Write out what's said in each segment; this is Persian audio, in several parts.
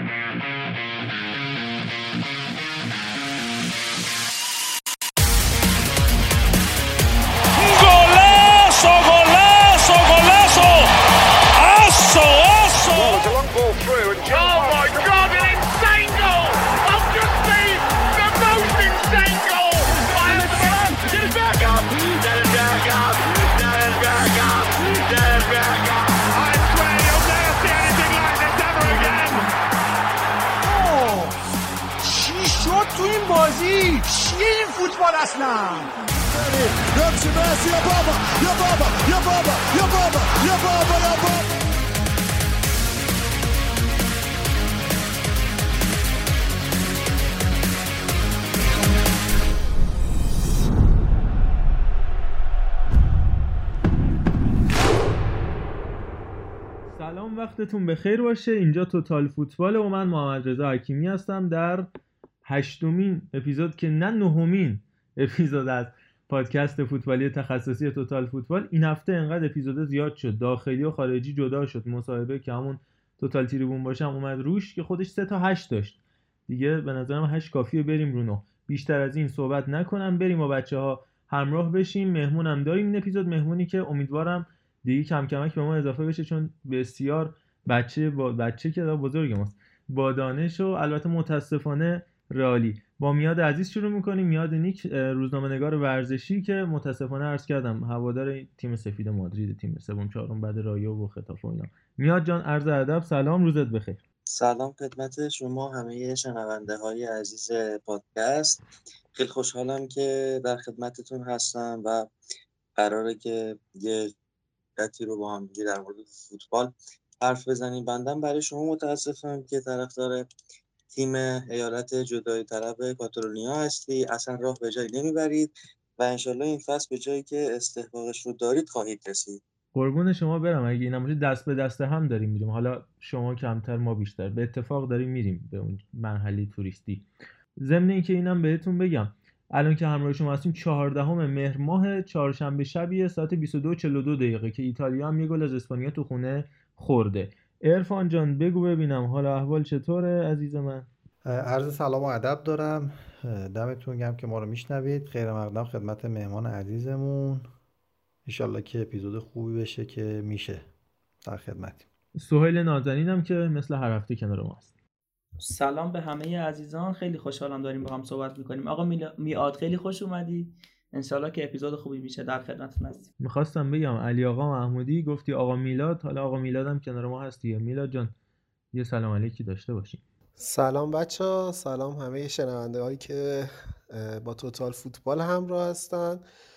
تو این بازی چیه این فوتبال اصلا؟ نمشي ماشي يا بابا يا بابا يا بابا يا بابا يا بابا يا بابا. سلام، وقتتون بخیر باشه. اینجا توتال فوتبال و من محمد رضا حکیمی هستم در 8مین اپیزود که نه 9مین اپیزود از پادکست فوتبالی تخصصی توتال فوتبال. این هفته انقدر اپیزود زیاد شد، داخلی و خارجی جدا شد، مصاحبه که همون توتال تریبون باشم اومد روش که خودش 3 تا 8 داشت دیگه. به نظرم 8 کافیه، بریم رو 9. بیشتر از این صحبت نکنم، بریم با بچه‌ها همراه بشیم. مهمونم داریم این اپیزود، مهمونی که امیدوارم دیگه کم کمک به ما اضافه بشه، چون بسیار بچه که بزرگ ماست، با دانش و البته متاسفانه رئالی. با میاد عزیز شروع میکنیم. میاد نیک، روزنامه‌نگار ورزشی که متاسفانه عرض کردم هوادار تیم سفید مادرید، تیم سوم چهارم بعد رایو و خطافه و اینا. میاد جان، عرض ادب، سلام، روزت بخیر. سلام خدمت شما همه شنونده‌های عزیز پادکست. خیلی خوشحالم که در خدمتتون هستم و قراره که یه قطعی رو با هم دیگه در مورد فوتبال حرف بزنیم. بندم برای شما متاسفم که طرفدار تیم ایالت جدایی طلب کاتالونیا هستی، اصلا راه به جایی نمیبرید و انشالله این فصل به جایی که استحقاقش رو دارید خواهید رسید. قربون شما برم. اگه اینم باشه دست به دست هم داریم میریم، حالا شما کمتر ما بیشتر، به اتفاق داریم میریم به اون مرحله توریستی. ضمن اینکه اینم بهتون بگم الان که همراه شما هستیم 14 مهر ماه، چهارشنبه شبیه ساعت 22:42 که ایتالیا هم یه گل از اسپانیا تو خونه خورده. عرفان جان بگو ببینم حال احوال چطوره عزیز من؟ عرض سلام و ادب دارم، دمتون گرم که ما رو میشنوید. خیر مقدم خدمت مهمان عزیزمون، انشالله که اپیزود خوبی بشه که میشه. در خدمتیم. سهیل نازنینم که مثل هر هفته کنار ماست. سلام به همه عزیزان، خیلی خوشحالم داریم با هم صحبت میکنیم. آقا میاد خیلی خوش اومدی، انشالله که اپیزود خوبی میشه. در خدمتتون هستیم. میخواستم بگم علی آقا محمودی گفتی آقا میلاد، حالا آقا میلادم کنار ما هستی. میلاد جان یه سلام علیکی داشته باشیم. سلام بچه‌ها، سلام همه شنونده هایی که با توتال فوتبال همراه هستن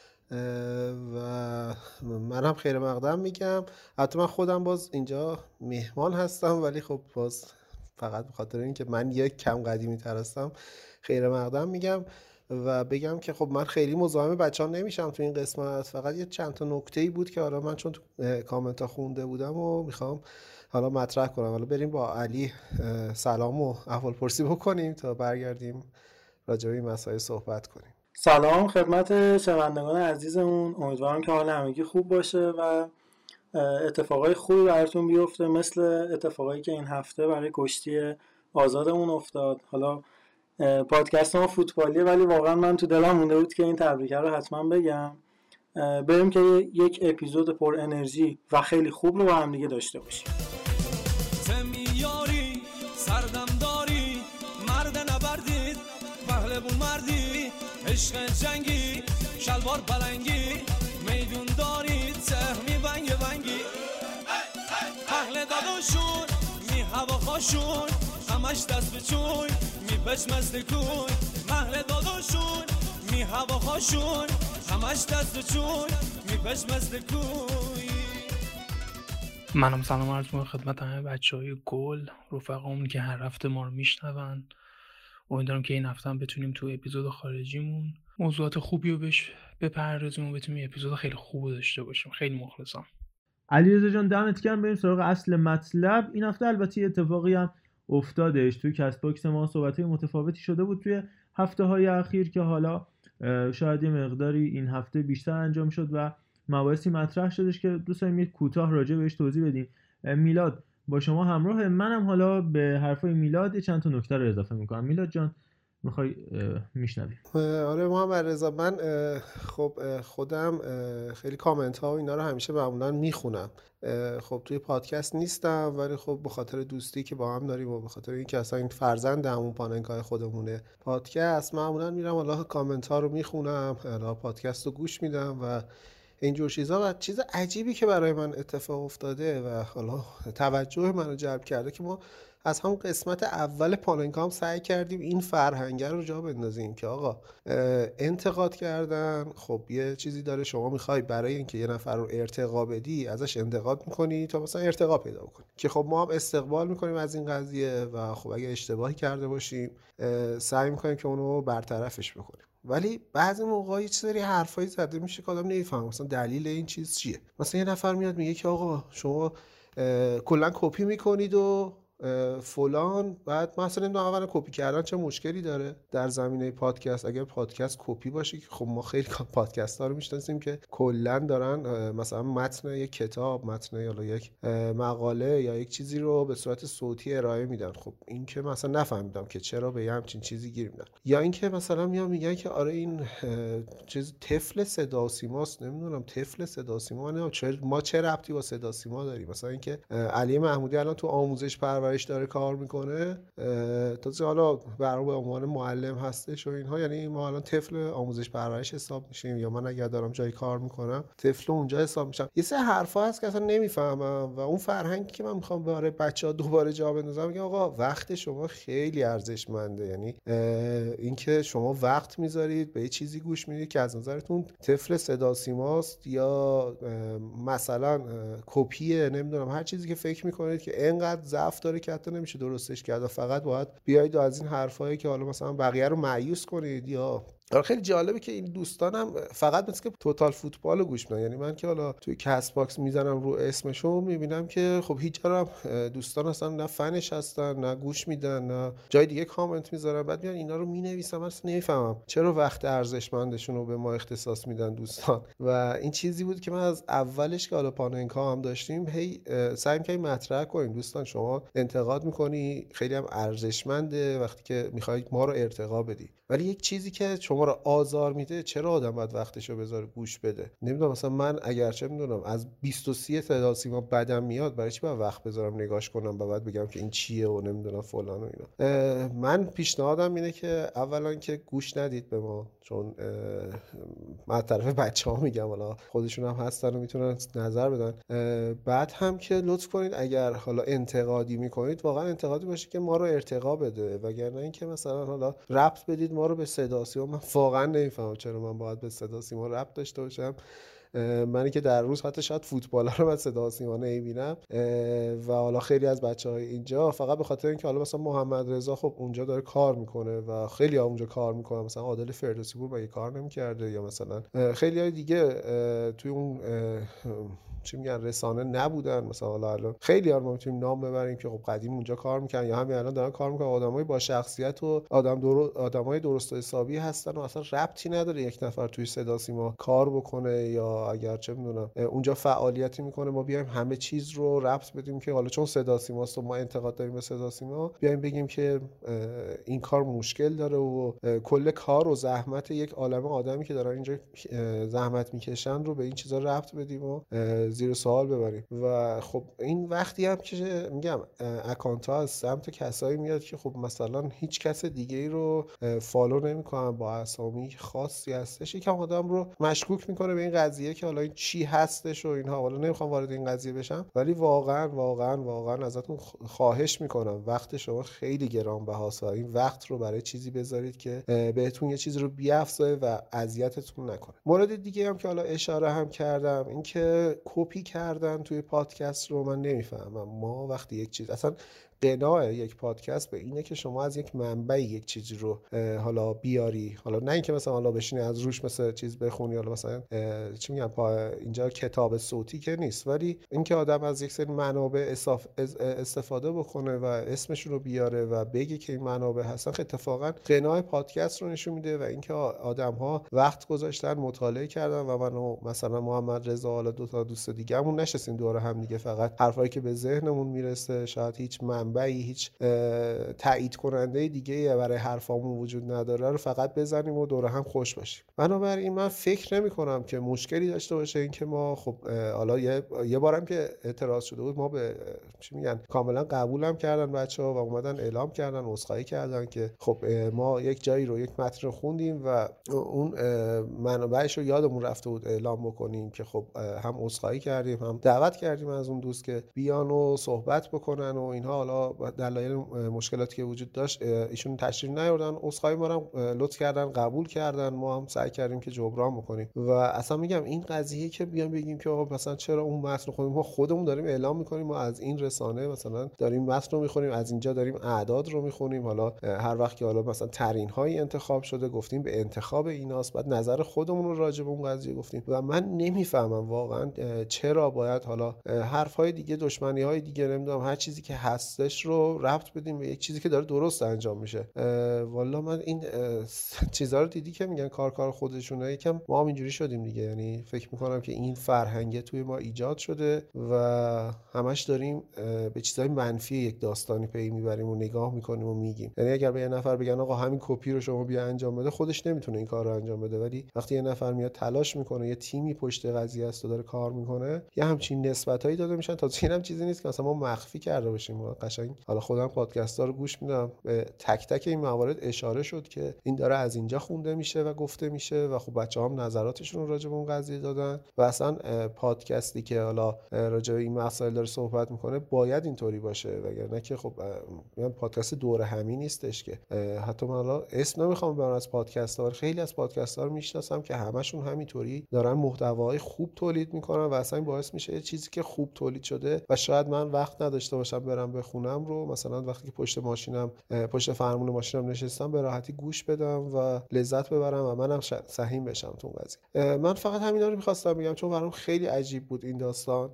و من هم خیر مقدم میگم. حتی من خودم باز اینجا مهمان هستم، ولی خب باز فقط به خاطر اینکه من یک کم قدیمی تر هستم خیر مقدم میگم و بگم که خب من خیلی مزاحم بچه‌ها نمیشم تو این قسمت. فقط یه چند تا نکته‌ای بود که حالا من چون تو کامنت ها خونده بودم و میخوام حالا مطرح کنم. حالا بریم با علی سلام و احوالپرسی بکنیم تا برگردیم راجع به این مسائل صحبت کنیم. سلام خدمت شنوندگان عزیزمون، امیدوارم که حال همگی خوب باشه و اتفاقای خوبی براتون بیفته، مثل اتفاقایی که این هفته برای کشتی آزادمون افتاد. حالا پادکست ما فوتبالیه ولی واقعا من تو دلم مونده بود که این تبریکه رو حتما بگم. بریم که یک اپیزود پر انرژی و خیلی خوب رو با هم دیگه داشته باشیم. زمیاری سردم داری مرد نبردید پهلوون مردی عشق جنگی شلوار پلنگی میدون دارید سهمی بنگ بنگی پهل داداشون می هوا خاشون همش دست بچوی می پچمزد کوی محل داداشون می هوا خاشون همش دست بچوی می پچمزد کوی. منم سلام عرض می‌کنم خدمت همه بچه‌های گل، رفقامون که هر هفته ما رو میشنون. امیدوارم که این هفته هم بتونیم تو اپیزود خارجیمون موضوعات خوبی رو بهش بپردازیم و بتونیم اپیزود خیلی خوب داشته باشیم. خیلی مخلصم. علیرضا جان دمت گرم. بریم سراغ اصل مطلب. این هفته البته اتفاقی هم افتادش توی کست باکس ما، صحبت‌های متفاوتی شده بود توی هفته‌های اخیر که حالا شاید یه مقداری این هفته بیشتر انجام شد و مباحثی مطرح شدش که دوست داریم یه کوتاه راجع بهش توضیح بدیم. میلاد با شما همراه. منم حالا به حرفای میلاد چند تا نکته رو اضافه میکنم. میلاد جان میخوای میشنوی؟ آره محمد رضا، من خب خودم خیلی کامنت ها و اینا رو همیشه معمولا میخونم. خب توی پادکست نیستم، ولی خب به خاطر دوستی که با هم داریم و به خاطر اینکه اصلا این فرزند همون پاننکای خودمونه پادکست، معمولا میرم حالا کامنت ها رو میخونم، حالا پادکست رو گوش میدم و اینجور چیزا. و چیز عجیبی که برای من اتفاق افتاده و حالا توجه منو جلب کرده که ما از همون قسمت اول پاننکا هم سعی کردیم این فرهنگ رو جا بندازیم که آقا انتقاد کردن خب یه چیزی داره، شما میخوای برای اینکه یه نفر رو ارتقا بدی ازش انتقاد میکنی تا مثلا ارتقا پیدا کنی، که خب ما هم استقبال میکنیم از این قضیه و خب اگه اشتباهی کرده باشیم سعی میکنیم که اونو برطرفش بکنیم. ولی بعضی موقع یه سری حرفایی زده میشه که آدم نمیفهمه مثلا دلیل این چیز چیه. مثلا یه نفر میاد میگه که آقا شما کلا کپی میکنید و فلان، بعد مثلا نمیدونم اولا کپی کردن چه مشکلی داره در زمینه پادکست؟ اگر پادکست کپی باشه که خب ما خیلی پادکست ها رو میشناسیم که کلا دارن مثلا متن یک کتاب، متن یا یک مقاله یا یک چیزی رو به صورت صوتی ارائه میدن. خب این که مثلا نفهمیدم که چرا به همچین چیزی گیر میدن. یا اینکه مثلا میگن که آره این چیز طفل صدا و سیماست، نمیدونم طفل صدا و سیما ما چه ربطی با صدا و سیما داریم؟ مثلا اینکه علی محمودی الان تو آموزش پرورش داره کار میکنه، تازه حالا برای به عنوان معلم هستش و اینها، یعنی ما الان طفل آموزش پرورش حساب میشیم، یا من اگر دارم جای کار میکنم طفل اونجا حساب میشم. یه سری حرفا هست که اصلا نمیفهمم و اون فرهنگی که من میخوام برای بچه‌ها دوباره جا بندازم، میگم آقا وقت شما خیلی ارزشمنده. یعنی اینکه شما وقت میذارید به یه چیزی گوش میدید که از نظرتون طفل صدا سیماست یا مثلا کپیه، نمیدونم هر چیزی که فکر میکنید که اینقدر ضعف داره که حتی نمیشه درستش کرد و فقط باید بیایید و از این حرفایی که حالا مثلا بقیه رو مایوس کنید. یا خیلی جالبه که این دوستانم فقط مثل که توتال فوتبال رو گوش میدن. یعنی من که حالا توی کست باکس میزنم رو اسمشو میبینم که خب هیچ جا دوستان اصلا نه فنش هستن نه گوش میدن نه جای دیگه کامنت میذارن، بعد میان اینا رو مینویسن. من اصلا نمیفهمم چرا وقت ارزشمندشون رو به ما اختصاص میدن دوستان. و این چیزی بود که من از اولش که حالا پاننکا هم داشتیم هی سعی می‌کردیم مطرح کنیم دوستان شما انتقاد میکنی خیلی هم ارزشمنده وقتی که میخواید ما رو ارتقا بدی، ولی یک چیزی که شما رو آزار میده چرا آدم باید وقتشو بذاره گوش بده؟ نمیدونم مثلا من اگر چه میدونم از 20 صدا سیما بدم میاد، برای چی باید وقت بذارم نگاش کنم و بعد بگم که این چیه و نمیدونم فلان و اینا. من پیشنهادم اینه که اولا که گوش ندید به ما، چون من طرف بچه‌ها میگم حالا خودشون هم هستن و میتونن نظر بدن. بعد هم که لطف کنید اگر حالا انتقادی میکنید واقعا انتقادی باشه که ما رو ارتقا بده، وگرنه اینکه مثلا حالا ربط بدید ما رو به صدا سیما. من واقعا نمیفهمم چرا من باید به صدا سیما ربط داشته باشم. منی که در روز حتی شاید فوتبال رو من صدا سیما نمیبینم و حالا خیلی از بچهای اینجا فقط به خاطر اینکه حالا مثلا محمد رضا خب اونجا داره کار میکنه و خیلی ها اونجا کار میکنن، مثلا عادل فردوسی پور مگه کار نمیکرده، یا مثلا خیلی های دیگه توی اون چی میگن رسانه نبودن. مثلا حالا الان خیلی ها ما میتونیم نام ببریم که خب قدیم اونجا کار میکنن یا همین الان دارن کار میکنن، آدمای با شخصیت و آدمای درست و حسابی هستن و اصلا ربطی نداره یک نفر توی صدا سیما کار بکنه یا اگر چه میدونم اونجا فعالیتی میکنه ما بیایم همه چیز رو ربط بدیم که حالا چون صدا سیماست و ما انتقاد داریم به صدا سیما بیایم بگیم که این کار مشکل داره و کل کار و زحمت یک عالمه آدمی که دارن اینجا زحمت میکشن رو به این چیزا ربط بدیم و زیر سوال ببریم. و خب این وقتی هم که میگم اکانت ها از سمت کسایی میاد که خب مثلا هیچ کس دیگه ای رو فالو نمیکنن با اسامی خاصی هستش، یکم آدم رو مشکوک میکنه به این قضیه که حالا این چی هستش و اینها. حالا نمیخوام وارد این قضیه بشم، ولی واقعا ازتون خواهش میکنم وقت شما خیلی گرانبهاست، این وقت رو برای چیزی بذارید که بهتون یه چیز رو بیافزایه و اذیتتون نکنه. مورد دیگه هم که حالا اشاره هم کردم این که کپی کردن توی پادکست رو من نمیفهمم. ما وقتی یک چیز اصلا قناع یک پادکست به اینه که شما از یک منبع یک چیزی رو حالا بیاری، حالا نه اینکه مثلا حالا بشینی از روش مثلا چیز بخونی، حالا مثلا چی میگم اینجا کتاب صوتی که نیست، ولی اینکه آدم از یک سری منابع استفاده بکنه و اسمشون رو بیاره و بگه که این منابع هستن، اتفاقا قناع پادکست رو نشون میده و اینکه آدم‌ها وقت گذاشتن مطالعه کردن و من مثلا محمد رضا حالا دو تا دوست دیگه‌مون نشستیم دور هم دیگه، فقط حرفایی که به ذهنمون میرسه، شاید هیچ منبعی هیچ تایید کننده دیگه برای حرفامون وجود نداره رو فقط بزنیم و دور هم خوش باشیم. بنابراین من فکر نمی‌کنم که مشکلی داشته باشه اینکه ما خب حالا یه بارم که اعتراض شده بود، ما به چی میگن کاملا قبولم کردن بچه‌ها و اومدن اعلام کردن، عذرخواهی کردن که خب ما یک جایی رو یک متن رو خوندیم و اون منبعش رو یادمون رفته بود اعلام بکنیم که خب هم عذرخواهی کردیم، هم دعوت کردیم از اون دوست که بیان و صحبت بکنن و اینها. حالا دلایل مشکلاتی که وجود داشت ایشون تشریف نیاوردن، عذرخواهی ما رو لطف کردن، قبول کردن، ما هم سعی کردیم که جبران بکنیم. و اصلا میگم این قضیه که بیان بگیم که آقا مثلا چرا اون متن خودمون، ما خودمون داریم اعلام میکنیم ما از این رسانه مثلا داریم متن رو میخونیم، از اینجا داریم اعداد رو میخونیم، حالا هر وقت که حالا مثلا ترین های انتخاب شده گفتیم به انتخاب ایناست، بعد نظر خودمون رو راجع به اون قضیه گفتیم. و من نمیفهمم واقعا چرا باید حالا حرف های دیگه، دشمنی های دیگه، نمیدونم هر چیزی که هستش رو ربط بدیم به یک چیزی که داره درست انجام میشه. والا من این چیزا رو دیدی که میگن کار خودشونه، یکم ما هم اینجوری شدیم دیگه. یعنی فکر میکنم که این فرهنگ توی ما ایجاد شده و همش داریم به چیزای منفی یک داستانی پی میبریم و نگاه میکنیم و میگیم. یعنی اگر به یه نفر بگن آقا همین کپی رو شما بیا انجام بده، خودش نمیتونه این کار رو انجام بده، ولی وقتی یه نفر میاد تلاش میکنه، یه تیمی پشت قضیه است و داره کار میکنه، یه همچین نسبتایی داده میشن. تا اینم چیزی نیست که مثلا ما مخفی کرده باشیم. قشنگ حالا خودم پادکست‌ها رو گوش میدم، به تک تک این موارد اشاره شد که این داره از اینجا خونده میشه و گفته میشه و خب بچه‌ها هم نظراتشون رو راجع به اون قضیه دادن. و اصلا پادکستی که حالا راجع به این مسائل داره صحبت میکنه باید اینطوری باشه، وگرنه که خب میگم پادکست دور همی نیستش که. حتی من حالا اسم نمیخوام ببرم از پادکست‌ها، خیلی از پادکست‌ها رو میشناسم که همشون همینطوری دارن محتوای خوب تولید میکنن و اصلا باعث میشه چیزی که خوب تولید شده و شاید من وقت نداشته باشم برم بخونم رو مثلا وقتی که پشت فرمون ماشینم نشستم به راحتی گوش بدم و لذت ببرم و منم سهیم بشم تو قضیه. من فقط همینا رو می‌خواستم بگم چون برام خیلی عجیب بود این داستان.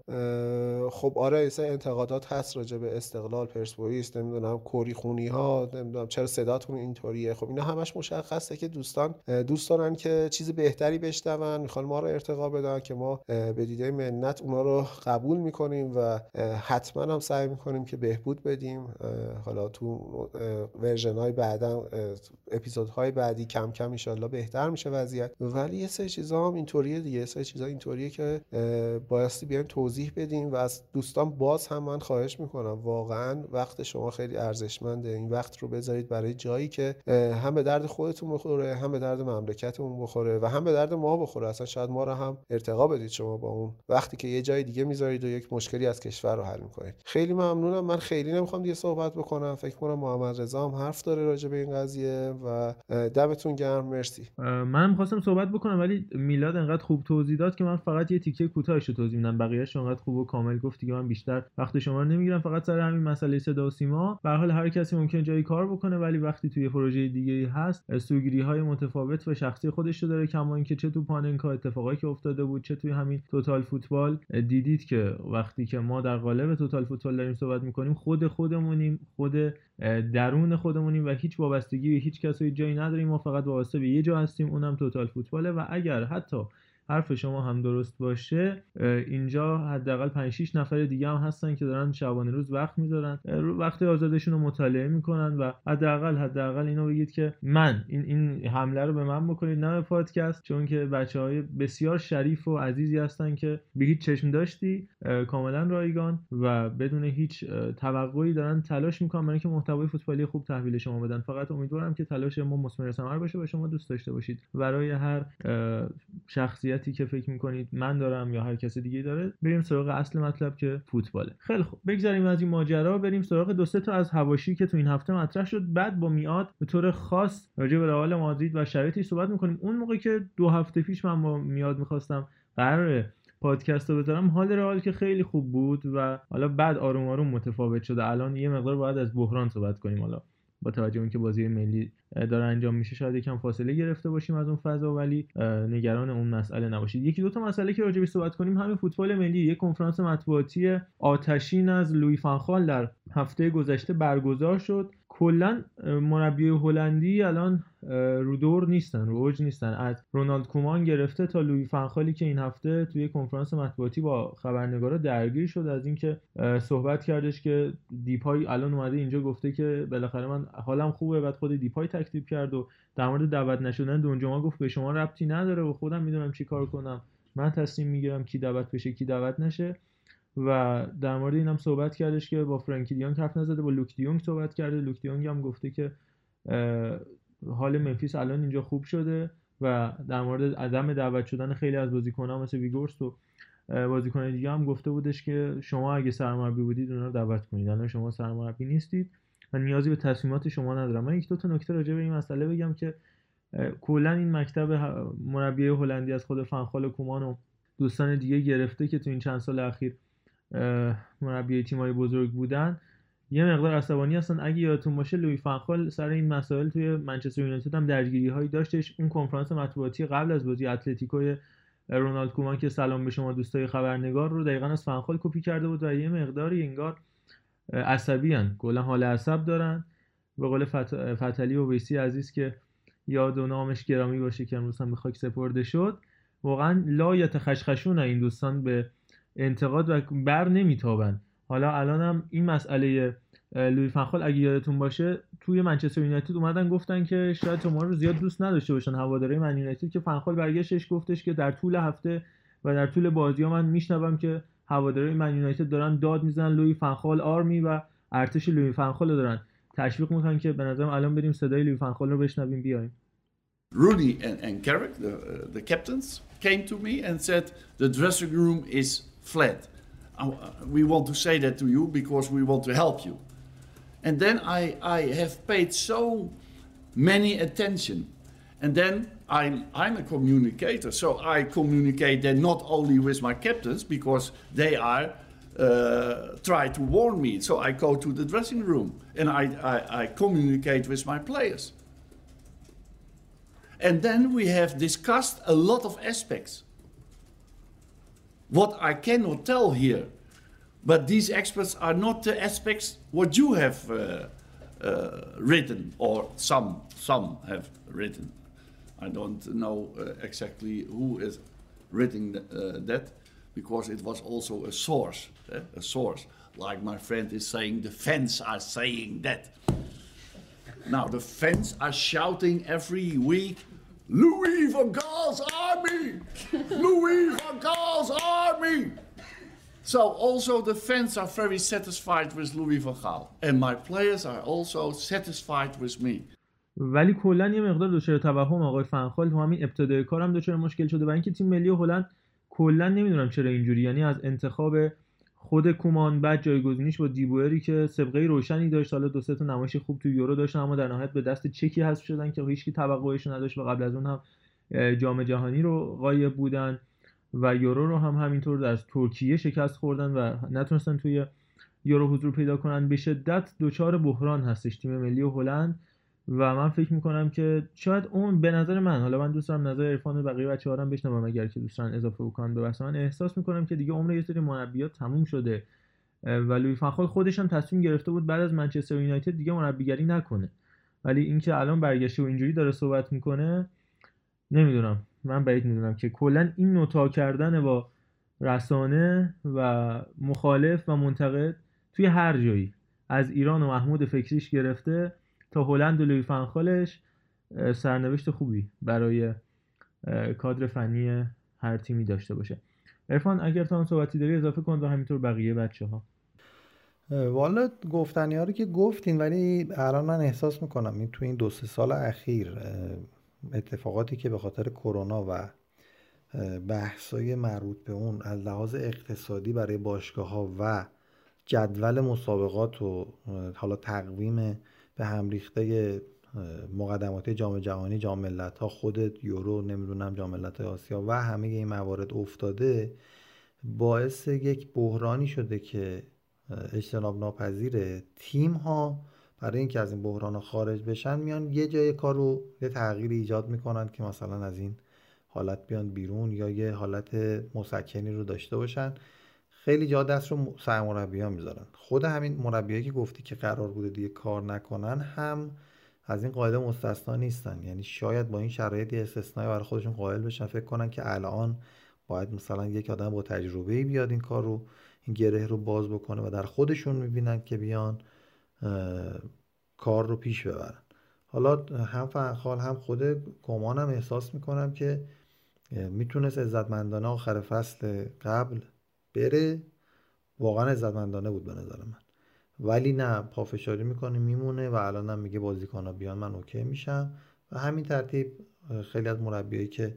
خب آره این انتقادات هست راجع به استقلال، پرسپولیس، نمیدونم کوری خونی ها، نمیدونم چرا صداتون اینطوریه. خب اینا همش مشخصه که دوستان دوست دارن که چیز بهتری بشنون، میخوان ما رو ارتقا بدن که ما به دیده منت اونا رو قبول میکنیم و حتما هم سعی میکنیم که بهبود بدیم. حالا تو ورژن‌های بعدا، اپیزودهای بعدی کم کم ان شاءالله بهتر میشه وضعیت. ولی یه سری چیزا هم اینطوریه دیگه، یه سری چیزا اینطوریه که بایستی بیایم توضیح بدیم و از دوستان باز هم من خواهش میکنم واقعا وقت شما خیلی ارزشمنده، این وقت رو بذارید برای جایی که هم به درد خودتون بخوره، هم به درد مملکتمون بخوره و هم به درد ما بخوره. اصلا شاید ما رو هم ارتقا بدید شما با اون وقتی که یه جای دیگه میذارید و یک مشکلی از کشور رو حل میکنید. خیلی ممنونم. من خیلی نمیخوام دیگه صحبت بکنم، فکر کنم محمد رضا هم حرف داره راجع به این قضیه و دمتون گرم. مرسی. من می‌خواستم صحبت بکنم ولی میلاد انقدر خوب توضیح داد که من فقط یه تیکه کوتاهش رو توضیح میدم، بقیه‌اش انقدر خوب و کامل گفت دیگه من بیشتر وقت شما رو نمیگیرم. فقط سر همین مسئله صدا و سیما، به هر حال هر کسی ممکنه جایی کار بکنه ولی وقتی توی پروژه دیگه‌ای هست سوگیری‌های متفاوت و شخصی خودش رو داره، کما اینکه چه تو پاننکا اتفاقایی که افتاده بود، چه توی همین توتال فوتبال دیدید که وقتی که ما در قالب توتال فوتبال داریم صحبت می‌کنیم خودمونیم، خود درون خودمونیم و هیچ وابستگی به هیچ کسی جایی نداریم، ما فقط وابسته به یه جا هستیم، اونم توتال فوتباله. و اگر حتی حرف شما هم درست باشه، اینجا حداقل 5-6 نفر دیگه هم هستن که دارن شبانه روز وقت میذارن، وقت آزادشون رو مطالعه میکنن و حداقل اینو بگید که من این حمله رو به من بکنید، نه به پادکست، چون که بچهای بسیار شریف و عزیزی هستن که به هیچ چشم داشتی کاملا رایگان و بدون هیچ توقعی دارن تلاش میکنن برای اینکه محتوای فوتبالی خوب تحویل شما بدن. فقط امیدوارم که تلاش ما مثمر ثمر باشه و شما دوست داشته باشید برای هر شخصیت که فکر میکنید من دارم یا هر کسی دیگه داره. بریم سراغ اصل مطلب که فوتباله. خیلی خوب، بگذاریم از این ماجرا، بریم سراغ 2-3 تا از حواشی که تو این هفته مطرح شد. بعد با میاد به طور خاص راجع به رئال مادرید و شرایطش صحبت میکنیم. اون موقع که 2 هفته پیش من با میاد میخواستم قراره پادکست رو بذارم، حال رئال که خیلی خوب بود و حالا بعد آروم آروم متفاوت شده. الان یه مقدار باید از بحران صحبت کنیم، حالا با توجه به اینکه بازی ملی داره انجام میشه شاید یکم فاصله گرفته باشیم از اون فضا، ولی نگران اون مسئله نباشید. یکی دو تا مسئله که راجع بهش صحبت کنیم همین فوتبال ملی. یک کنفرانس مطبوعاتی آتشین از لوئی فان خال در هفته گذشته برگزار شد. کلا مربی هلندی الان رو دور نیستن، رو اوج نیستن. از رونالد کومان گرفته تا لوئی فان خالی که این هفته توی کنفرانس مطبوعاتی با خبرنگارا درگیر شد از اینکه صحبت کردش که دیپای الان اومده اینجا گفته که بالاخره من حالم خوبه، بعد خود دیپای تکذیب کرد و در مورد دعوت نشدن دونجوما گفت به شما ربطی نداره و خودم میدونم چی کار کنم، من تصمیم میگیرم کی دعوت بشه کی دعوت نشه. و در مورد اینم صحبت کردش که با فرانکی دیونگ حرف نزده، با لوک دیونگ صحبت کرده. لوک دیونگ هم گفته که حال منفیس الان اینجا خوب شده و در مورد عدم دعوت شدن خیلی از بازیکن‌ها مثل ویگورست و بازیکن‌های دیگه هم گفته بودش که شما اگه سرمربی بودید اونا رو دعوت کنید، الان شما سرمربی نیستید و نیازی به تصمیمات شما ندارم. من یک دو تا نکته راجع به این مسئله بگم که کلا این مکتب مربی هلندی از خود فانخال و کومان و دوستان دیگه گرفته که تو این چند سال اخیر مربی تیم‌های بزرگ بودن، یه مقدار عصبانی هستن. اگه یادتون باشه لوئی فان خال سر این مسائل توی منچستر یونایتد هم درگیری‌هایی داشتش. اون کنفرانس مطبوعاتی قبل از بازی اتلتیکو رونالد کومان که سلام به شما دوستای خبرنگار رو دقیقاً از فان خال کپی کرده بود و یه مقداری انگار عصبی ان، کلا حال عصب دارن. به قول فتحعلی اویسی عزیز که یاد و نامش گرامی باشه که امروز هم به خاک سپرده شد، واقعا لا یتخشخشون این دوستان به انتقاد و بر نمیتابن. حالا الانم این مسئله لوئی فان خال اگه یادتون باشه توی منچستر یونایتد اومدن گفتن که شاید شما رو زیاد دوست نداشته باشن هواداری من یونایتد، که فان خال برگشتش گفتش که در طول هفته و در طول بازی‌ها من میشنوم که هواداری من یونایتد دارن داد میزنن لوئی فان خال آرمی و ارتش لوئی فان خال رو دارن تشویق میکنن، که به نظرم الان بریم صدای لوئی فان خال رو بشنویم. بیایم. Rooney and Carrick, the captains, came to me and said the dressing room is flat. We want to say that to you because we want to help you. And then I have paid so many attention. And then I'm a communicator, so I communicate then not only with my captains because they are try to warn me. So I go to the dressing room and I communicate with my players. And then we have discussed a lot of aspects. What I cannot tell here, but these aspects are not the aspects what you have written, or some have written. I don't know exactly who is writing that, because it was also a source, like my friend is saying, the fans are saying that. Now the fans are shouting every week, Louis van Gaal's army! Louis van Gaal's army! So also the fans are very satisfied with Louis van Gaal. And my players are also satisfied with me. ولی کلا یه مقدار دچار توهم آقای فنخال تو همین ابتدای کارم دچار مشکل شده، و اینکه تیم ملی هلند کلا نمیدونم چرا اینجوری، یعنی از انتخاب خود کومان بعد جایگزینیش با دیبوئری که سابقه روشنی داشت، حالا دو سه تا نمایش خوب تو یورو داشتن اما در نهایت به دست چکی حذف شدن که هیچ کی توقعش نداشت و قبل از اون هم جام جهانی رو غایب بودن و یورو رو هم همینطور در ترکیه شکست خوردن و نتونستن توی یورو حضور پیدا کنن. به شدت دچار بحران هستش تیم ملی هلند و من فکر میکنم که شاید اون به نظر من، حالا من دوست دارم نظر عرفان و بقیه بچه‌ها رو هم بشنوم اگر که دوست دارن اضافه بکنن به بحث، من احساس میکنم که دیگه عمر یه سری مربیات تموم شده و لوئی فان خال خودش هم تصمیم گرفته بود بعد از منچستر یونایتد دیگه مربیگری نکنه، ولی اینکه الان برگشته و اینجوری داره صحبت میکنه نمیدونم، من بعید میدونم که کلا این نوتا کردن با رسانه و مخالف و منتقد توی هر جایی از ایران و محمود فکریش گرفته تا هلند و لوئی فان خالش سرنوشت خوبی برای کادر فنی هر تیمی داشته باشه. عرفان اگر تو هم صحبتی داری اضافه کن و همینطور بقیه بچه‌ها. والا گفتنی‌ها رو که گفتین، ولی الان من احساس میکنم این تو این 2-3 سال اخیر اتفاقاتی که به خاطر کرونا و بحث‌های مربوط به اون از لحاظ اقتصادی برای باشگاه‌ها و جدول مسابقات و حالا تقویم به هم ریخته مقدماتی جام جهانی، جام ملت‌ها، خود یورو، نمیدونم جام ملت‌های آسیا و همه این موارد افتاده، باعث یک بحرانی شده که اجتناب ناپذیره. تیم ها برای اینکه از این بحران ها خارج بشن میان یه جای کار رو یه تغییری ایجاد میکنن که مثلا از این حالت بیان بیرون یا یه حالت مسکنی رو داشته باشن. خیلی جا دست رو سرمربی‌ها میذارن. خود همین مربیایی که گفتی که قرار بوده دیگه کار نکنن هم از این قاعده مستثنا نیستن. یعنی شاید با این شرایطی استثنایی برای خودشون قائل بشن، فکر کنن که الان باید مثلا یک آدم با تجربه‌ای بیاد این کار رو، این گره رو باز بکنه و در خودشون میبینن که بیان کار رو پیش ببرن. حالا هم فنخال هم خود کمان هم احساس میکنم که میتونست عزتمندانه آخر فصل قبل بره، واقعا عزتمندانه بود به نظر من، ولی نه، پافشاری میکنه میمونه و الان هم میگه بازیکن‌ها بیان من اوکی میشم و همین ترتیب خیلی از مربیایی که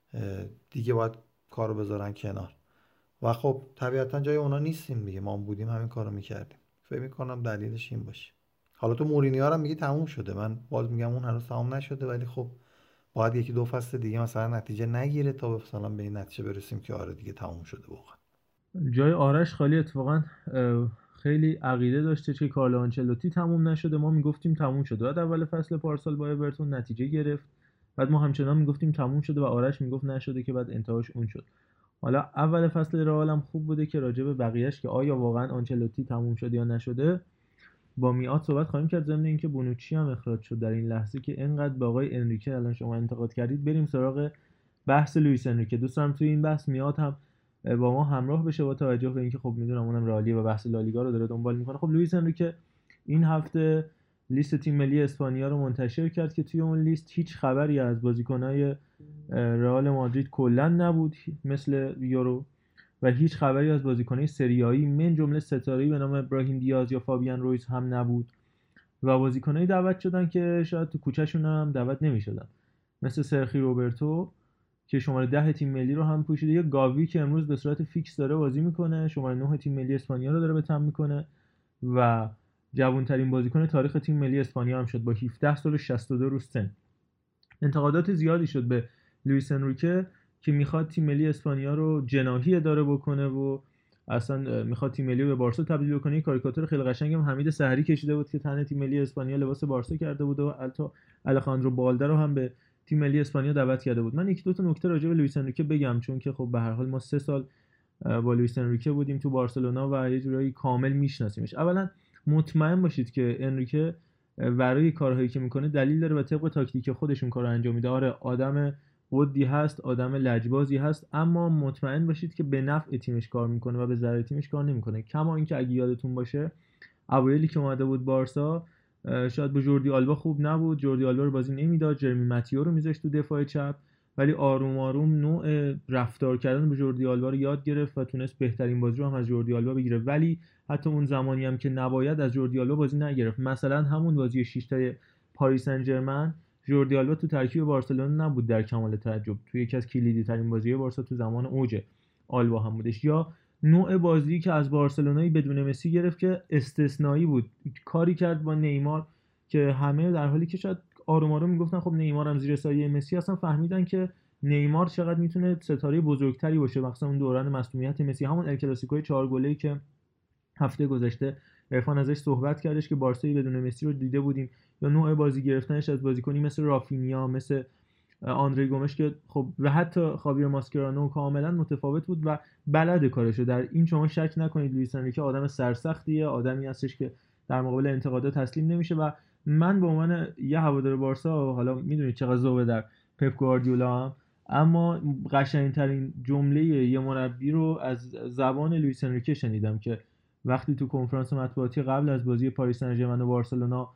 دیگه باید کارو بذارن کنار و خب طبیعتا جای اونا نیستیم دیگه، ما بودیم همین کارو میکردیم. فکر میکنم دلیلش این باشه. حالا تو مورینیو هم میگی تموم شده، من باز میگم اون هنوز تموم نشده، ولی خب باید یکی دو فصل دیگه مثلا نتیجه نگیره تا مثلا به این نتیجه برسیم که آره دیگه تموم شده. واقعا جای آرش خالی. اتفاقا خیلی عقیده داشته که کارلو آنچلوتی تموم نشده، ما میگفتیم تموم شده. بعد اول فصل پارسال با اورتون نتیجه گرفت، بعد ما همچنان میگفتیم تموم شده و آرش میگفت نشده که بعد انتهاش اون شد. حالا اول فصل رئال هم خوب بوده که راجع به بقیه‌اش که آیا واقعا آنچلوتی تموم شده یا نشده با میاد صحبت خواهیم کرد. ضمن اینکه بونوچی هم اخراج شد در این لحظه که اینقدر به آقای انریکه الان شما انتقاد کردید، بریم سراغ بحث لوئیس انریکه. دوست دارم توی این بحث میاد هم با ما همراه بشه با توجه به اینکه خب میدونم اونم رئالیه و بحث لالیگا رو داره دنبال میکنه. خب لوئیس انریکه این هفته لیست تیم ملی اسپانیا رو منتشر کرد که توی اون لیست هیچ خبری از بازیکن‌های رئال مادرید کلا نبود مثل یورو و هیچ خبری از بازیکن‌های سریایی من جمله ستاره‌ای به نام ابراهیم دیاز یا فابیان رویز هم نبود و بازیکن‌های دعوت شدن که شاید تو کوچه‌شون هم دعوت نمی‌شدن، مثل سرخی روبرتو که شماره 10 تیم ملی رو هم پوشیده، یا گاوی که امروز به صورت فیکس داره بازی میکنه، شماره 9 تیم ملی اسپانیا رو داره به تم میکنه و جوان‌ترین بازیکن تاریخ تیم ملی اسپانیا هم شد با 17 سال و 62 روز سن. انتقادات زیادی شد به لوئیس انریکه که میخواد تیم ملی اسپانیا رو جناحی اداره بکنه و اصلا میخواد تیم ملی رو به بارسا تبدیل بکنه. کاریکاتور خیلی قشنگی هم حمید سحری کشیده بود که تن تیم ملی اسپانیا لباس بارسا کرده بود و البته الخاندرو بالده رو هم به تیم ملی اسپانیا دعوت کرده بود. من یک دو تا نکته راجع به لوئیس انریکه بگم، چون که خب به هر حال ما 3 سال با لوئیس انریکه بودیم تو بارسلونا و یه جورایی کامل میشناسیمش. اولا مطمئن باشید که انریکه برای کارهایی که میکنه دلیل داره و طبق تاکتیک خودشون کارو انجام میده. آره آدم قدی هست، آدم لجبازی هست، اما مطمئن باشید که به نفع تیمش کار میکنه و به ضرر تیمش کار نمیکنه. کما اینکه اگه یادتون باشه اوایلی که اومده بود بارسا شاید با جوردی آلبا خوب نبود، جوردی آلبا رو بازی نمیداد، جرمی ماتیو رو میذاشت تو دفاع چپ، ولی آروم آروم نوع رفتار کردن با جوردی آلبا رو یاد گرفت و تونست بهترین بازی رو هم از جوردی آلبا بگیره. ولی حتی اون زمانی هم که نباید از جوردی آلبا بازی نگرفت. مثلا همون بازی 6 تا پاریس سن ژرمن جوردی آلبا تو ترکیب بارسلونا نبود در کمال تعجب، تو یکی از کلیدی ترین بازی‌های بارسا تو زمان اوج آلبا هم بودش. یا نوع بازی که از بارسلونایی بدون مسی گرفت که استثنایی بود، کاری کرد با نیمار که همه در حالی که شاید آروم آروم میگفتن خب نیمار هم زیر سایه مسی، اصلا فهمیدن که نیمار چقدر میتونه ستاره بزرگتری باشه. مثلا اون دوران مصونیت مسی، همون ال کلاسیکو 4 گله‌ای که هفته گذشته عرفان ازش صحبت کردش که بارسایی بدون مسی رو دیده بودیم، یا نوع بازی گرفتنش از بازیکنی مثل رافینیا، مثل آندره گومش که خب و حتی خاویر ماسکرانو کاملا متفاوت بود و بلد کارشو. در این شما شک نکنید لوئیس انریکه آدم سرسختیه، آدمی هستش که در مقابل انتقادات تسلیم نمیشه و من به عنوان یه هوادار بارسا، حالا میدونید چقدر ذوق در پپ گواردیولا هم، اما قشنگترین جمله یه مربی رو از زبان لوئیس انریکه شنیدم که وقتی تو کنفرانس مطبوعاتی قبل از بازی پاریس سن ژرمن و بارسلونا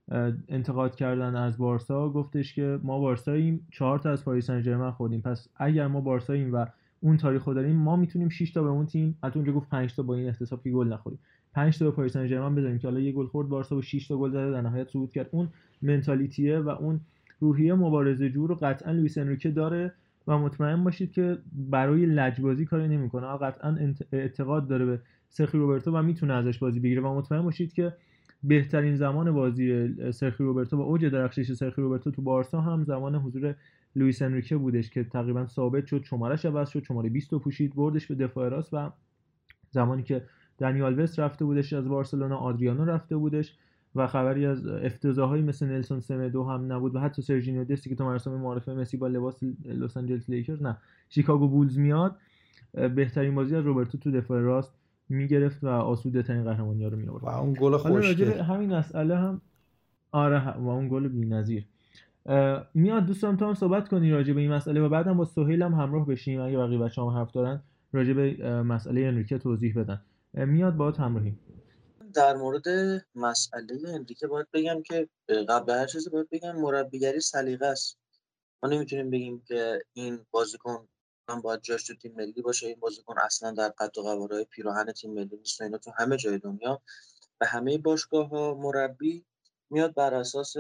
انتقاد کردن از بارسا، گفتش که ما بارساییم، 4 تا از پاریس سن ژرمن خوردیم، پس اگر ما بارساییم و اون تاریخو داریم ما میتونیم 6 تا به اون تیم، البته اونجا گفت 5 تا با این احتساب که گل نخوریم، 5 تا به پاریس سن ژرمن بزنیم که حالا یه گل خورد بارسا و 6 تا گل زد در نهایت صعود کرد. اون منتالیتیه و اون روحیه مبارزه‌جو رو قطعا لوئیس انریکه داره و مطمئن باشید که برای لجبازی کاری نمیکنه. قطعا اعتقاد داره به سرخی روبرتو و میتونه ازش بازی بگیره و مطمئن باشید که بهترین زمان بازی سرخی روبرتو و اوج درخشش سرخی روبرتو تو بارسا هم زمان حضور لوئیس انریکه بودش که تقریبا ثابت شد، شمارش عوض شد، شماره 20 رو پوشید، بردش به دفاع راست و زمانی که دنیال وست رفته بودش از بارسلونا، آدریانو رفته بودش و خبری از افتضاحایی مثل نلسون سمدو هم نبود و حتی سرژینیو دستی که تو مراسم معرفه مسی با لباس لس آنجلس لیکرز نه شیکاگو بولز میاد، بهترین بازی از روبرتو تو دفاع راست میگرفت و آسوده ترین قهرمانی‌ها رو می‌آورد. و اون گل خوشگل همین مسئله هم آره و اون گل بی‌نظیر. میاد دوستان تو هم صحبت کنی راجع به این مسئله و بعدم با سهیل هم همراه بشیم اگه بقیه بچه‌ها حرف دارن راجع به مسئله انریکه توضیح بدن. میاد باهات همراهی. در مورد مسئله انریکه باید بگم که قبل هر چیزی باید بگم مربیگری سلیقه است. ما نمیتونیم بگیم که این بازیکن باید جاش تو تیم ملی باشه، این بازیکن اصلا در قد و قواره پیراهن تیم ملی نیست. اینا تو همه جای دنیا و همه باشگاه‌ها مربی میاد بر اساس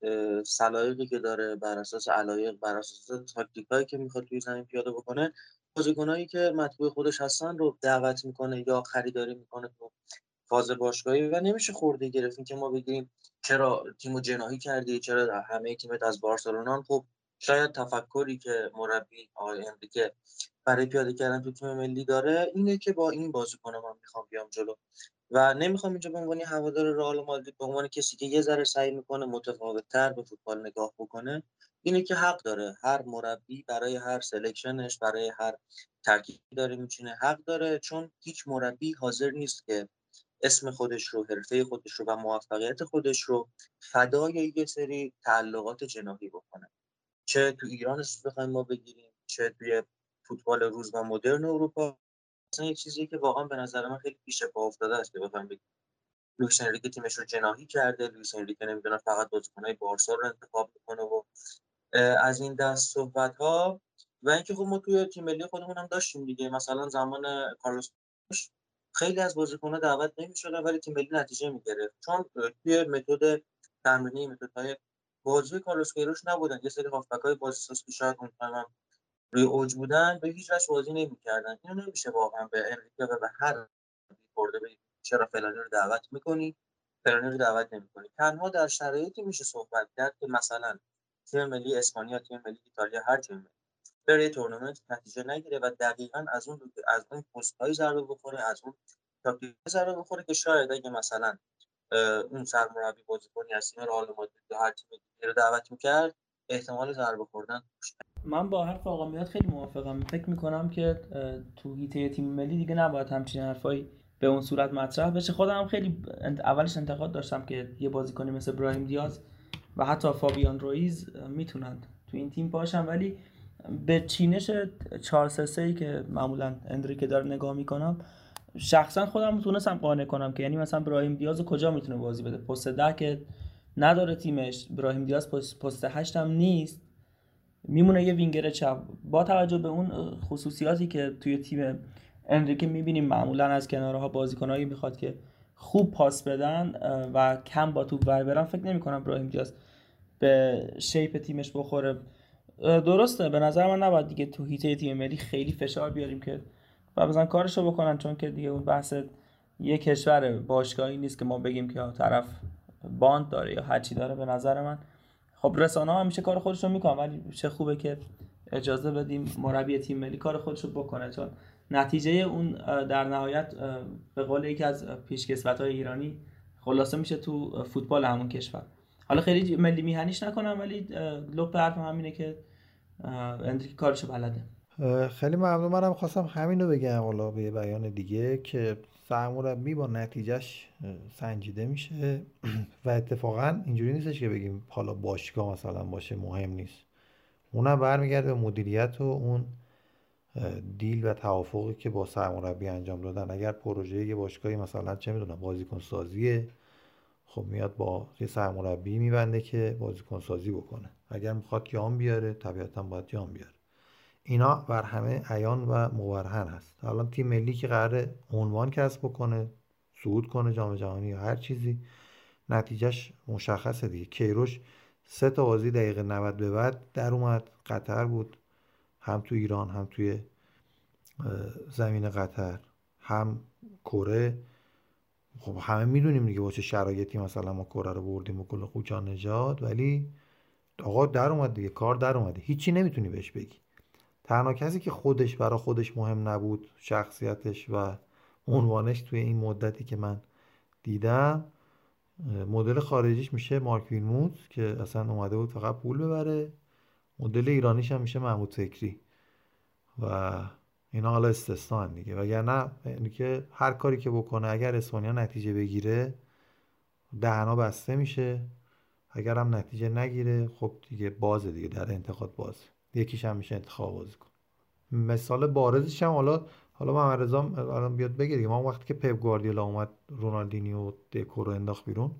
سلایقی که داره، بر اساس علایق، بر اساس تاکتیکایی که میخواد توی زمین پیاده بکنه، بازیکنایی که مطبوع خودش هستن رو دعوت میکنه یا خریداری میکنه تو فاز باشگاهی و نمیشه خورده گرفتیم که ما بگیم چرا تیمو جناحی کردی، چرا همه تیمت از بارسلونا. خب شاید تفکری که مربی آقای انریکه برای پیاده کردن تو تیم ملی داره اینه که با این بازیکن من میخوام بیام جلو و نمیخوام اینجا به عنوان هوادار رئال مادرید، به عنوان کسی که یه ذره سعی میکنه متفاوت‌تر به فوتبال نگاه بکنه، اینه که حق داره هر مربی برای هر سلکشنش، برای هر ترکیبی داره میچینه حق داره، چون هیچ مربی حاضر نیست که اسم خودش رو، حرفه خودش رو و موفقیت خودش رو فدای یه سری تعلقات جناحی بکنه. چه تو ایران بخوایم ما بگیریم، چه توی فوتبال روز و مدرن اروپا، اصلا یه چیزی که واقعا به نظر من خیلی پیش پا افتاده است که بخوایم بگیم لوئیس انریکه تیمش رو جناحی کرده، لوئیس انریکه نمیدونه فقط بازیکن‌های بارسا رو انتخاب میکنه و از این دست صحبت‌ها. و اینکه خب ما توی تیم ملی خودمون هم داشتیم دیگه، مثلا زمان کارلوس خیلی از بازیکن‌ها دعوت نمی‌شدن ولی تیم ملی نتیجه می‌گرفت، چون توی متد تمرینی، متدهای بازی کارلوس کیروش نبودن. یه سری هافبک‌های بازیساز که شاید اون تایم هم روی اوج بودن به هیچ وجه بازی نمی‌کردن. اینو نمیشه واقعا به انریکه و به هر خورده بگیم چرا فلانی رو دعوت می‌کنی، فلانی رو دعوت نمی‌کنی. تنها در شرایطی میشه صحبت کرد که مثلا تیم ملی اسپانیا، تیم ملی ایتالیا، هر تیم بره تورنمنت نتیجه نگیره و دقیقاً از اون پست‌های ضربه بخوره، از اون تاکتیک ضربه بخوره که شاید اگه مثلا اون سرمربی بازیکنی از تیم رئال مادرید یا هر تیم دیگه رو دعوت می‌کرد احتمال ضربه خوردن. من با حرف آقا میاد خیلی موافقم. فکر میکنم که تو هیته تیم ملی دیگه نباید همچین حرفایی به اون صورت مطرح بشه. خودم هم خیلی اولش انتقاد داشتم که یه بازیکنی مثل براهیم دیاز و حتی فابیان رویز میتونن تو این تیم باشن، ولی به چینش 4-3-3 که معمولا انریکه داره نگاه میکنم، شخصا خودم تونستم قانع کنم که یعنی مثلا براهیم دیاز کجا میتونه بازی بده. پست 10 که نداره تیمش، براهیم دیاز پست 8 هم نیست، میمونه یه وینگر چپ. با توجه به اون خصوصیاتی که توی تیم انریکه میبینیم معمولا از کنارها بازیکنایی میخواد که خوب پاس بدن و کم با توپ ور برن، فکر نمی‌کنم براهیم دیاز به شیپ تیمش بخوره. درسته به نظر من نباید دیگه تو هیته تیم ملی خیلی فشار بیاریم که و بزن کارشو بکنن، چون که دیگه اون بحث یه کشور باشگاهی نیست که ما بگیم که طرف باند داره یا هر چی داره. به نظر من خب رسانه‌ها همیشه کار خودشون میکنن، ولی چه خوبه که اجازه بدیم مربی تیم ملی کار خودشو بکنه، چون نتیجه اون در نهایت به قول یکی از پیشکسوت‌های ایرانی خلاصه میشه تو فوتبال همون کشور. حالا خیلی ملی میهنیش نکنم، ولی لب حرفم همینه که اندریک کارشو بلده. خیلی ممنون. منم خواستم همینو بگم، حالا به بیان دیگه، که سرمربی با نتیجهش سنجیده میشه و اتفاقا اینجوری نیستش که بگیم حالا باشگاه مثلا باشه مهم نیست، اونم برمیگرده به مدیریت و اون دیل و توافقی که با سرمربی انجام دادن. اگر پروژه یه باشگاهی مثلا چه میدونم بازیکن سازیه، خب میاد با یه سرمربی میبنده که بازیکن سازی بکنه. اگر میخواد جام بیاره طبیعتا باید جام بیاره. اینا بر همه عیان و مبرهن هست. الان تیم ملی که قراره عنوان کسب بکنه، صعود کنه جام جهانی یا هر چیزی، نتیجهش مشخصه دیگه. کیروش 3 تا بازی دقیقه 90 به بعد در اومد، قطر بود، هم تو ایران هم توی زمین قطر هم کره. خب همه میدونیم دیگه با چه شرایطی مثلا ما کره رو بردیم با گل قوچان نژاد، ولی آقا در اومد دیگه، کار در اومده، هیچی نمیتونی بهش بگی. تنها کسی که خودش برا خودش مهم نبود، شخصیتش و عنوانش توی این مدتی که من دیدم، مدل خارجیش میشه مارک ویلموت که اصلا اومده بود فقط پول ببره، مدل ایرانیش هم میشه محمود فکری و اینا حالا استثنا هن دیگه. وگرنه یعنی که هر کاری که بکنه اگر اسپانیا نتیجه بگیره دهنا بسته میشه، اگر هم نتیجه نگیره خب دیگه بازه دیگه، در انتقاد بازه. یکیش هم میشه انتخاب بازیکن. مثال بارزش هم حالا محمد رضا الان بیاد بگه دیگه، ما وقتی که پپ گواردیولا اومد رونالدینیو و دکو رو انداخت بیرون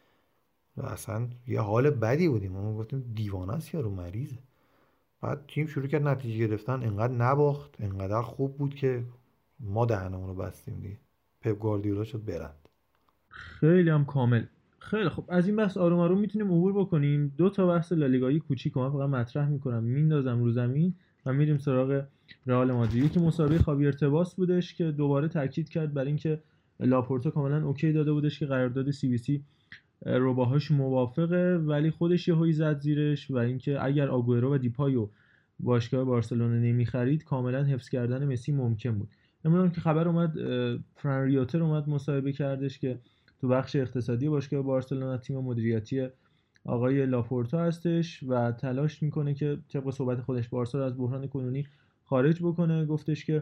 و اصلا یه حال بدی بودیم، ما گفتیم دیوانه است یارو، مریضه. بعد تیم شروع کرد نتیجه گرفتن، انقدر نباخت، انقدر خوب بود که ما دهنمون رو بستیم دیگه. پپ گواردیولا شد برند. خیلی هم کامل. خیلی خب، از این بحث آروم آروم میتونیم عبور بکنیم. 2 تا بحث لالیگایی کوچیک من فقط مطرح میکنم، میندازم رو زمین و میریم سراغ رئال مادرید. یکی مسابقه خاویر تباس بودش که دوباره تاکید کرد بر اینکه لاپورتا کاملا اوکی داده بودش که قرارداد سی بی سی رو باهاش موافقه، ولی خودش یهویی زد زیرش و اینکه اگر آگوئرو و دیپایو باشگاه بارسلونا نمیخرید کاملا حفظ کردن مسی ممکن بود. نمیدونم که خبر اومد فران ریوتر اومد مصاحبه کردش که تو بخش اقتصادی باشگاه بارسلونا تیم مدیریتی آقای لاپورتا هستش و تلاش میکنه که طبق صحبت خودش بارسا رو از بحران کنونی خارج بکنه. گفتش که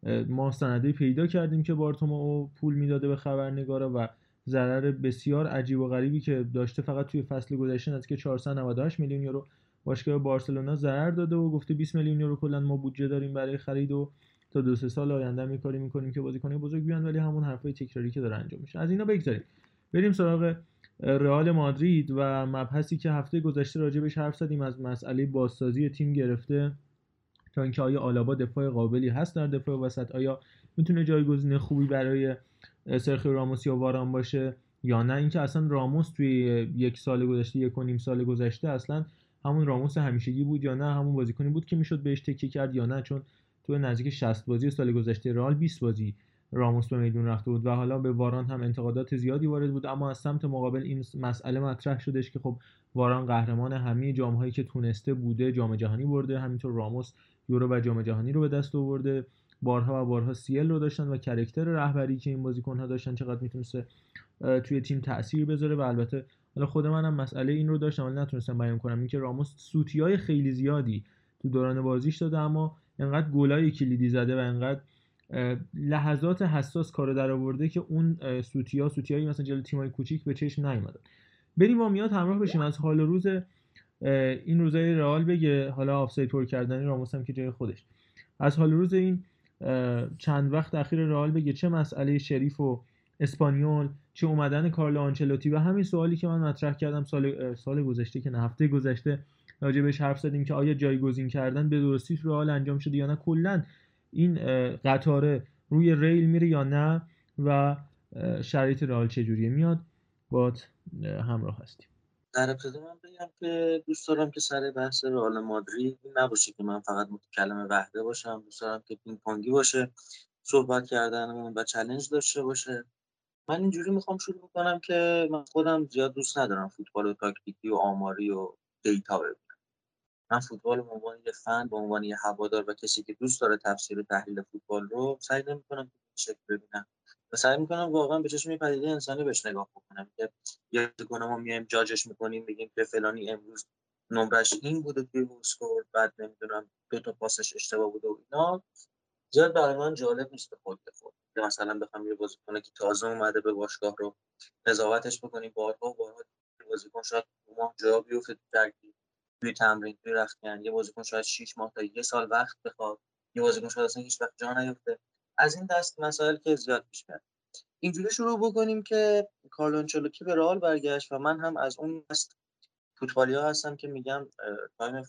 ما سندی پیدا کردیم که بارتومئو پول میداده به خبرنگارا و ضرر بسیار عجیب و غریبی که داشته فقط توی فصل گذشته از که 498 میلیون یورو باشگاه بارسلونا ضرر داده و گفته 20 میلیون یورو کلا ما بودجه داریم برای خرید و تا 2-3 سال آینده می کاری میکنیم که بازیکن‌های بزرگ بیان، ولی همون حرفای تکراری که داره انجام میشه. از اینا بگذاریم بریم سراغ رئال مادرید و مبحثی که هفته گذشته راجبش حرف زدیم، از مسئله بازسازی تیم گرفته تا اینکه آیا آلابا دفاع قابلی هست در دفاع وسط، آیا میتونه جایگزین خوبی برای سرخیو راموس یا واران باشه یا نه، اینکه اصلا راموس توی 1 سال گذشته 1.5 سال گذشته اصلا همون راموس همیشگی بود یا نه همون بازیکنی بود که میشد بهش تکیه کرد یا نه، چون تو نزدیک 60 بازی سال گذشته رئال 20 بازی راموس به میدون رفته بود و حالا به واران هم انتقادات زیادی وارد بود. اما از سمت مقابل این مسئله مطرح شدش که خب واران قهرمان همه جام‌هایی که تونسته بوده، جام جهانی برده، همینطور راموس یورو و جام جهانی رو به دست آورده، بارها و بارها CL رو داشتن و کاراکتر رهبری که این بازیکن‌ها داشتن چقدر میتونسته توی تیم تأثیر بذاره. و البته حالا خود منم مسئله این رو داشتم ولی نتونستم بیان کنم، اینکه راموس سوتیای خیلی زیادی تو دوران بازیش داده اما انقدر گلای کلیدی زده و انقدر لحظات حساس کارو در آورده که اون سوتیایی مثلا جلوی تیمای کوچیک به چشم نیومدن. بریم با میاد همراه بشیم از حال روز این روزای رئال بگه، حالا آفساید پر کردن راموس هم که جای خودش، از حال روز این چند وقت اخیر رئال بگه، چه مسئله شریف و اسپانیول، چه اومدن کارلو آنچلوتی و همین سوالی که من مطرح کردم سال گذشته که نه هفته گذشته راجبش حرف زدیم که آیا جایگزین کردن به درستی رئال انجام شده یا نه، کلا این قطاره روی ریل میره یا نه و شرایط رئال چجوریه. میاد بات همراه هستیم. در ابتدا من بگم که دوست دارم که سر بحث رئال مادرید نباشه که من فقط متکلم وحده باشم، دوست دارم که پینگ پونگی باشه صحبت کردنمون و چالش داشته باشه. من اینجوری میخوام شروع بکنم که من خودم زیاد دوست ندارم فوتبال و تاکتیکی و آماری و دیتا ببینم. من فوتبال به عنوان یه فن، به عنوان یه هوادار و کسی که دوست داره تفسیر و تحلیل فوتبال رو سعی نمی‌کنم که این شکل ببینم و سعی می‌کنم واقعا به چشم پدیده انسانی بهش نگاه بکنم که یه بازیکن ما میایم جاجش می‌کنیم، میگیم که فلانی امروز نمرش این بوده توی اسکور، بعد نمیدونم 2 تا پاسش اشتباه بوده و اینا زیاد برای من جالب نیست. به خود مثلا بخوام یه بازیکن که تازه اومده به باشگاه رو قضاوتش بکنیم، بارها بازیکن شاید ما جا بیفته توی تمرین توی رفتن، یه بازیکن شاید 6 ماه تا 1 سال وقت بخواد، یه بازیکن شاید اصلا هیچ وقت جا نیفته. از این دست مسائل که زیاد پیش میاد. اینجوری شروع بکنیم که کارلو آنچلوتی به رئال برگشت و من هم از اون دست فوتبالی‌ها هستم که میگم تایم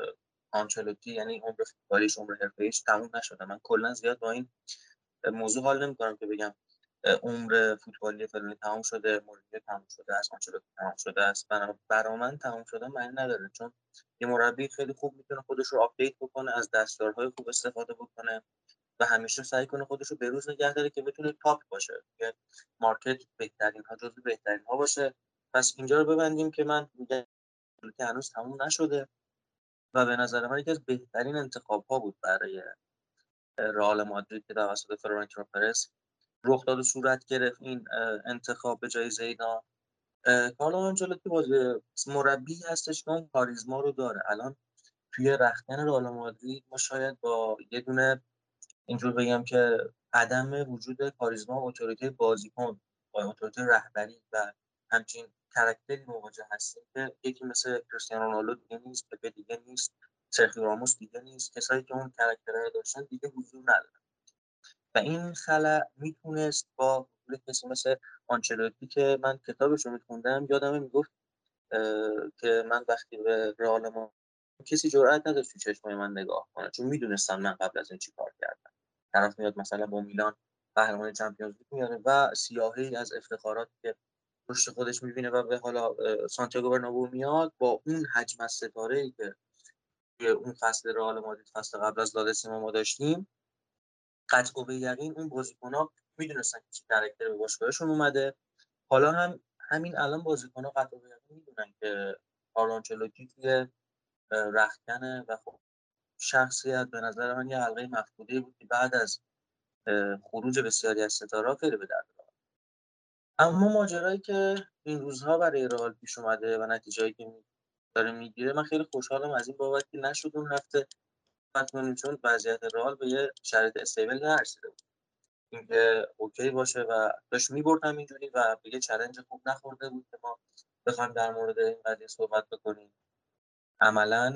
آنچلوتی یعنی عمر فوتبالیش، عمر حرفه‌ایش تموم نشده. من کلا زیاد با این موضوع حال نمی‌کنم که بگم عمر فوتبالی فلانی تمام شده، مورینیو تمام شده است، آنچلوتی تمام شده است. برای من تمام شده معنی نداره، چون یه مربی خیلی خوب میتونه خودش رو آپدیت بکنه، از دستیارهای خوب استفاده بکنه و همیشه سعی کنه خودش رو بروز نگه داره که بتونه تاپ باشه، که مارکت بهترین ها جزو بهترین ها باشه. پس اینجا رو ببندیم که من میگم که هنوز تموم نشده و به نظر من یکی از بهترین انتخاب‌ها بود برای رئال مادرید که توسط فلورنتینو پرز رخ داد و صورت گرفت این انتخاب به جای زیدان. کارلو آنچلوتی مربی هستش که اون کاریزما رو داره. الان توی رختکن رئال مادرید ما شاید با یه دونه اینجور بگم که عدم وجود کاریزما و اتوریته بازیکن با اتوریته رهبری و همچین کاراکتری مواجه هستیم که یکی مثل کریستیانو رونالدو دیگه نیست، پپه دیگه نیست، سرخیو راموس دیگه نیست، کسایی که اون کاراکترها داشتن دیگه حضور ندارن و این خلأ میتونست با وجود کسی مثل آنچلوتی که من کتابش رو میخوندم یادمه میگفت که من وقتی به رئال ما کسی جرئت نداشت تو چشمای من نگاه کنه چون میدونستم من قبل از این چی کار کردم. طرف میاد مثلا با میلان قهرمان چمپیونز لیگ میاره و سیاهی از افتخاراتی که پشت خودش میبینه و به حالا سانتیاگو برنابو میاد با اون حجم از ستاره‌ای که اون فصل رئال مادرید فصل قبل از لادسیما ما داشتیم قطع به یقین اون بازیکن‌ها میدونستن که چه کاراکتری به باشگاهشون اومده. حالا هم همین الان بازیکن‌ها قطع به یقین میدونن که کارلو آنچلوتی توی رختکنه و خب شخصیت به نظر من یه حلقه مفقوده بود که بعد از خروج بسیاری از ستاره‌ها خیلی به درد خورد. اما ماجرایی که این روزها برای رئال پیش اومده و نتیجه‌ای که داره میگیره من خیلی خوشحالم از این بابت که نشد اون هفته کنیم چون وضعیت رئال به یه شرایط استیبل نرسیده بود. اینکه اوکی باشه و داشت می‌برد همینجوری و به یه چالش خوب نخورده بود که ما بخوایم در مورد این قضیه صحبت بکنیم. عملاً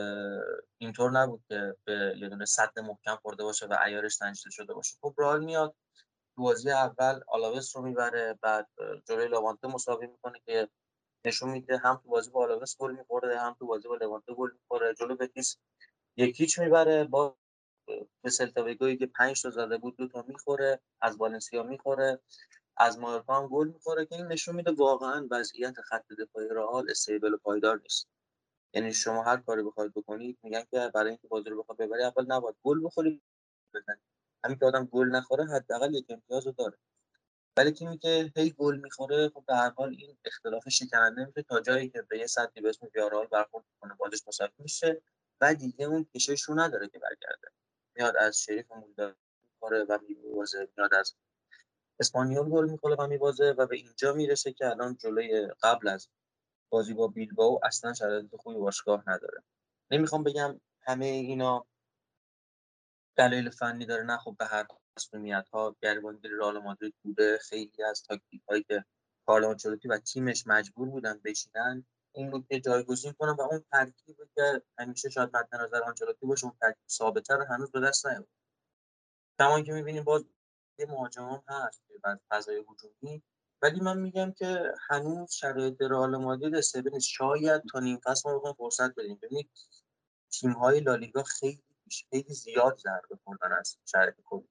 اینطور نبود که به یه دونه سد محکم خورده باشه و عیارش سنجیده شده باشه. خب رئال میاد تو بازی اول آلاوس رو میبره، بعد جلوی لوانته مساوی میکنه که نشون میده هم تو بازی با آلاوس گل میخوره هم تو بازی با لوانته گل میخوره. جلو بتیس 1-0 میبره، با به سلتا ویگویی که 5 تا زده بود 2 تا میخوره، از والنسیا میخوره، از مایورکا هم گل میخوره که این نشون میده واقعا وضعیت خط دفاعی رئال استیبل و پایدار نیست. یعنی شما هر کاری بخواید بکنید میگن که برای اینکه بازی رو بخواد ببری اول نباید گل بخوری بزنی. همین که آدم گل نخوره حداقل یک امتیاز رو داره. ولی تیمی که هی گل میخوره خب به هر حال این اختلاف شکننده میشه تا جایی که به یه سطحی به اسم ویارال برخورد کنه بازیش مساوی میشه و دیگه اون کشش رو نداره که برگرده. میاد از شریف مولدا میخوره و میوازه، میاد از اسپانیول گل میخوره و میوازه و به اینجا میرسه که الان جلوی قبل از بازی با بیلبائو اصلا شرایط خوبی باشگاه نداره. نمیخوام بگم همه اینا دلایل فنی داره، نه خب به هر مسئولیت‌ها گریبانگیر رئال مادرید بوده. خیلی از تاکتیک‌هایی که کارلو آنچلوتی و تیمش مجبور بودن بشینن این بود که جایگزین کنن و اون ترکیبی که همیشه شاید مد نظر آنچلوتی باشه اون ترکیب ثابت‌تر هنوز به دست نیاورد. کما که می‌بینیم باز یه مهاجم هم هست بعد فضای هجومی، ولی من میگم که هنوز شرایط رئال مادرید استیبل نیست. شاید تا نیم فصل ما بخوایم فرصت بدیم. ببینید تیم‌های لالیگا خیلی زیاد ضربه خوردن از شرایط کووید.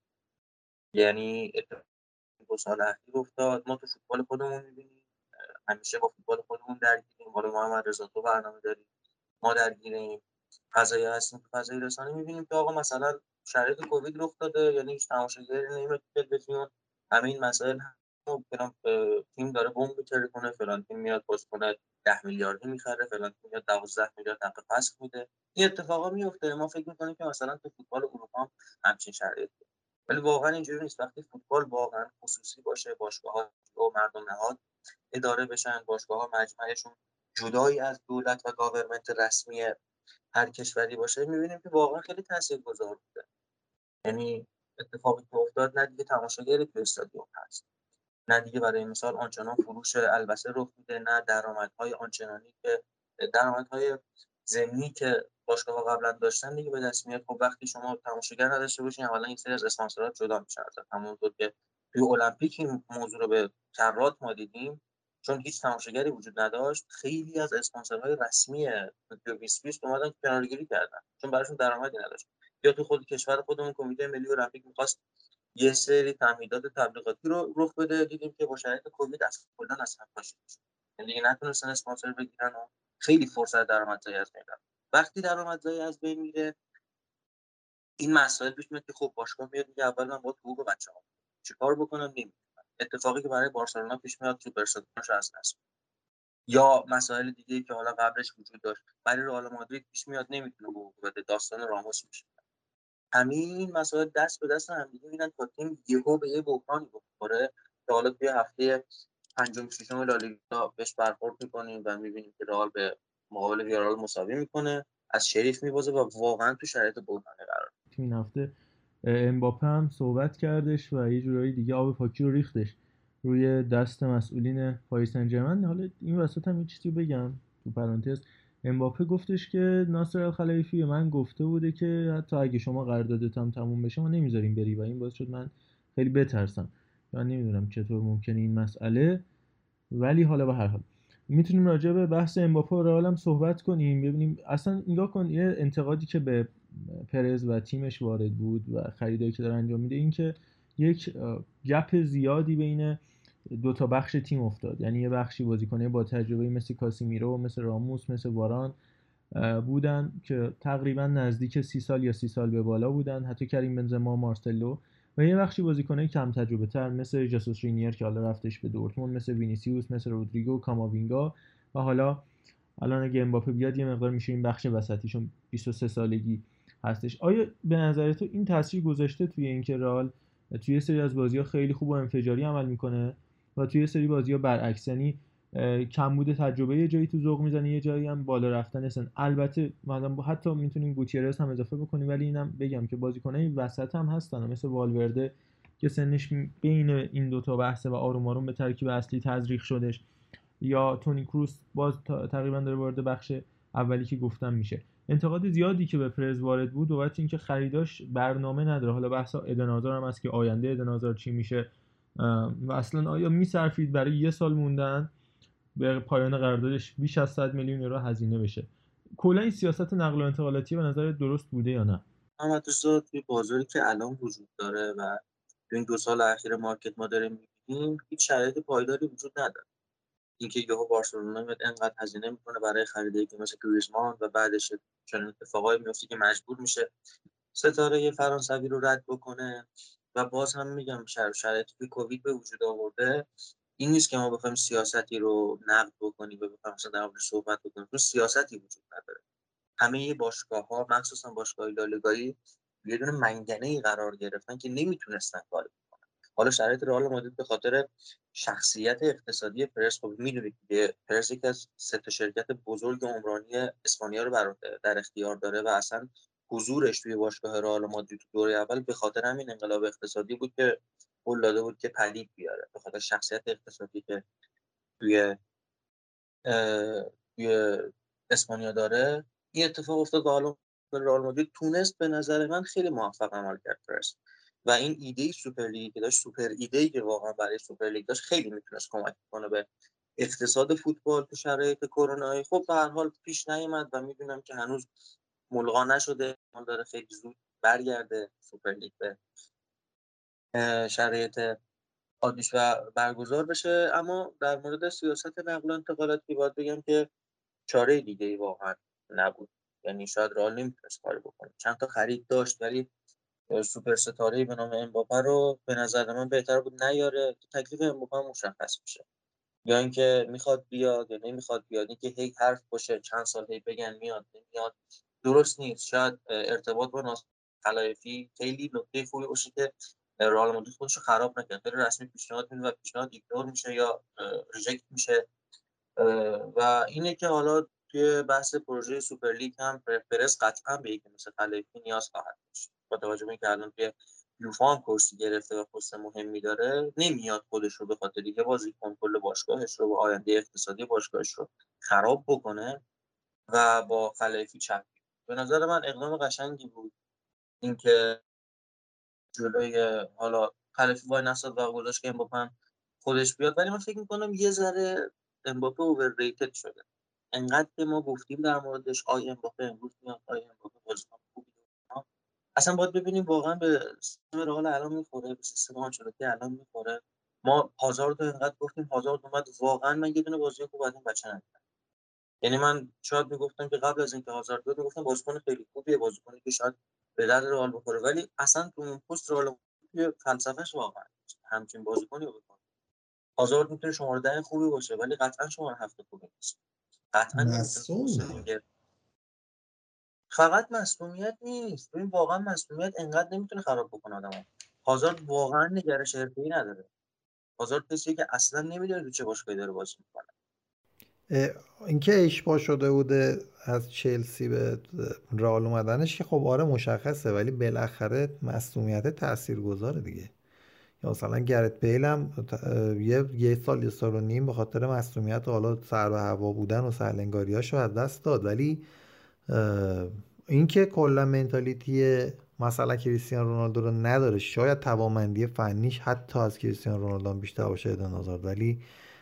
یعنی دو سال اخیر افتاد. ما تو فوتبال خودمون می‌بینیم همیشه با فوتبال خودمون درگیریم. حالا محمد رضا تو برنامه داریم ما درگیریم، فضایی هستیم تو فضای رسانه می‌بینیم که آقا مثلا شرایط کووید رخ داده یعنی هیچ تماشاگری نمیاد تو تلویزیون، همه این مسائل فلان تیم داره بمب می‌تره کنه، فلان تیم میاد بازیکن 10 میلیاردی می‌خره، فلان تیم میاد 12 میلیارد حق پسخ میده. این اتفاقا میفته. ما فکر می‌کنیم که مثلا تو فوتبال اروپا هم همچین شرایطی، ولی واقعا اینجوری نیست. وقتی فوتبال واقعا خصوصی باشه، باشگاه‌ها و مردم نهاد اداره بشن، باشگاه‌ها مجمعشون جدایی از دولت و گاورمنت رسمی هر کشوری باشه، می‌بینیم که واقعا خیلی تاثیرگذار بوده. یعنی اتفاقی که افتاد نه دیگه تماشاگری تو استادیوم هست، نه دیگه برای مثال آنچنان فروش البسه رخ میده، نه درآمدهای آنچنانی که درآمدهای ضمنی که باشگاه‌ها قبلا داشتن دیگه به دست میاد. خب وقتی شما تماشاگر نداشته باشین اولا این سری از اسپانسرات جدا میشن ازت، همونطور که توی المپیک این موضوع رو به کرات ما دیدیم. چون هیچ تماشاگری وجود نداشت خیلی از اسپانسرهای رسمی توکیو 2020 اومدن کناره‌گیری کردن چون براشون درآمدی نداشت. یا تو خود کشور خودمون کمیته ملی المپیک می‌خواست یه سری تمهیدات تبلیغاتی رو رخ بده، دیدیم که با شرایط کووید اصلا کلا از هم پاشید. یعنی دیگه نتونستن اسپانسر بگیرن و خیلی فرصت درآمدزایی از بین رفت. وقتی درآمدزایی از بین میره این مسائل پیش میاد که خب باشگاه میاد میگه اول من با حقوق بچه‌ها چیکار بکنم نمی‌دونم. اتفاقی که برای بارسلونا پیش میاد که برشاتونش از دست یا مسائل دیگه‌ای که حالا قبلش وجود داشت برای رئال مادرید پیش میاد نمیتونه به داستان راموس میشه. همه این مسائل دست به دست هم دیگه میدن تا تیم یهو به یه بحرانی بخوره که حالا توی هفته پنجم ششم لالیگا بهش برخورد می‌کنیم و می‌بینیم که رئال به مقابل ویارال مساوی میکنه، از شریف میبازه و واقعا تو شرایط بحرانی قرار. تو این هفته امباپه هم صحبت کردش و یه جورایی دیگه آب پاکی رو ریختش روی دست مسئولین پاریس سن ژرمن. حالا این وسط هم یه چیزی بگم تو پرانتز، امباپه گفتش که ناصر الخلایفی به من گفته بوده که حتی اگه شما قراردادتون تموم بشه ما نمیذاریم بری و این باعث شد من خیلی بترسم. من نمیدونم چطور ممکنه این مسئله، ولی حالا به هر حال میتونیم راجع به بحث امباپه و رئال هم صحبت کنیم. ببینیم اصلا نگاه کن، یه انتقادی که به پرز و تیمش وارد بود و خریدایی که داره انجام میده این که یک گپ زیادی بین دو تا بخش تیم افتاد. یعنی یه بخشی بازیکنه با تجربه مثل کاسیمیرو، مثل راموس، مثل واران بودن که تقریبا نزدیک 30 سال یا 30 سال به بالا بودن، حتی کریم بنزما، مارسلو، و یه بخشی بازیکنای کم تجربه تر مثل جاسوس رینیر که حالا رفتش به دورتموند، مثل وینیسیوس، مثل رودریگو، کاماوینگا، و حالا الان اگه امباپه بیاد یه مقدار میشه این بخش وسطیشون 23 سالگی هستش. آیا به نظر تو این تاثیر گذاشته توی اینکه رئال توی سری از بازی‌ها خیلی خوب و انفجاری عمل میکنه و توی سری بازی‌ها برعکس، یعنی کمبود تجربه یه جایی تو ذوق میزنه، یه جایی هم بالا رفتن سن؟ البته مثلا حتی میتونیم گوتیرز هم اضافه بکنیم، ولی اینم بگم که بازیکنای وسط هم هستن مثل والورده که سنش بین این دوتا بحثه و آروم آروم به ترکیب اصلی تزریق شدش، یا تونی کروس باز تقریبا داره وارد بخش اولی که گفتم میشه. انتقاد زیادی که به پرز وارد بود بابت اینکه خریداش برنامه نداره. حالا بحث ایدن هازارد هم هست که آینده ایدن هازارد چی میشه و اصلا آیا میصرفید برای یه سال موندن به پایان قراردادش بیش از 100 میلیون یورو هزینه بشه؟ کلا این سیاست نقل و انتقالاتی به نظر درست بوده یا نه؟ اما تو توی بازاری که الان وجود داره و تو این 2 سال اخیر مارکت ما داریم می‌بینیم هیچ شرایط پایداری وجود نداره. اینکه یهو بارسلونا میاد انقدر هزینه میکنه برای خریدایی که مثل گریزمان و بعدش چنین اتفاقایی میفته که مجبور میشه ستاره فرانسوی رو رد بکنه. و باز هم میگم شرایطی که کووید به وجود آورده این نیست که ما بخوایم سیاستی رو نقد بکنیم و بخوایم مثلا در موردش صحبت بکنیم، چون سیاستی وجود نداره. همه باشگاه‌ها مخصوصا باشگاه لالیگایی یه دونه منگنه‌ای قرار گرفتن که نمیتونستن کار بکنن. حالا شرایط رئال مادرید به خاطر شخصیت اقتصادی پرز، خب میدونید که پرز یکی از 3 شرکت بزرگ عمرانی اسپانیا رو در اختیار داره و اصلا حضورش توی باشگاه رئال مادرید تو دوره اول به خاطر همین انقلاب اقتصادی بود که قول داده بود که پدید بیاره، به خاطر شخصیت اقتصادی که توی توی اسپانیا داره. این اتفاق افتاد و حالا رئال مادرید تونست به نظر من خیلی موفق عمل کرد پرس و این ایده سوپر لیگ که داشت، سوپر ایده که واقعا برای سوپر لیگ داشت، خیلی میتونست کمک کنه به اقتصاد فوتبال تو شرایط کرونایی. خب به هر حال پیش نیامد و میدونم که هنوز ملغا نشده، احتمال داره خیلی زود برگرده سوپر لیگ به شرایط عادیش و برگزار بشه. اما در مورد سیاست نقل و انتقالاتی باید بگم که چاره دیگه‌ای واقعا نبود. یعنی شاید رئال نمیتونست کاری بکنه، چند تا خرید داشت ولی سوپر ستاره‌ای به نام امباپه رو به نظر من بهتر بود نیاره. تکلیف امباپه مشخص میشه، یا اینکه میخواد بیاد یا نمیخواد بیاد. اینکه هی حرف باشه چند سال هی بگن میاد نمیاد درست نیست. شاید ارتباط با ناصر خلایفی خیلی نکته خوبی باشه که رئال مادرید خودش رو خراب نکنه. خیلی رسمی پیشنهاد میده و پیشنهاد ایگنور میشه یا ریجکت میشه. و اینه که حالا توی بحث پروژه سوپرلیگ هم پرز قطعا به یکی مثل خلایفی نیاز خواهد داشت. با توجه به اینکه الان توی یوفا هم کرسی گرفته و پست مهمی داره، نمیاد خودش رو به خاطر یه بازیکن کل باشگاهش رو و آینده اقتصادی باشگاهش رو خراب بکنه و با خلایفی چپ. به نظر من اقدام قشنگی بود اینکه جلوی حالا خلایفی وای نساد و گذاشت که امباپه خودش بیاد. ولی من فکر می‌کنم یه ذره امباپه اوورریتد شده. انقدر که ما گفتیم در موردش آی امباپه امروز میاد، آی امباپه بازیکن خوبی. اصلا باید ببینیم واقعا به سیستم رئال الان میخوره، به سیستم آنچلوتی الان میخوره. ما هازارد رو انقدر گفتیم، هازارد اومد واقعا من یه دونه بازی خوب از این بچه ندیدم. یعنی من شاید میگفتم که قبل از اینکه هازارد بیاد میگفتم بازیکن خیلی خوبیه، بازیکنی که شاید به درد رئال بخوره، ولی اصلا تو اون پست رئال فلسفه‌اش واقعا همچین بازیکنی رو بکنه. هازارد میتونه شماره 10 خوبی باشه ولی قطعا شماره 7 خوبی نیست. قطعا نمیتونه پست مصدومه. وینگر. فقط مصونیت نیست، ببین واقعا مصونیت انقدر نمیتونه خراب بکنه آدمو. هازارد واقعا نگرش حرفه‌ای نداره. هازارد کسیه که اصلا نمیدونه تو چه باشگاهی داره بازی میکنه. اینکه اشباع شده بوده از چلسی به رئال اومدنش که خب آره مشخصه، ولی بالاخره مصونیت تاثیرگذاره دیگه. یا مثلا گرت بیل هم یه سال و نیم به خاطر مصونیت حالا سر و هوا بودن و سرلنگاریاشو از دست داد. ولی اینکه کلا منتالیتی مثلا کریستیانو رونالدو رو نداره، شاید توانمندی فنیش حتی از کریستیانو رونالدو هم بیشتر باشه ایدن هازارد، ولی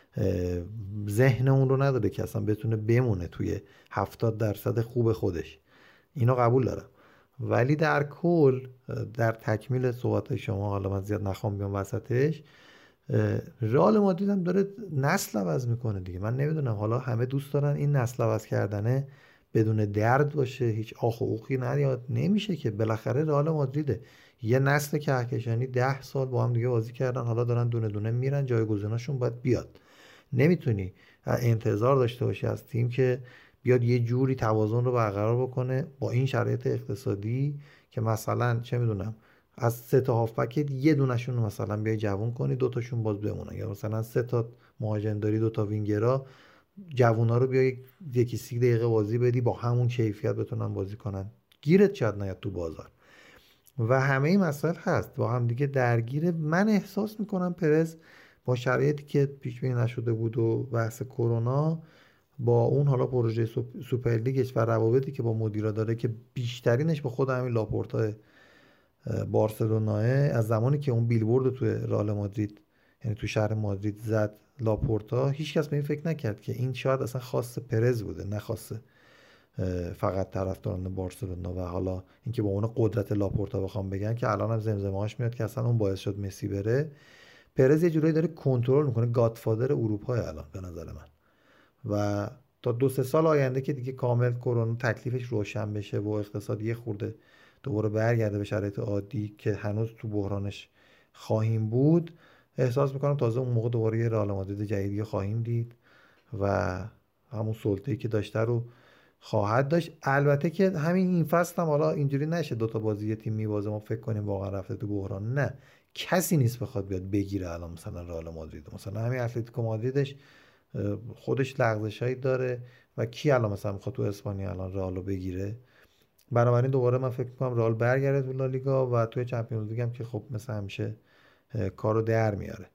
ذهن اون رو نداره که اصلا بتونه بمونه توی 70% خوب خودش. اینو قبول دارم، ولی در کل در تکمیل صحبت شما، حالا من زیاد نخوام بیام وسطش، رئال مادرید هم داره نسل عوض میکنه دیگه. من نمیدونم، حالا همه دوست دارن این نسل عوض کردنه بدون درد باشه، هیچ آخ و اوخی نیاد، نمیشه که. بالاخره رئال مادریده، یه نسل کهکشانی 10 سال با هم دیگه بازی کردن، حالا دارن دونه دونه میرن، جایگزیناشون باید بیاد. نمیتونی انتظار داشته باشی از تیم که بیاد یه جوری توازن رو برقرار بکنه با این شرایط اقتصادی که مثلا چه میدونم از 3 تا هافبک یه دونشون رو مثلا بیای جوون کنی، 2 تاشون باز بمونن، یا مثلا 3 تا مهاجم داری، 2 تا وینگرا، جوونا رو بیای یکی 30 دقیقه بازی بدی با همون کیفیت بتونن بازی کنن، گیرت شاید نیاد تو بازار. و همه این مسائل هست با هم دیگه درگیره. من احساس میکنم پرز با شرایطی که پیش بینی نشده بود و بحث کرونا، با اون حالا پروژه سوپر لیگش و روابطی که با مدیرا داره که بیشترینش با خود همین لاپورتا بارسلوناه، از زمانی که اون بیلبورد توی رئال مادرید یعنی تو شهر مادرید زد لاپورتا، هیچکس به این فکر نکرد که این شاید اصلا خاص پرز بوده، نه خاص فقط طرفداران بارسلونا. و حالا اینکه با اون قدرت لاپورتا بخوام بگن که الان هم زمزمه‌هاش میاد که اصلا اون باعث شد مسی بره. پرز یه جورایی داره کنترل میکنه، گادفادر اروپا الان به نظر من. و تا 2-3 سال آینده که دیگه کامل کرونا تکلیفش روشن بشه و اقتصاد یه خورده دوباره برگرده به شرایط عادی که هنوز تو بحرانش خواهیم بود، احساس میکنم تازه اون موقع دوباره یه رئال مادرید جدیدی خواهیم دید و همون سلطه‌ای که داشته رو خواهد داشت. البته که همین این فصل هم حالا اینجوری نشه 2 تا بازی یه تیم میبازه ما فکر کنیم واقعا رفته تو بحران. نه، کسی نیست بخواد بیاد بگیره الان مثلا رئال مادرید. مثلا همین اتلتیکو مادریدش خودش لغزشایی داره و کی الان مثلا میخواد تو اسپانیا الان رئالو بگیره؟ بنابراین دوباره من فکر میکنم رئال برگرده تو لالیگا و توی چمپیونز لیگ هم که خب مثل همیشه کارو در میاره.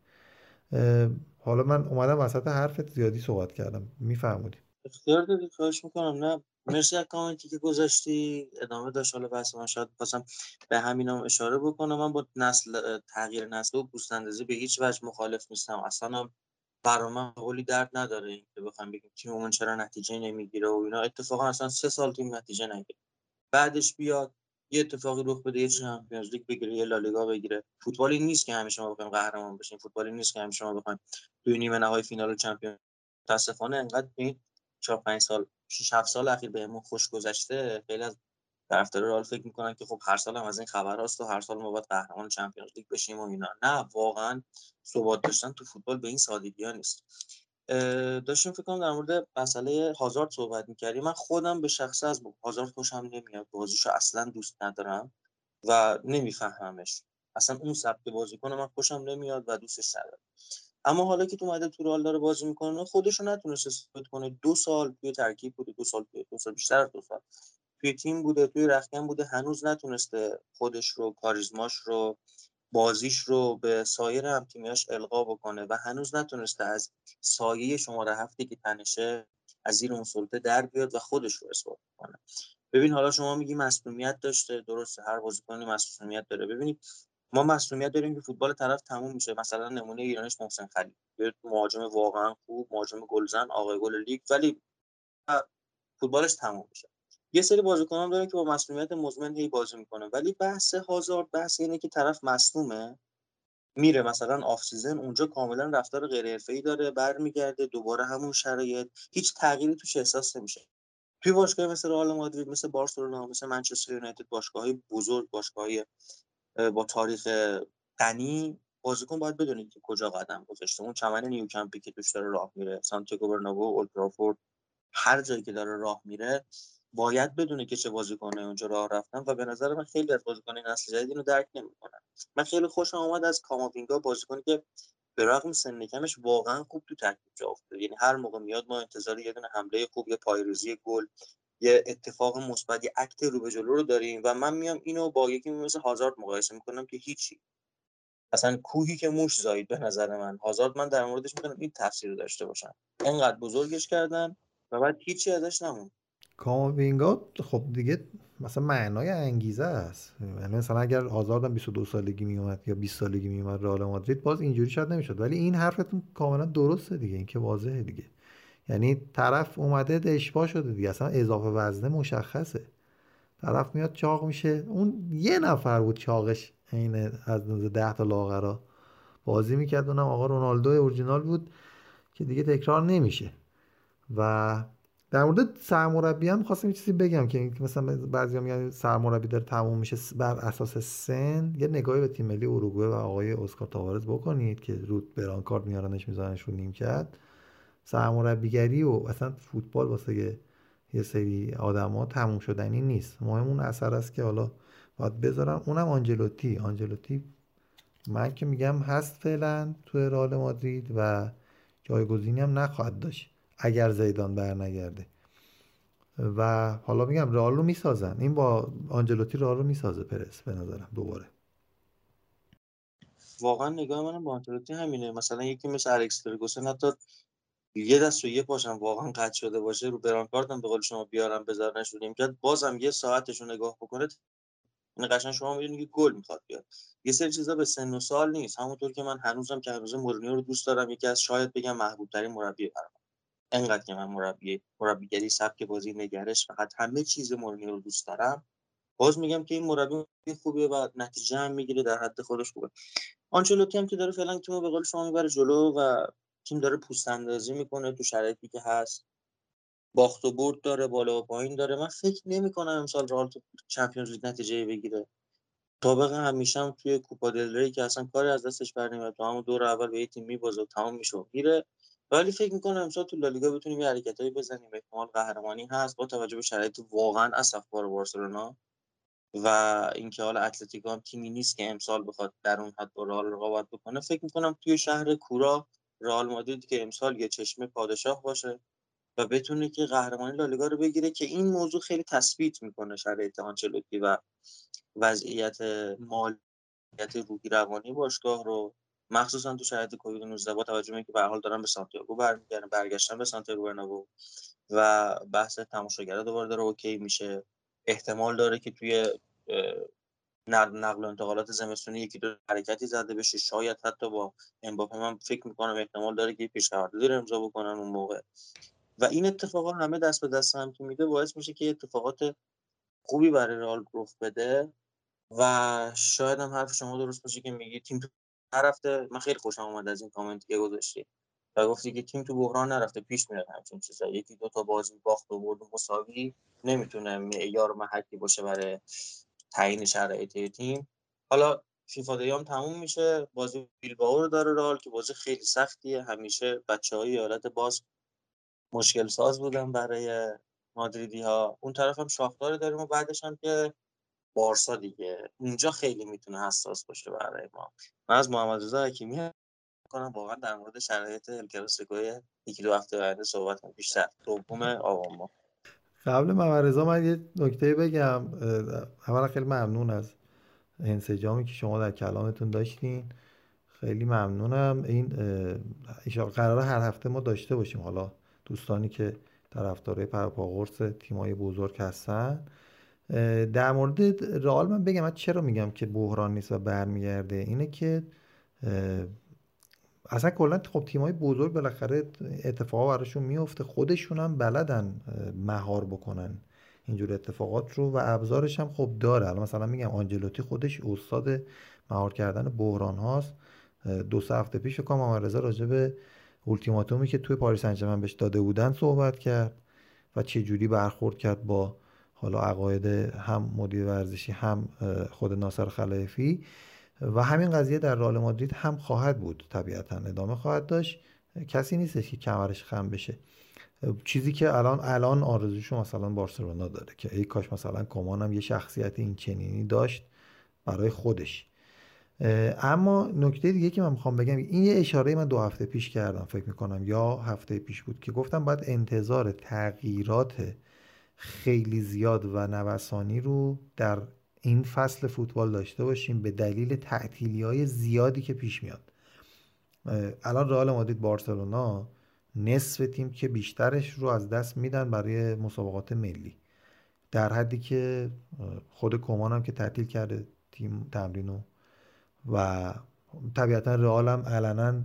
حالا من اومدم وسط حرفت زیادی صحبت کردم، میفهمودی؟ اختیار دادی، خواهش میکنم. نه مرسی از کامنتی که گذاشتی، ادامه داشت. حالا بحث من شاید بخواستم به همینم اشاره بکنم. من با تغییر نسل و پوست اندازی به هیچ وجه مخالف نیستم. اصلا هم برای من قولی درد نداره این که بخوام بگیم تیممون چرا نتیجه نمیگیره و اینا. اتفاقا اصلا 3 سال تیم نتیجه نگیره، بعدش بیاد یه اتفاقی رخ بده، یه چمپیونز لیگ بگیره، یه لالیگا بگیره. فوتبالی نیست که همیشه ما بخوایم قهرمان بشیم، فوتبالی نیست که همیشه ما بخوایم توی نیمه نهایی فینال چمپیونز. متاسفانه انقدر این 4-5 سال 6-7 سال اخیر بهمون خوش گذشته، خیلی از طرفدارا رئال فکر میکنن که خب هر سال هم از این خبراست و هر سال ما باید قهرمان چمپیونز لیگ بشیم و اینا. نه، واقعا ثبات داشتن تو فوتبال به این سادگی‌ها نیست. داشتیم فکر کنم در مورد مسئله هازارد صحبت می‌کردیم. من خودم به شخصه از هازارد خوشم نمیاد، بازیشو اصلا دوست ندارم و نمیفهممش. اصلا اون سبک بازیکن من خوشم نمیاد و دوستش ندارم. اما حالا که تو اومده تو رئال داره بازی میکنه، خودش رو نتونسته ثابت کنه. 2 سال توی ترکیب بوده، 2 سال بیشتر از 2 سال توی تیم بوده، توی رخکن بوده، هنوز نتونسته خودش رو، کاریزماش رو، بازیش رو به سایر هم‌تیمیاش القا بکنه و هنوز نتونسته از سایه شماره 7 که تنشه از زیر اون سلطه در بیاد و خودش رو اثبات کنه. ببین حالا شما میگی مصونیت داشته، درسته، هر بازیکنی مصونیت داره. ببینید ما مصونیت داریم که فوتبال طرف تموم میشه. مثلا نمونه ایرانش محسن خلیل، یه مهاجم واقعا خوب، مهاجم گلزن، آقای گل لیگ، ولی فوتبالش تموم میشه. یه سری بازیکنان داره که با مسئولیت مزمن هی بازی میکنه، ولی بحث هازارد بحث اینه که طرف مصدومه، میره مثلا آف سیزن اونجا کاملا رفتار غیر حرفه‌ای داره، برمیگرده دوباره همون شرایط، هیچ تغییری توش احساس نمیشه. توی باشگاه مثل رئال مادرید، مثل بارسلونا، مثل منچستر یونایتد، باشگاه‌های بزرگ، باشگاه‌های با تاریخ غنی، بازیکن باید بدونه که کجا قدم گذاشته. اون چمن نیوکمپی که توش داره راه میره، سانتیاگو برنابو، اولترافورد، هر جایی که داره راه میره باید بدونه که چه بازیکن‌های اونجا راه رفتن و به نظر من خیلی از بازیکن‌های نسل جدید اینو درک نمی‌کنن. من خیلی خوشم اومد از کاماوینگا، بازیکنی که به رغم سن کمش واقعا خوب تو ترکیب جا افتاده. یعنی هر موقع میاد ما انتظار یه دونه حمله خوب، یه پایروزی گل، یه اتفاق مثبت، یه اکت رو به جلو رو داریم و من میام اینو با یکی مثل هازارد مقایسه میکنم که هیچی، اصلا کوهی که موش زایید. به نظر من هازارد، من در موردش میتونم این تفسیر رو داشته باشم، اینقدر بزرگش کردن و بعد هیچی ازش نمون. کاماوینگا خب دیگه مثلا معنای انگیزه است. یعنی مثلا اگر هازارد 22 سالگی میومد یا 20 سالگی میومد رئال مادرید باز اینجوری شاید نمیشد، ولی این حرفتون کاملا درسته دیگه، این که واضحه دیگه. یعنی طرف اومده اشباع شده دیگه، اصلا اضافه وزنه مشخصه، طرف میاد چاق میشه. اون یه نفر بود چاقش این از 10 تا لاغرا بازی میکرد، اونم آقا رونالدو اورجینال بود که دیگه تکرار نمیشه. و در مورد سرمربی هم خواستم یه چیزی بگم که مثلا بعضیا میگن سرمربی داره تموم میشه بر اساس سن. یه نگاهی به تیم ملی اوروگوئه و آقای اسکار تاوارز بکنید که رود برانکارد میارنش میذارنش رو نیمکت. سرمربیگری و اصلا فوتبال واسه یه سری آدما تموم شدنی نیست. مهم اون اثر است که حالا باید بذارم. اونم آنجلوتی من که میگم هست فعلا تو رئال مادرید و جایگزینی هم نخواهد داشت اگر زیدان برنگرده. و حالا میگم رئال رو میسازن، این با آنجلوتی رئال رو میسازه پرس به نظرم دوباره. واقعا نگاه منم با آنچلوتی همینه. مثلا یکی مثل الکس فرگوسن حتی یه دست و یه پاشم واقعا قطع شده باشه رو برانکارد هم به قول شما بیارم بذارنش رو نیمکت، بازم یه ساعتش رو نگاه بکنه، این قشنگ شما می‌بینید که گل میخواد بیاد. یه سری چیزا به سن و سال نیست. همونطور که من هنوزم که هنوز مورینیو رو دوست دارم، یکی از شاید بگم محبوب ترین مربی برام. انقدر که من مربیگری، سبک بازی، نگرش، فقط همه چیز مورینیو رو دوست دارم، باز میگم که این مربی خوبیه و نتیجه هم میگیره، در حد خودش خوبه. آنچلوتی هم که داره فعلا تیمو به قول شما میبره جلو و تیم داره پوست اندازی میکنه تو شرایطی که هست، باخت و برد داره، بالا و پایین داره. من فکر نمی‌کنم امسال رئال تو چمپیونز لیگ نتیجه بگیره. سابقه همیشه هم توی کوپا دل ری که اصلا کاری از دستش برنمیاد، تو همون دور اول به یه تیم میبازه و تمام میشه میره. ولی فکر می‌کنم امسال تو لالیگا بتونیم یه حرکتایی بزنیم، احتمال قهرمانی هست با توجه به شرایط واقعا اسفبار بارسلونا و اینکه حالا اتلتیکو هم تیمی نیست که امسال بخواد در اون حد با رئال رقابت بکنه. فکر می‌کنم توی شهر کورا رئال مادرید که امسال یه چشمه پادشاه باشه و بتونه که قهرمانی لالیگا رو بگیره، که این موضوع خیلی تثبیت میکنه شرایط آنچلوتی و وضعیت مالیات روحی روانی باشگاه رو، مخصوصا تو شرایط کووید 19 با توجه به اینکه به هر حال دارن به سانتیاگو برگشتن به سانتیاگو برنابو و بحث تماشاگرها دوباره داره اوکی میشه. احتمال داره که توی نقل و انتقالات زمستونی یکی دو حرکتی زده بشه، شاید حتی با امباپه. من فکر میکنم احتمال داره که پیشنهادی رو امضا بکنن اون موقع و این اتفاقات همه دست به دست هم که میده باعث میشه که اتفاقات خوبی برای رئال رخ بده. و شاید هم حرف شما درست باشه که میگی تیم تو نرفته. من خیلی خوشم اومد از این کامنتی که گذاشتی و گفتی که تیم تو بحران نرفته، پیش میاد همچین چیزا. یکی دو تا بازی باخت و برد و مساوی نمیتونه معیار محکی باشه برای تعیین شرایط تیم. حالا فیفا دیام تموم میشه، بازی بیلبائو رو داره رئال که بازی خیلی سختیه. همیشه بچهای ایالت باز مشکل ساز بودن برای مادریدی ها. اون طرف هم شاختار داریم و بعدش هم که بارسا دیگه، اونجا خیلی میتونه حساس باشه برای ما. من از محمد رضا حکیمی میکنم واقعا در مورد شرایط الکلاسیکوی یکی دو هفته آینده صحبت کنم بیشتر، دوم آبان ما. قبل محمد رضا من یه نکته بگم. اولا خیلی ممنون از انسجامی که شما در کلامتون داشتین، خیلی ممنونم. این قراره هر هفته ما داشته باشیم، حالا دوستانی که طرفدارای پرپاقرص تیمای بزرگ هستن. در مورد رئال من بگم، من چرا میگم که بحران نیست و برمیگرده، اینه که اصلا کلا خب تیمای بزرگ بالاخره اتفاقا براشون میفته، خودشون هم بلدن مهار بکنن اینجور اتفاقات رو و ابزارش هم خب داره. الان مثلا میگم آنجلوتی خودش استاد مهار کردن بحران هاست. 2 هفته پیش فکر کنم محمد رضا راجع به اولتیماتومی که توی پاریس سن ژرمن بهش داده بودن صحبت کرد و چه جوری برخورد کرد با حالا عقاید هم مدیر ورزشی هم خود ناصر خلایفی. و همین قضیه در رئال مادرید هم خواهد بود، طبیعتا ادامه خواهد داشت. کسی نیستش که کمرش خم بشه. چیزی که الان آرزوشو مثلا بارسلونا داره که ای کاش مثلا کومان هم یه شخصیت این چنینی داشت برای خودش. اما نکته دیگه که من میخوام بگم، این یه اشاره من 2 هفته پیش کردم فکر میکنم یا هفته پیش بود که گفتم باید انتظار تغییرات خیلی زیاد و نوسانی رو در این فصل فوتبال داشته باشیم به دلیل تعطیلی‌های زیادی که پیش میاد. الان رئال مادرید، بارسلونا نصف تیم که بیشترش رو از دست میدن برای مسابقات ملی، در حدی که خود کومان هم که تعطیل کرده تیم تمرینو و طبیعتا رئال هم علنا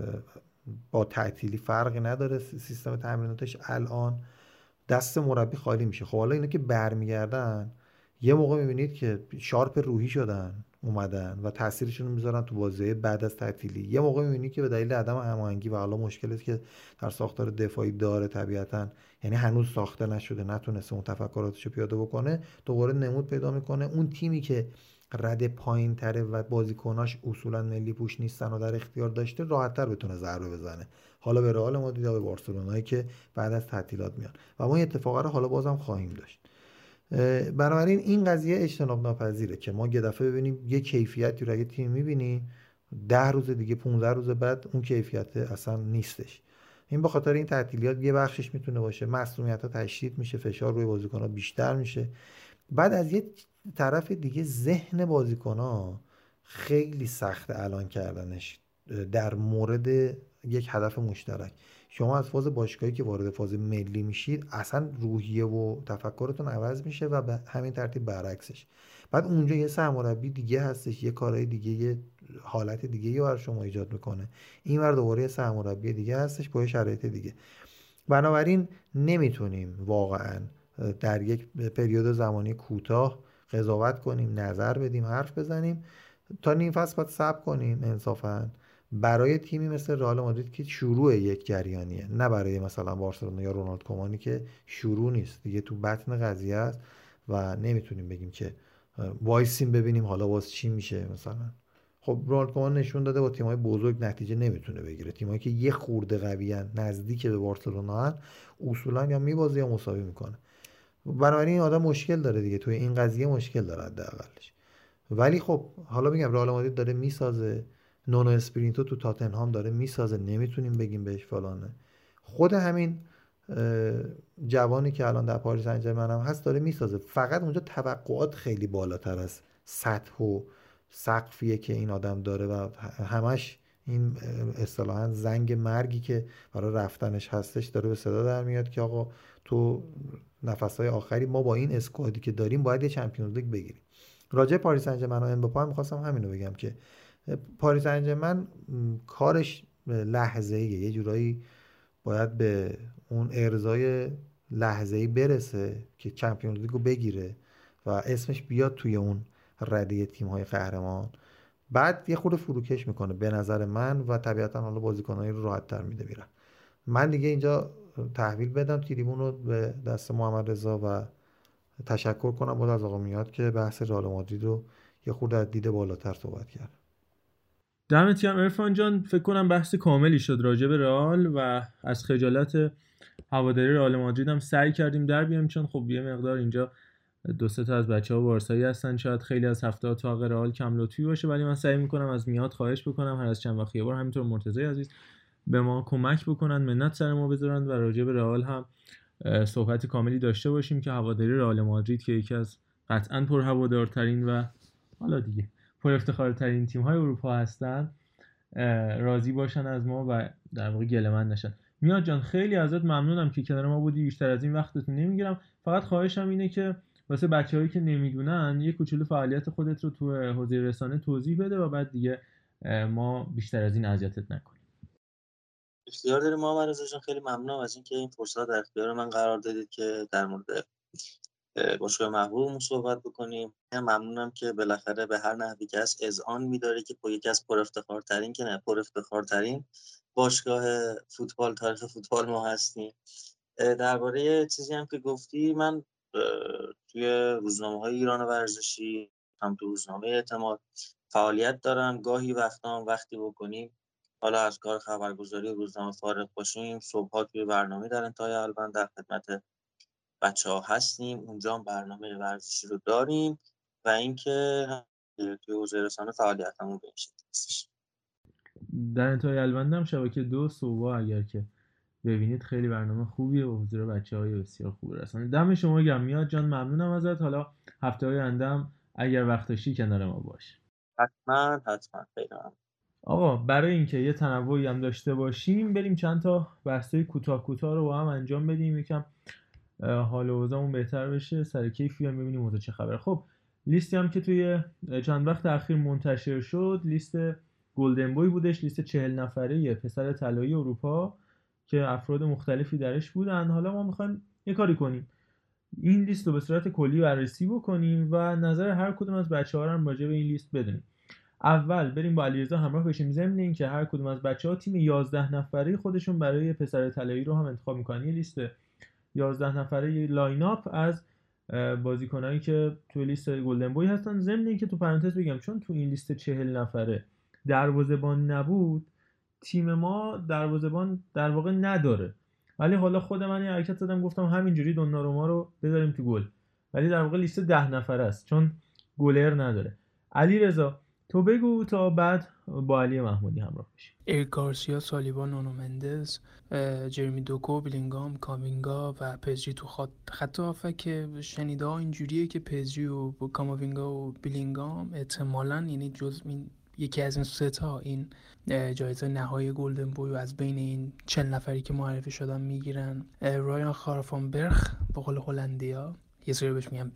با تعطیلی فرقی نداره سیستم تمریناتش. الان دست مربی خالی میشه. خب حالا اینا که برمیگردن یه موقع میبینید که شارپ روحی شدن اومدن و تاثیرشون رو میذارن تو بازی بعد از تعطیلی. یه موقع میبینید که به دلیل عدم هماهنگی و حالا مشکلی که در ساختار دفاعی داره طبیعتا، یعنی هنوز ساخته نشده، نتونسته اون تفکراتش رو پیاده بکنه، دوباره نمود پیدا میکنه. اون تیمی که رده پایین تره و بازیکناش اصولا ملی پوش نیستن و در اختیار داشته راحت‌تر بتونه ضربه بزنه. حالا به رئال مادرید یا به بارسلونایی که بعد از تعطیلات میان و ما این اتفاقا رو حالا بازم خواهیم داشت. بنابراین این قضیه اجتناب ناپذیره که ما یه دفعه ببینیم یه کیفیتی رو اگه تیم می‌بینی 10 روز دیگه 15 روز بعد اون کیفیت اصلا نیستش. این به خاطر این تعطیلیات یه بخشش میتونه باشه معصومیت‌ها تشدید میشه، فشار روی بازیکن‌ها بیشتر میشه. بعد از یه طرف دیگه ذهن بازیکن‌ها خیلی سخت الان کردنش در مورد یک هدف مشترک. شما از فاز باشگاهی که وارد فاز ملی میشید اصلا روحیه و تفکرتون عوض میشه و به همین ترتیب برعکسش. بعد اونجا یه سرمربی دیگه هستش، یه کارهای دیگه، یه حالت دیگه برای شما ایجاد میکنه. اینور دوباره یه سرمربی دیگه هستش با شرایط دیگه. بنابراین نمیتونیم واقعا در یک پریود زمانی کوتاه قضاوت کنیم، نظر بدیم، حرف بزنیم. تا نیم فصل باید صبر کنیم انصافا برای تیمی مثل رئال مادرید که شروع یک جریانیه، نه برای مثلا بارسلونا یا رونالد کومانی که شروع نیست، دیگه تو بطن قضیه است و نمیتونیم بگیم که وایسیم ببینیم حالا باز چی میشه. مثلا خب رونالد کومان نشون داده با تیم‌های بزرگ نتیجه نمیتونه بگیره. تیمایی که یه خورده قویان، نزدیک به بارسلونا هن، اصولا یا میبازه یا مساوی میکنه. بنابراین این آدم مشکل داره دیگه، توی این قضیه مشکل داره حداقلش. ولی خب حالا میگم رئال مادرید داره میسازه، نونو اسپرینتو تو تاتنهام داره میسازه، نمیتونیم بگیم بهش فلانه. خود همین جوانی که الان در پاریس سن ژرمن هم هست داره میسازه، فقط اونجا توقعات خیلی بالاتر از سطح و سقفیه که این آدم داره و همش این اصطلاحاً زنگ مرگی که برای رفتنش هستش داره به صدا در میاد که آقا تو نفس‌های آخری ما با این اسکوادی که داریم باید یه چمپیونز لیگ بگیریم. راجع پاریس سن ژرمن و امباپه هم می‌خواستم همین رو بگم که پاریس سن ژرمن کارش لحظه‌ایه، یه جورایی باید به اون ارضای لحظه‌ای برسه که چمپیونز لیگو بگیره و اسمش بیاد توی اون رده تیم‌های قهرمان. بعد یه خورده فروکش میکنه به نظر من و طبیعتا حالا بازیکنایی رو راحت‌تر میده میرن. من دیگه اینجا تحویل بدم تریبون رو به دست محمد رضا و تشکر کنم بود از آقا میاد که بحث رئال مادرید رو یه خورده از دید بالاتر صحبت کرد. دمت گرم عرفان جان، فکر کنم بحث کاملی شد راجع به رئال و از خجالت هواداری رئال مادرید هم سعی کردیم در بیام، چون خب یه مقدار اینجا 2-3 تا از بچه‌ها بارسایی هستن، شاید خیلی از هفته تا رئال کم لطفی باشه، ولی من سعی میکنم از میاد خواهش بکنم هر از چند وقت یه بار، همینطور مرتضی عزیز به ما کمک بکنن، منت سر ما بذارن و راجع به رئال هم صحبت کاملی داشته باشیم که هواداری رئال مادرید که یکی از قطعاً پر هوادارترین و حالا دیگه پر افتخارترین تیم‌های اروپا هستن راضی باشن از ما و در واقع گله‌مند نشن. میاد جان خیلی ازت ممنونم که کنار ما بودی، بیشتر از این وقتتون نمیگیرم. فقط خواهشم اینه که واسه بچه‌هایی که نمیدونن یه کوچولو فعالیت خودت رو تو حوزه رسانه توضیح بده و بعد دیگه ما بیشتر از این اذیتت نکنیم. اختیار داریم محمد رضا جان، خیلی ممنونم از اینکه این فرصت در اختیار من قرار دادید که در مورد باشگاه محبوبمون صحبت بکنیم. ممنونم که بالاخره به هر نحوی که هست اذعان می‌داره که با یکی از پرافتخارترین که نه پرافتخارترین باشگاه فوتبال تاریخ فوتبال ما هستیم. درباره چیزی هم که گفتی، من توی روزنامه‌های ایران ورزشی هم تو روزنامه اعتماد فعالیت دارن. گاهی وقتی بکنیم، حالا از کار خبرگزاری و روزنامه فارغ باشیم، صبح‌ها توی برنامه در انتهای البند در خدمت بچه‌ها هستیم. اونجا هم برنامه ورزشی رو داریم و اینکه توی حوزه رسانه فعالیتمون به این شکل هستش. در انتهای البند هم شبکه 2 صبح اگر که ببینید خیلی برنامه خوبیه و حضور بچه‌های بسیار خوبی رسانه. دم شما گرم میاد جان، ممنونم ازت. حالا هفته‌های آینده هم اگر وقت داشتی کنار ما باش. حتما خیلی ممنون. آقا برای اینکه یه تنوعی هم داشته باشیم بریم چند تا بحثای کوتاه رو با هم انجام بدیم، یکم حال و اوضاعمون بهتر بشه، سر کیفی هم ببینیم اوضاع چه خبره. خب لیستی هم که توی چند وقت اخیر منتشر شد لیست گلدن بوی بودش، لیست 40 نفره پسر طلایی اروپا که افراد مختلفی درش بودن. حالا ما میخوایم یه کاری کنیم، این لیست رو به صورت کلی بررسی بکنیم و نظر هر کدوم از بچه‌ها رو هم راجع به این لیست بدونیم. اول بریم با علیرضا همراه بشیم، ضمن اینکه هر کدوم از بچه‌ها تیم 11 نفره خودشون برای پسر طلایی رو هم انتخاب می‌کنن. یه لیست 11 نفره، یه لاین اپ از بازیکنایی که تو لیست گلدن بوی هستن. ضمن اینکه تو پرانتز بگم چون تو این لیست 40 نفره دروازه‌بان نبود، تیم ما دروازه‌بان در واقع نداره، ولی حالا خود من یه حرکت زدم گفتم همینجوری دوناروما رو بذاریم تو گل، ولی در واقع لیست 10 نفره است چون گلر نداره. علیرضا تو بگو تا بعد با علی محمودی همراه بشیم. اریک گارسیا، سالیبا، نونو مندز، جرمی دوکو، بیلینگام، کاموینگا و پزجی تو خط هافک که شنیده ها اینجوریه که پزجی و کاموینگا و بیلینگام احتمالاً یعنی یکی از این سه تا این جایزه نهایی گلدن بوی و از بین این 40 نفری که معرفی شدن میگیرن. رایان خارافانبرگ به قول هلندیا، یه سری بهش میگن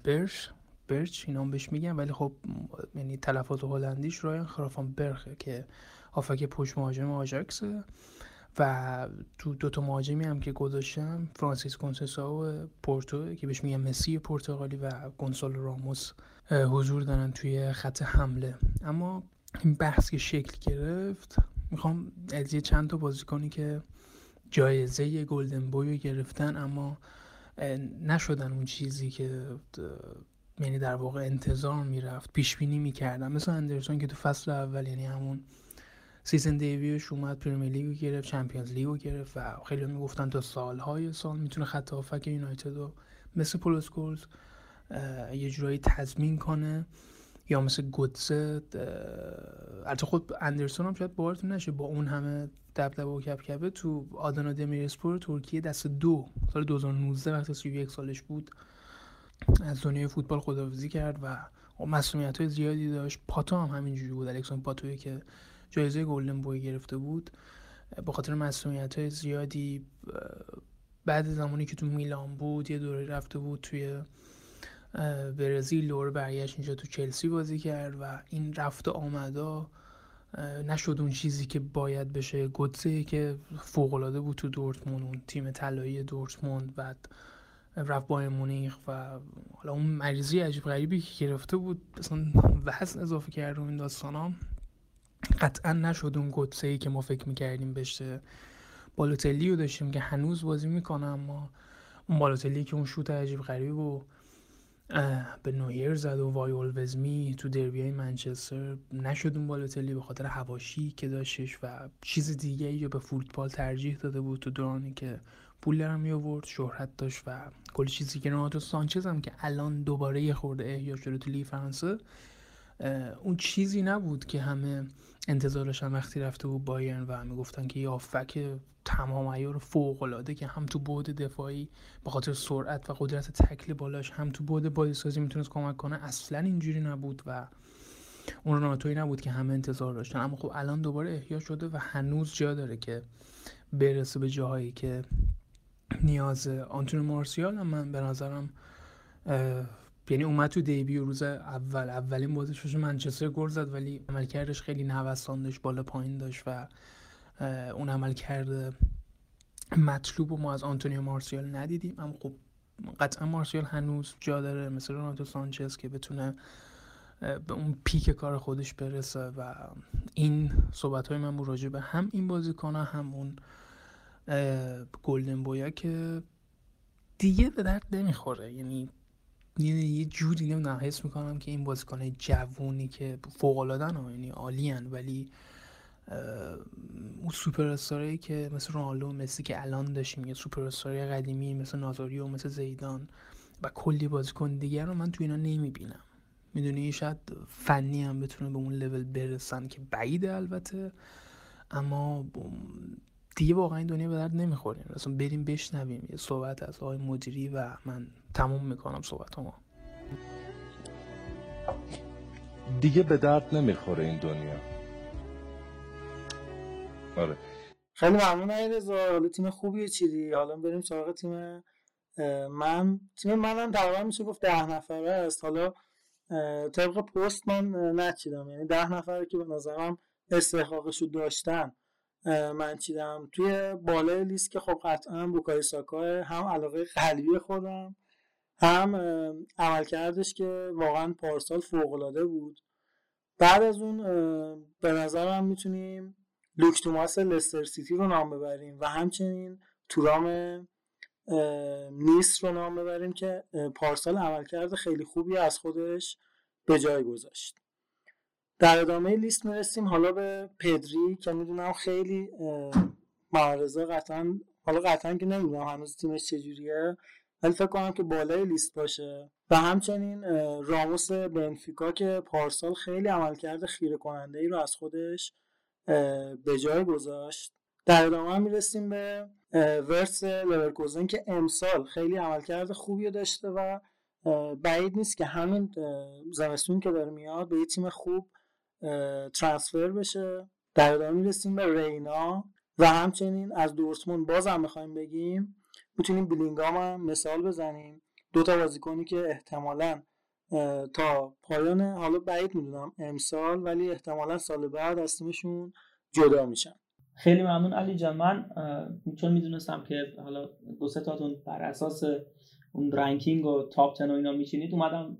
برچ اینا هم بهش میگن، ولی خب یعنی تلفظ هلندیش رایان خارافانبرگ که هافک پشت مهاجم آژاکسه. و تو دوتا مهاجمی هم که گذاشتم فرانسیس کونسسا و پورتو که بهش میگن مسی پرتغالی و گونسالو راموس حضور دارن توی خط حمله. اما این بحث که شکل گرفت، میخوام از یه چند تا بازیکنی که جایزه گلدن بوی رو گرفتن اما نشدن اون چیزی که یعنی در واقع انتظار میرفت پیش بینی میکردن، مثل اندرسون که تو فصل اول یعنی همون سیزن دیبیوش اومد پرمیر لیگ گرفت، چمپیونز لیگ رو گرفت و خیلی میگفتن تا سالهای سال میتونه خط هافک یونایتد رو مثل پول اسکولز یه جورایی تضمین کنه، یا مثل گوتزه. البته خود اندرسون هم شاید باورتون نشه با اون همه دبدبه و کبکبه تو آدانا دمیرسپور ترکیه دست 2 سال 2019 وقتی 31 سالش بود از دنیای فوتبال خداحافظی کرد و مسئولیت‌های زیادی داشت. پاتو هم همینجوری بود، الکسون پاتویی که جایزه گلدن بوی گرفته بود به خاطر مسئولیت‌های زیادی بعد زمانی که تو میلان بود یه دوره رفته بود توی برزیل، دوره برگشت اینجا تو چلسی بازی کرد و این رفت آمدا نشد اون چیزی که باید بشه. گوتزه که فوق‌العاده بود تو دورتموند، اون تیم طلایی دورتموند، بعد رفت بایر مونیخ و حالا اون مریضی عجیب غریبی که گرفته بود مثلا وزن اضافه کرد رو این داستانا، قطعا نشد اون گوتزه‌ای که ما فکر می‌کردیم بشه. بالوتلی رو داشتیم که هنوز بازی میکنه، اما اون بالوتلی که اون شوت عجیب غریبی و به نویر زد و وای اولویز می تو دربیای منچستر، نشد اون بالوتلی به خاطر حواشی که داشتش و چیز دیگه یا به فوتبال ترجیح داده بود تو دورانی که پول در می آورد، شهرت داشت و کلی چیزی که رونالدو سانچز هم که الان دوباره یه خورده احیا شده تو لیگ فرانسه اون چیزی نبود که همه انتظارشان وقتی رفته بود بایرن و همه گفتن که یه هافک تمام عیار فوق‌العاده که هم تو بعد دفاعی به خاطر سرعت و قدرت تکل بالاش هم تو بعد بازیسازی میتونست کمک کنه. اصلا اینجوری نبود و اون رونالدویی نبود که همه انتظار داشتن. اما خب الان دوباره احیا شده و هنوز جا داره که برسه به جاهایی که نیاز. آنتونی مارسیال هم من به نظرم یعنی اومد تو دیبیو روز اولین بازیش منچستر گل زد، ولی عملکردش خیلی نوسان داشت، بالا پایین داشت و اون عملکرد مطلوب رو ما از آنتونیو مارسیال ندیدیم. اما خب قطعا مارسیال هنوز جا داره مثل رونالدو سانچز که بتونه به اون پیک کار خودش برسه و این صحبت‌های من راجع به هم این بازیکن هم اون گلدن بویا که دیگه به درد نمیخوره. یعنی یه جوری نمیدونم حس میکنم که این بازیکن‌های جوونی که فوق‌العاده‌ن یعنی عالی‌ان، ولی اون سوپر استارایی که مثل رونالدو و مسی که الان داشتیم، یا سوپر استارای قدیمی مثل نازاریو و مثل زیدان و کلی بازیکن دیگر رو من تو اینا نمیبینم. میدونی شاید فنی هم بتونه به اون لول برسن که بعیده البته، اما دیگه واقعا این دنیا به درد نمیخوره. اصلا بریم بشنویم یه صحبت از آقای مدیری و من تموم میکنم صحبتامو. دیگه به درد نمیخوره این دنیا. آره خیلی ممنون علیرضا. حالا تیم خوبیه چیدی. حالا بریم سراغ تیم منم تقریبا میشه گفت 10 نفره است. حالا طبق پست من نچیدم، یعنی 10 نفره که به نظرم استحقاقشو داشتن من چیدم. توی بالای لیست که خب قطعا بوکای ساکا، هم علاقه قلبی خودم، هم عملکردش که واقعا پارسال فوق‌العاده بود. بعد از اون به نظرم میتونیم لوک توماس لستر سیتی رو نام ببریم و همچنین تورام نیس رو نام ببریم که پارسال عملکرد خیلی خوبی از خودش به جای گذاشت. در ادامه لیست میرسیم حالا به پدری که میدونم خیلی معارضه قطعا که نمیدونم هنوز تیمش چجوریه، ولی فکر کنم که بالای لیست باشه. و همچنین راموس بنفیکا که پارسال خیلی عملکرد خیره کننده ای رو از خودش به جای گذاشت. در ادامه میرسیم به ورس لورکوزن که امسال خیلی عملکرد خوبی داشته و بعید نیست که همین زمستون که داره میاد به یه تیم خوب ترانسفر بشه. در ادامه میرسیم به رینا و همچنین از دورتموند بازم میخوایم بگیم میتونیم بلینگام هم مثال بزنیم. 2 تا بازیکنی که احتمالاً تا پایان، حالا بعید میدونم امسال، ولی احتمالاً سال بعد از تیمشون جدا میشن. خیلی ممنون علی جان. من چون میدونستم که حالا 2-3 تاتون بر اساس اون رنکینگ و تاپ 10 و اینا میچینید، اومدم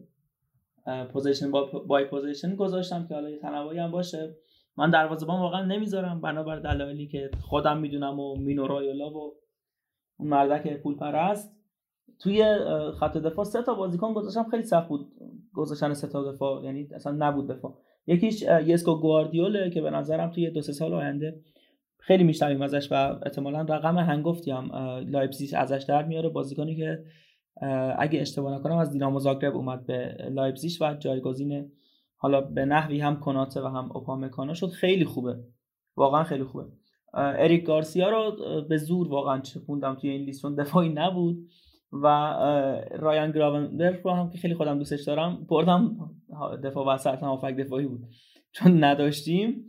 پوزیشن بای پوزیشن گذاشتم که حالا یه تنوعی هم باشه. من دروازه‌بان واقعا نمیذارم بنابر دلایلی که خودم میدونم و مینو رایولا و اون مردک پول پرست. توی خط دفاع 3 تا بازیکن گذاشتم. خیلی سخت بود گذاشتن 3 تا دفاع، یعنی اصلا نبود دفاع. یکیش یسکو گواردیوله که به نظرم توی 2-3 سال آینده خیلی میشنویم ازش و احتمالاً رقم هنگفتی هم لایپزیگ ازش در میاره. بازیکنی که اگه اشتباه نکنم از دینامو زاگرب اومد به لایپزیگ و جایگزین حالا به نحوی هم کناته و هم اوپامکانو شد. خیلی خوبه، واقعا خیلی خوبه. اریک گارسیا رو به زور واقعا چپوندم توی این لیست، دفاعی نبود. و رایان گراونبرگ رو هم که خیلی خودم دوستش دارم بردم دفاع وسط، هم هافک دفاعی بود چون نداشتیم.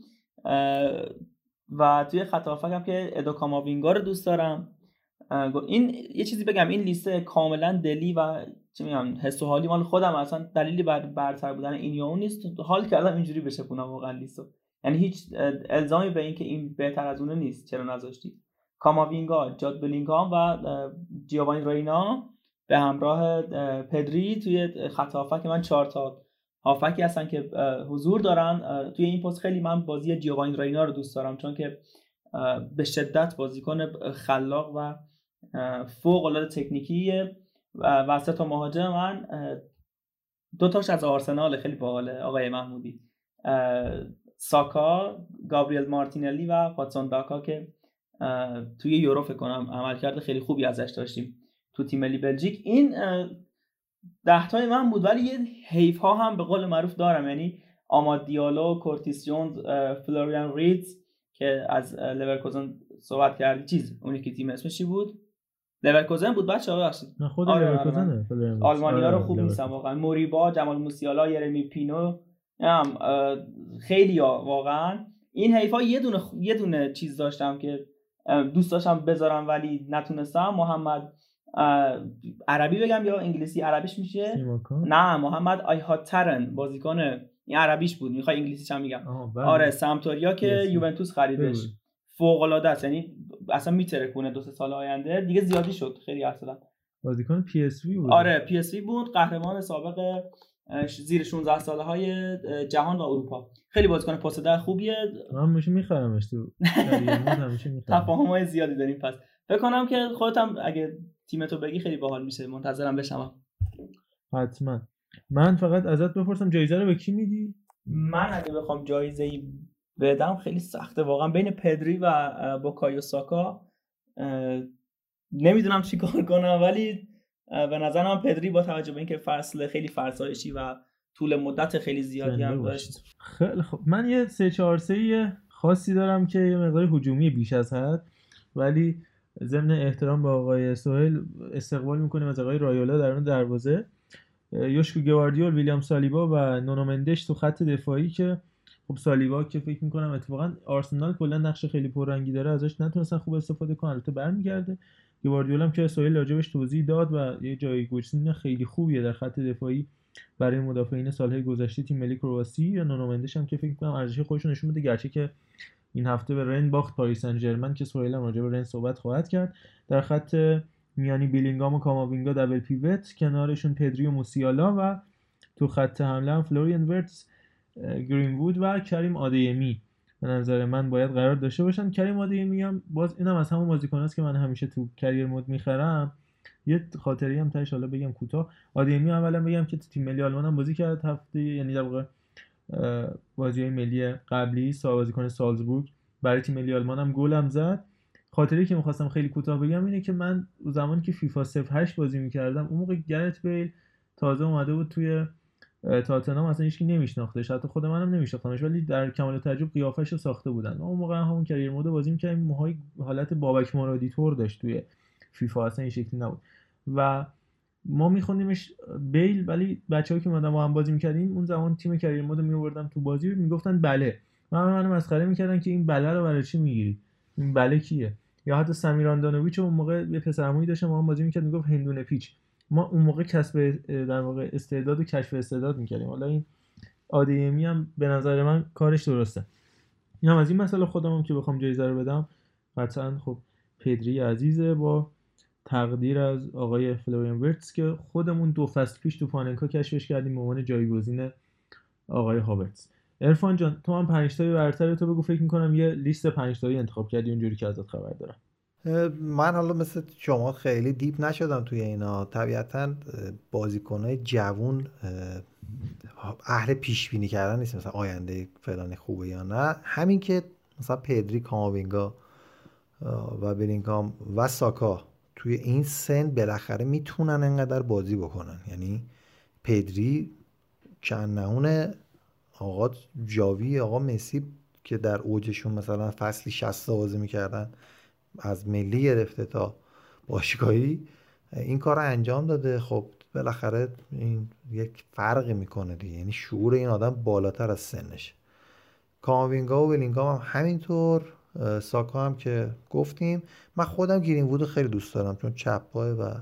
و توی خط هافک هم که ادو کاماوینگا رو دوست دارم. این یه چیزی بگم، این لیست کاملا دلی و چه میگم حس و حالی مال خودم، اصلا دلیلی برتر بودن این یا اون نیست. حال کردم اینجوری بشه کنم واقعا لیستو، یعنی هیچ الزامی به این که این بهتر از اونه نیست. چرا نذاشتی؟ کاماوینگا، جاد بلینگهام و جیوانی رینا به همراه پدری توی خط هافک من 4 تا هافکی هستن که حضور دارن توی این پست. خیلی من بازی جیوانی رینا رو دوست دارم چون که به بازیکن خلاق و فوق العاده تکنیکیه. و 3 تا مهاجم من 2 تاش از آرسنال، خیلی باحاله آقای محمودی، ساکا، گابریل مارتینلی و پاتسون داکا که توی یورو فکر کنم عملکرد خیلی خوبی ازش داشتیم تو تیم ملی بلژیک. این 10 تای من بود، ولی یه حیف ها هم به قول معروف دارم، یعنی آماد دیالو، کورتیس جونز، فلوریان ریدز که از لورکوزن صحبت کردی، اونی که تیم اسمش چی بود؟ لورکوزن بود بچه‌ها، ببخشید. نه خود لورکوزنه. آلمانی‌ها رو خوب نیستن واقعا. موریبا، جمال موسیالا، یرمی پینو، هم خیلی واقعا این حیفا. یه دونه چیز داشتم که دوست داشتم بذارم ولی نتونستم. محمد عربی بگم یا انگلیسی؟ عربیش میشه؟ نه، محمد آیهاترن بازیکن، این عربیش بود، میخوای انگلیسیش هم میگم. آره، سمتوریا که یوونتوس خریدش، فوق العاده است، یعنی اصلا میترکونه 2-3 سال آینده دیگه. زیادی شد خیلی اصلا. بازیکن پی اس وی بود. آره پی اس وی بود، قهرمان سابق زیر 16 ساله های جهان و اروپا. خیلی بازیکن پاس در خوبیه. من همیشه میخرمش تو همیشه میخرم. تفاهم‌های زیادی داریم. پس فکر کنم که خودت هم اگه تیمتو بگی خیلی باحال میشه. منتظرم بشم. حتما. من فقط ازت بپرسم جایزه رو به کی میدی؟ من اگه بخوام جایزه‌ای بدم خیلی سخته واقعا، بین پدری و بوکایو ساکا نمیدونم چی کار کنم، ولی به نظر من پدری با توجه به اینکه فصل خیلی فرسایشی و طول مدت خیلی زیادی هم داشت. خیلی خب، من یه 3-4-3 خاصی دارم که یه مقدار هجومی بیش از حد، ولی ضمن احترام به آقای سهیل استقبال میکنیم از آقای رایولا درون دروازه، یوشکو گواردیول، ویلیام سالیبا و نونو مندش تو خط دفاعی که خب سالیبا که فکر میکنم اتفاقا آرسنال کلا نقش خیلی پررنگی داره ازش نتونستن خوب استفاده کنن، البته برمیگرده. گواردیول هم که سهیل راجبش توضیح داد و یه جایگزین خیلی خوبیه در خط دفاعی برای مدافعین سالهای گذشته تیم ملی کرواسی. یا نونو مندش هم که فکر میکنم ارزش خودش نشون بده، گرچه که این هفته به رن باخت پاریس سن ژرمن که سهیل هم راجع به رن صحبت خواهد کرد. در خط میانی بیلینگام و کاماوینگا دبل پیوت، کنارشون پدری و موسیالا، و تو خط حمله هم فلوریان ورتس، گرین‌وود و کریم آدیمی به نظر من باید قرار داشته باشن. کریم آدیمی هم باز اینم از همون بازیکناست که من همیشه تو کریر مود میخرم. یه خاطری هم تاش حالا بگم کوتاه. آدیمی اولا بگم که تو تیم ملی آلمان هم بازی کرد هفته، یعنی در واقع بازی‌های ملی قبلی بازیکن سالزبورگ برای تیم ملی آلمان هم گل هم زد. خاطری که می‌خواستم خیلی کوتاه بگم اینه که من زمانی که فیفا 08 بازی می‌کردم اون موقع گرت بیل تازه اومده بود توی تاتنهام، اصلا هیچکی نمیشناختش، حتی خود منم نمیشناختمش، ولی در کمال تعجب قیافه‌شو ساخته بودن. اون موقع همون کریر مود بازی می‌کردیم، موهای حالت بابک مرادی طور داشت توی فیفا، اصلا این شکلی نبود و ما می‌خوندیمش بیل، ولی بچه‌ها که ما با هم بازی می‌کردیم اون زمان تیم کریر مود می‌آوردم تو بازی میگفتن بله، منو مسخره می‌کردن که این بله رو برای چی می‌گیری، این بله کیه. یا حتی سمیر آندانویچ اون موقع یه پسرعمویی داشت ما هم بازی می‌کرد میگفت هندونه پیچ. ما اون موقع کسب در واقع استعداد و کشف استعداد می‌کردیم. حالا این آدیمی هم به نظر من کارش درسته. اینم از این مسئله. خودمم که بخوام جایزه رو بدم قطعاً خب پدری عزیزه با تقدیر از آقای فلوریان ورتس که خودمون 2 فصل پیش تو پاننکا کشفش کردیم به عنوان جایگزین آقای هاورتس. عرفان جان تو هم 5 تای برتر تو بگو، فکر می‌کنم یه لیست 5 تایی انتخاب کردی اونجوری که ازت خبر دارم. من حالا مثل شما خیلی دیپ نشدم توی اینا، طبیعتاً بازیکن‌های جوون اهل پیش بینی کردن نیست مثلا آینده فلان خوبه یا نه. همین که مثلا پدری، کاماوینگا و بلینگام و ساکا توی این سن بالاخره میتونن انقدر بازی بکنن، یعنی پدری کنونه آقا جاوی، آقا مسی که در اوجشون مثلا فصلی 60 بازی میکردن از ملی گرفته تا باشگاهی این کار رو انجام داده. خب بالاخره این یک فرقی میکنه دیگه، یعنی شعور این آدم بالاتر از سنش. کاماوینگا و ویلینگام هم همینطور، ساکا هم که گفتیم. من خودم گرین‌وود خیلی دوست دارم چون چپ پای و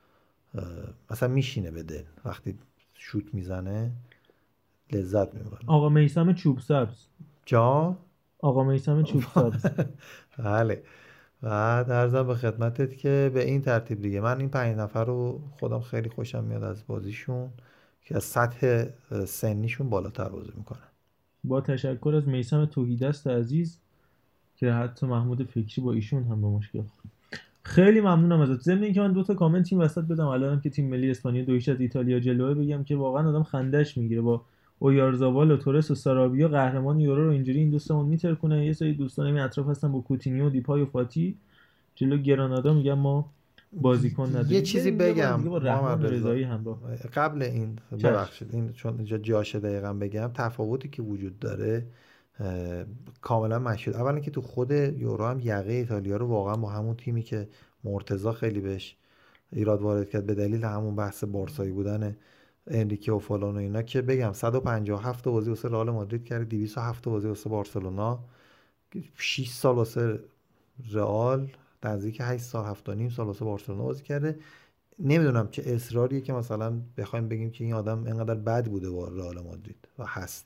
مثلا میشینه به دل، وقتی شوت میزنه لذت میبره. آقا میثم چوب سبز جا آقا میثم چوب سبز بله. و عرضم به خدمتت که به این ترتیب دیگه من این 5 نفر رو خودم خیلی خوشم میاد از بازیشون که از سطح سنیشون بالاتر بازی میکنن. با تشکر از میثم توحیدست عزیز که حتی محمود فکری با ایشون هم به مشکل خورد. خیلی ممنونم ازت. ضمن اینکه من 2 تا کامنت این وسط بدم الانم که تیم ملی اسپانیا 2-0 از ایتالیا جلوه، بگم که واقعا آدم خندش میگیره با اویارزابال و تورس و سارابیا قهرمان یورو رو اینجوری این دوستمون میترکونه. یه سری دوستان این اطراف هستن با کوتینیو، دیپای و فاتی جلو گرانادا میگم ما بازیکن نداریم. یه چیزی بگم محمد رضایی همراه قبل این ببخشید این چون اینجا جاشه دقیقاً بگم تفاوتی که وجود داره کاملا مشهود. اولا که تو خود یورو هم یقه ایتالیا رو واقعا با همون تیمی که مرتضی خیلی بهش ایراد وارد کرد به دلیل همون بحث بارسایی بودن انریکه و فلان و اینا، که بگم 157 بازی واسه رئال مادرید کرد، 207 بازی واسه بارسلونا، 6 سال واسه رئال، نزدیک 8 سال 7.5 سال واسه بارسلونا بازی کرده. نمیدونم چه اصراریه که مثلا بخوایم بگیم که این آدم اینقدر بد بوده با رئال مادرید و هست.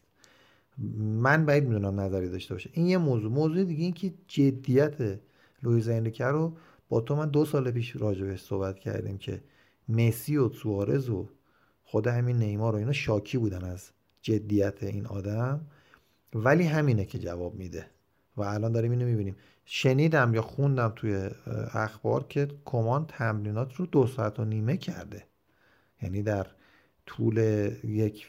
من بعید میدونم نظری داشته باشه. این یه موضوع دیگه این که جدیت لوئیز انریکه رو با تو من 2 سال پیش راجع صحبت کردیم که مسی و سوارز و خود همین نیمار و اینا شاکی بودن از جدیت این آدم، ولی همینه که جواب میده و الان داریم اینو میبینیم. شنیدم یا خوندم توی اخبار که کمان تمرینات رو 2.5 ساعت کرده، یعنی در طول یک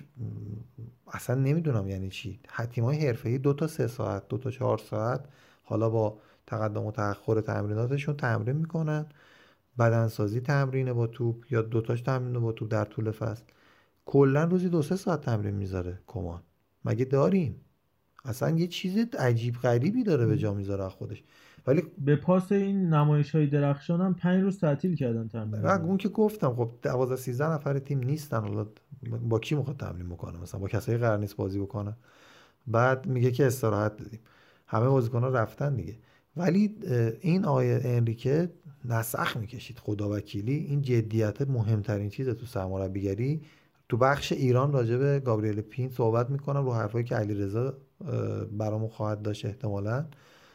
اصلا نمیدونم یعنی چی، تیم‌های حرفه‌ای 2 تا 3 ساعت 2 تا 4 ساعت حالا با تقدم و تأخر تمریناتشون تمرین میکنن، بدنسازی تمرینه با توپ یا 2 تاش تمرینه با توپ در طول فصل. کلا روزی 2-3 ساعت تمرین میذاره کمان. مگه داریم؟ اصلا یه چیز عجیب غریبی داره به جا میذاره خودش. ولی به پاس این نمایش‌های درخشان هم 5 روز تعطیل کردن تمرین. اون که گفتم خب 12-13 نفر تیم نیستن، حالا با کی میخواد تمرین بکنه؟ مثلا با کسایی قرار نیست بازی بکنه. بعد میگه که استراحت دادیم، همه بازیکن‌ها رفتن دیگه. ولی این آیه انریکه نسخ میکشید، خدا وکیلی این جدیت مهمترین چیزه تو سرمربیگری. تو بخش ایران راجع به گابریل پین صحبت میکنم رو حرفایی که علیرضا برامون خواهد داشت احتمالاً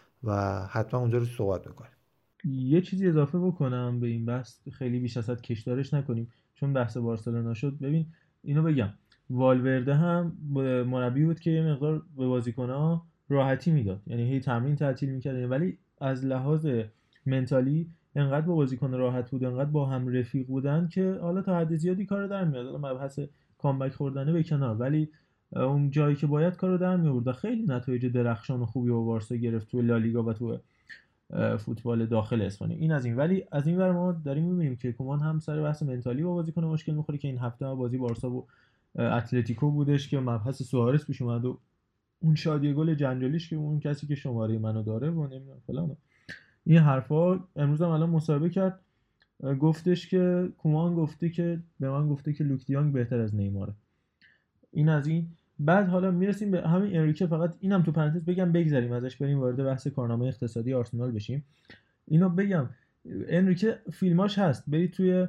و حتما اونجا رو صحبت میکنیم. یه چیزی اضافه بکنم به این بحث، خیلی بیش از حد کشدارش نکنیم چون بحث بارسلونا شد. ببین اینو بگم، والورده هم مربی بود که یه مقدار به بازیکن‌ها راحتی میداد، یعنی هی تمرین تعطیل میکرد، ولی از لحاظ منتالی انقدر با بازیکن راحت بود، انقدر با هم رفیق بودن که حالا تا حد زیادی کارو در میاد. حالا مبحث کامبک خوردنه به کنار، ولی اون جایی که باید کارو در میآورد و خیلی نتایج درخشان و خوبی با بارسا گرفت تو لالیگا و تو فوتبال داخل اسپانیا. این از این. ولی از این ور ما داریم می‌بینیم که کومان هم سر بحث منتالی با بازیکن مشکل می‌خوره که این هفته بازی بارسا و اتلتیکو بودش که مبحث سوارز پیش اومد و اون شادی گل جنجالیش که اون کسی که شماره منو داره و نمیدونم فلان این حرفا. امروز هم الان مصاحبه کرد، گفتش که کومان گفته که به من گفته که لوک دیانگ بهتر از نیماره. این از این. بعد حالا میرسیم به همین انریکه، فقط اینم تو پرانتز بگم بگذریم ازش بریم وارد بحث کارنامه اقتصادی آرسنال بشیم. اینو بگم انریکه فیلماش هست، برید توی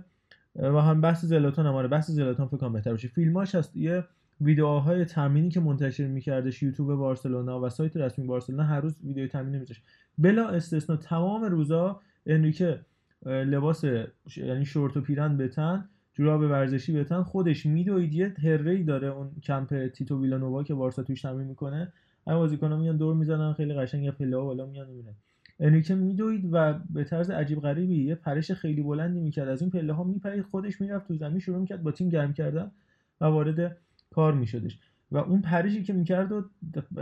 و هم بحث زلاتان هم بحث زلاتان فکر کنم بهتر باشه، فیلماش هست، یه ویدیوهای تمرینی که منتشر می‌کردش یوتیوب بارسلونا و سایت رسمی بارسلونا، هر روز ویدیو تمرین می‌ذاشت بلا استثنا. تمام روزا انریکه لباس یعنی شورت و پیرن به تن، جوراب ورزشی به تن، خودش میدوید. یه هره‌ای داره اون کمپ تیتو ویلانووا که بارسا توش تمرین میکنه، همه بازیکن‌ها میان دور میزنن، خیلی قشنگ یه پله‌ها بالا میان میبینن. انریکه میدوید و به طرز عجیب غریبی یه پرش خیلی بلندی میکرد، از این پله‌ها میپرید، خودش میرفت تو زمین شروع میکرد با تیم گرم کردن و وارد کار میشدش. و اون پرشی که میکرد و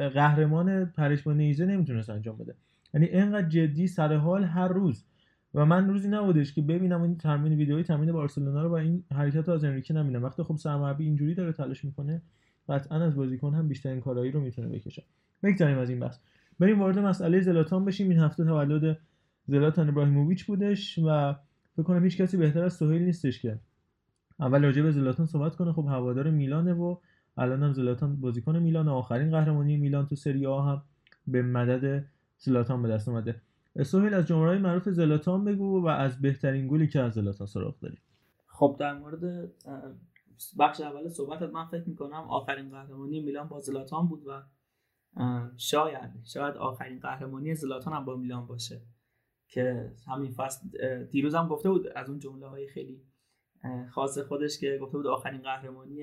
قهرمان پرش با نیزه نمیتونست انجام بده، یعنی اینقدر جدی سر حال هر روز. و من روزی نبودش که ببینم این تمرین ویدئویی تمرین بارسلونا رو با این حرکت از انریکه نبینم. وقتی خب سرمربی اینجوری داره تلاش میکنه، قطعا از بازیکن هم بیشترین کارایی رو میتونه بکشه. بگذاریم از این بحث، بریم وارد مسئله زلاتان بشیم. این هفته تولد زلاتان ابراهیموویچ بودش و فکر کنم هیچ کسی بهتر از سهیل نیستش که اول راجع به زلاتان صحبت کنه. خب هوادار میلانه و الان هم زلاتان بازیکن میلان، آخرین قهرمانی میلان تو سری آ هم به مدد زلاتان به دست اومده. سهیل از جمله‌های معروف زلاتان بگو و از بهترین گلی که از زلاتان سراغ داری. خب در مورد بخش اول صحبتت من فکر میکنم آخرین قهرمانی میلان با زلاتان بود و شاید آخرین قهرمانی زلاتان هم با میلان باشه که همین فصل. دیروز هم گفته بود از اون جمله‌های خیلی خاص خودش که گفته بود آخرین قهرمانی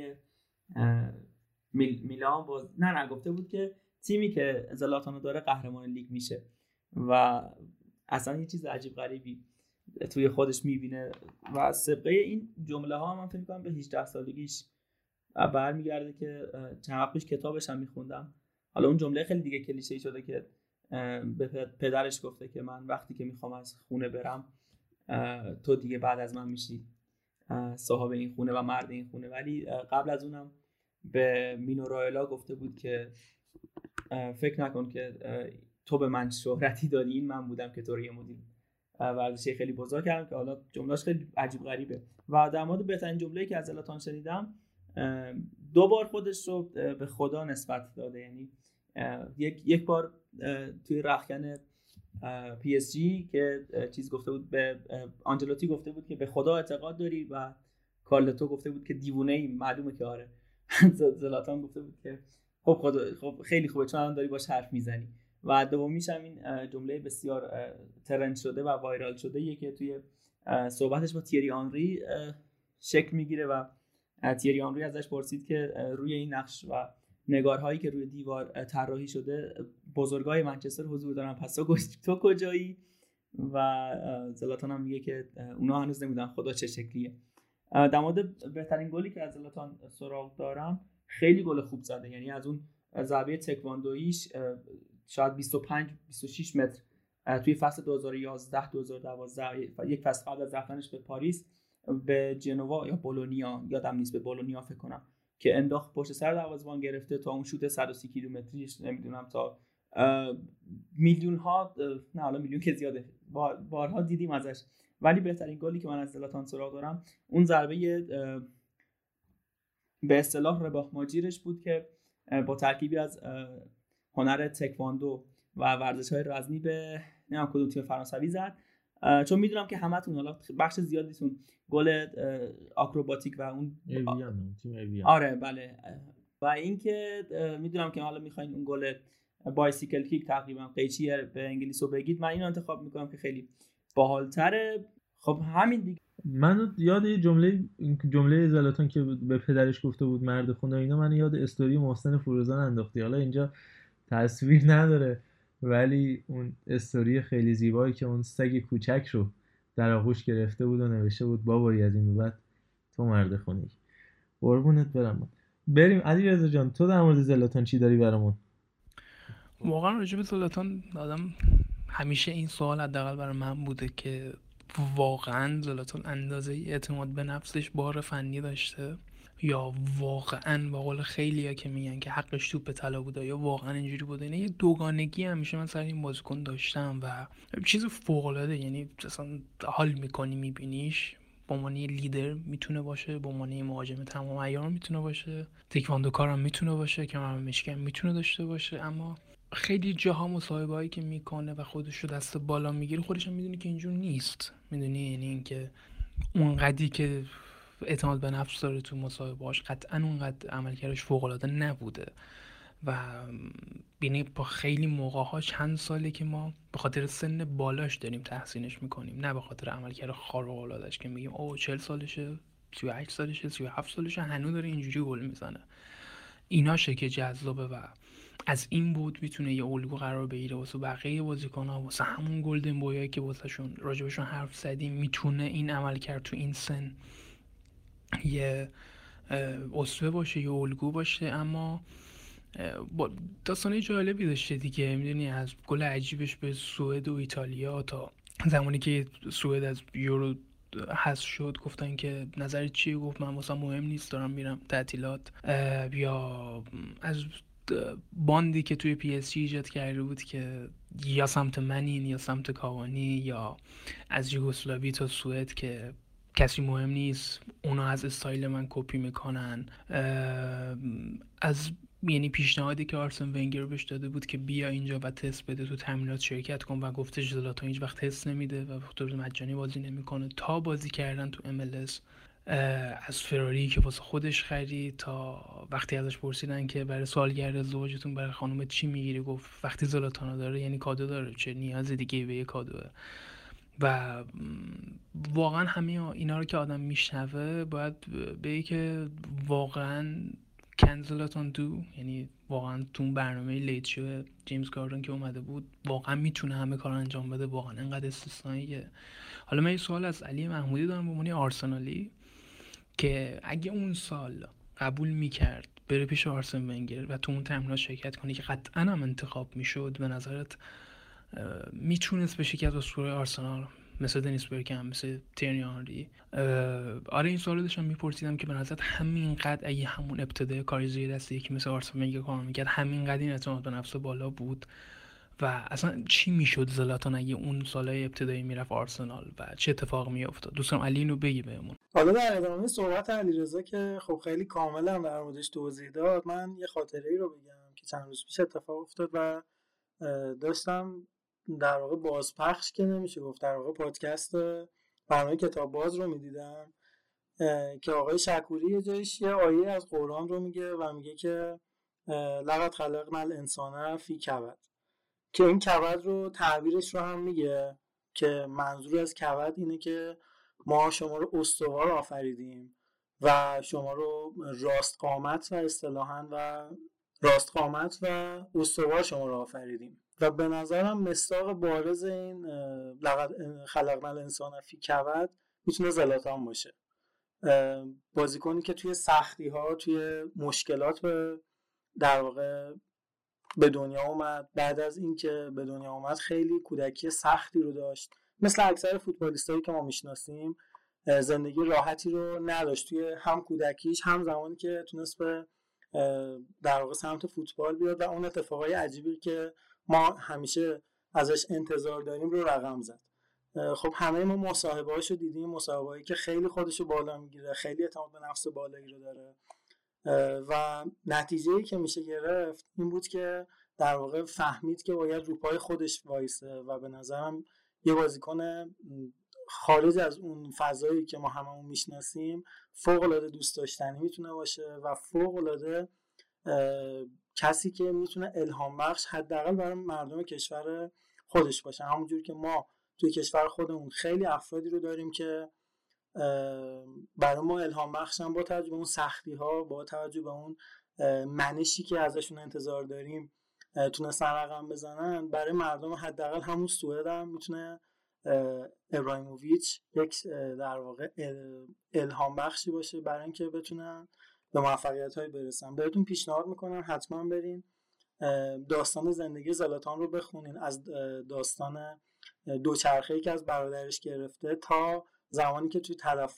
میلان با نه گفته بود که تیمی که زلاتانو داره قهرمان لیگ میشه و اصلا یه چیز عجیب غریبی توی خودش میبینه و سابقه این جمله ها من فکر می‌کنم به 18 سالگیش برمیگرده که چند وقت پیش کتابش هم میخوندم. حالا اون جمله خیلی دیگه کلیشه‌ای شده که به پدرش گفته که من وقتی که میخوام از خونه برم تو دیگه بعد از من میشی صاحب این خونه و مرد این خونه. ولی قبل از اونم به مینو رایلا گفته بود که فکر نکن که تو به من شهرتی دادی، این من بودم که تو رو یه مدیر ورزشی خیلی بزرگ کردم، که حالا جمله‌اش خیلی عجیب غریبه. و در مورد بهترین جمله‌ای که از زلاتان شنیدم، 2 بار خودش رو به خدا نسبت داده. یعنی یک بار توی رختکن پی اس جی که چیز گفته بود، به آنجلوتی گفته بود که به خدا اعتقاد داری و کارلتو گفته بود که دیوونه‌ای. معلومه که آره. زلاتان گفته بود که خب خیلی خوبه چون الان داری باش حرف میزنی. و دومیش هم این جمله بسیار ترند شده و وایرال شده یه که توی صحبتش با تیری آنری شکل میگیره و تیری آنری ازش پرسید که روی این نقش و نگارهایی که روی دیوار طراحی شده بزرگای منچستر حضور دارن، پس تو کجایی؟ و زلاتان هم میگه که اونا هنوز نمیدونن خدا چه شکلیه. در مورد بهترین گلی که از زلاتان سراغ دارم، خیلی گل خوب زده. یعنی از اون ضربه تکواندویش شاید 25-26 متر توی فصل 2011-2012 یک فصل قبل از رفتنش به پاریس به جنوا یا بولونیا، یادم نیست، به بولونیا فکر کنم، که انداخت پشت سر دروازه‌بان گرفته تا اون شوت 130 کیلومتریش، نمیدونم تا میلیون ها، نه حالا میلیون که زیاده، بارها دیدیم ازش. ولی بهترین گلی که من از زلاتان سراغ دارم اون ضربه به اصطلاح رباح ماجیرش بود که با ترکیبی از هنر تکواندو و ورزش‌های رزمی به نمیدونم کدوم تیم فرانسوی زد. چون میدونم که همتون حالا بخش زیادیتون گل آکروباتیک و اون تیم ایویان، آره بله، و اینکه میدونم که حالا میخواین اون گل بایسیکل کیک تقریبا قیچی به انگلیسو بگید، من اینو انتخاب میکنم که خیلی باحال‌تره. خب همین دیگه. من یاد یه جمله زلاتان که به پدرش گفته بود مرد خونه اینا، من یاد استوری محسن فروزان انداختی. حالا اینجا تصویر نداره ولی اون استوری خیلی زیبایی که اون سگ کوچک رو در آغوش گرفته بود و نوشته بود بابایی از این به بعد تو مرد خونه‌ای. قربونت بریم علی رضا جان، تو در مورد زلاتان چی داری برامون؟ واقعا راجع به زلاتان آدم همیشه این سوال حداقل برای من بوده که واقعا زلاتان اندازه اعتماد به نفسش بار فنی داشته، یا واقعا با قول خیلیا که میگن که حقش توپ طلا بوده، یا واقعا اینجوری بوده. اینه یه دوگانگی همیشه من سر این بازیکن داشتم و چیز فوق العاده، یعنی اصلا حال میکنی میبینیش. به عنوان یه لیدر میتونه باشه، به عنوان یه مهاجم تمام عیار میتونه باشه، تکواندوکار هم میتونه باشه، که من مشکل میتونه داشته باشه، اما خیلی جاها مصاحبه‌ای که میکنه و خودش رو دست بالا میگیره خودش هم میدونه که اینجور نیست. میدونی، یعنی اینکه اونقدی که اعتماد به نفس داره تو مصاحبه‌اش قطعا اونقدر عملکردش فوق‌العاده نبوده و یعنی با خیلی موقع‌ها چند ساله که ما به خاطر سن بالاش داریم تحسینش میکنیم، نه به خاطر عملکرد خارق‌العاده‌اش که میگیم اوه 40 سالشه، 38 سالشه، 37 سالشه، هنوز داره اینجوری گل میزنه. ایناشه که جذابه و از این بود میتونه یه الگو قرار بگیره واسه بقیه بازیکن‌ها، واسه همون گلدن بویایی که واسهشون راجبشون حرف زدیم. میتونه این عملکرد تو این سن یه اسوه باشه، یه الگو باشه. اما داستانه جالبی داشته دیگه، میدونی، از گل عجیبش به سوئد و ایتالیا تا زمانی که سوئد از یورو حذف شد گفتن که نظرت چیه؟ گفت من واسه مهم نیست، دارم میرم تعطیلات. یا از باندی که توی پی اس جی ایجاد کرده بود که یا سمت منین یا سمت کاوانی، یا از یوگسلاوی تا سوئد که کسی مهم نیست، اونا از استایل من کپی میکنن. از یعنی پیشنهادی که آرسن ونگر بهش داده بود که بیا اینجا و تست بده، تو تمرینات شرکت کن، و گفتش زلاتان هیچ وقت تست نمیده و به طور مجانی بازی نمیکنه، تا بازی کردن تو MLS. از فراری که واسه خودش خرید تا وقتی ازش پرسیدن که برای سالگرد ازدواجتون برای خانومت چی میگیری، گفت وقتی زلاتانو داره یعنی کادو داره، چه نیاز دیگه به یه کادوه. و واقعا همه اینا رو که آدم میشنوه باید بگه که واقعا کنزلاتان دو، یعنی واقعا تو اون برنامه لیت شو جیمز گاردن که اومده بود واقعا میتونه همه کار انجام بده، واقعا انقدر استثنائیه. حالا من یه سوال از علی محمودی دارم به عنوان آرسنالی که اگه اون سال قبول میکرد بره پیش آرسن ونگر و تو اون تمرینات شرکت کنه که قطعا هم انتخاب میشد، به نظرت میتونست بشه که از اسطوره آرسنال مثل دنیس برکم، مثل تیرنی آنری؟ آره این سوالو داشتم میپرسیدم که به نظرت همینقدر اگه همون ابتدای کاری زیر دست یکی مثل آرسن ونگر کار میکرد همینقدر این اعتماد به نفس بالا بود؟ و اصلا چی میشد زلاتان اگه اون سالهای ابتدایی میرفت آرسنال و چه اتفاق میافتاد؟ دوستم علی اینو بگی بهمون. حالا در ادامه صحبت علیرضا که خب خیلی کاملا در موردش توضیح داد، من یه خاطره‌ای رو بگم که چند روز پیش اتفاق افتاد و داشتم در واقع بازپخش که نمیشه گفت، در واقع پادکست برنامه کتاب باز رو میدیدم که آقای شکوری یه جایش یه آیه از قرآن رو میگه و میگه که لقد خلقنا الانسان فی کبد، که این کبد رو تعبیرش رو هم میگه که منظور از کبد اینه که ما شما رو استوار آفریدیم و شما رو راست قامت و اصطلاحاً و راست قامت و استوار شما رو آفریدیم. و به نظرم مصداق بارز این لقد خلقنا الانسان فی کبد میتونه زلاتان باشه بازیکنی که توی سختی ها، توی مشکلات در واقع به دنیا اومد. بعد از اینکه به دنیا اومد خیلی کودکی سختی رو داشت، مثل اکثر فوتبالیستایی که ما میشناسیم. زندگی راحتی رو نداشت توی هم کودکیش، هم زمانی که تونست به در واقع سمت فوتبال بیاد و اون اتفاقای عجیبی که ما همیشه ازش انتظار داریم رو رقم زد. خب همه ما مصاحبه‌هاشو دیدیم، مصاحبه‌ای که خیلی خودشو بالا میگیره، خیلی اعتماد به نفس بالایی رو داره و نتیجه‌ای که میشه گرفت این بود که در واقع فهمید که باید رو پای خودش وایسه و به نظرم یه بازیکن خارج از اون فضایی که ما هممون میشناسیم فوق‌العاده دوست داشتنی میتونه باشه و فوق‌العاده کسی که میتونه الهام بخش حداقل برای مردم کشور خودش باشه. همونجور که ما توی کشور خودمون خیلی افرادی رو داریم که برای ما الهام بخشن، با توجه به اون سختی ها، با توجه به اون منشی که ازشون انتظار داریم تونستن رقم بزنن. برای مردم حداقل همون سوئد هم میتونه ابراهیموویچ یک در واقع الهام بخشی باشه برای اینکه بتونن به موفقیت های برسن. بهتون پیشنهاد میکنم حتما برین داستان زندگی زلاتان رو بخونین، از داستان دوچرخه‌ای که از برادرش گرفته تا زمانی که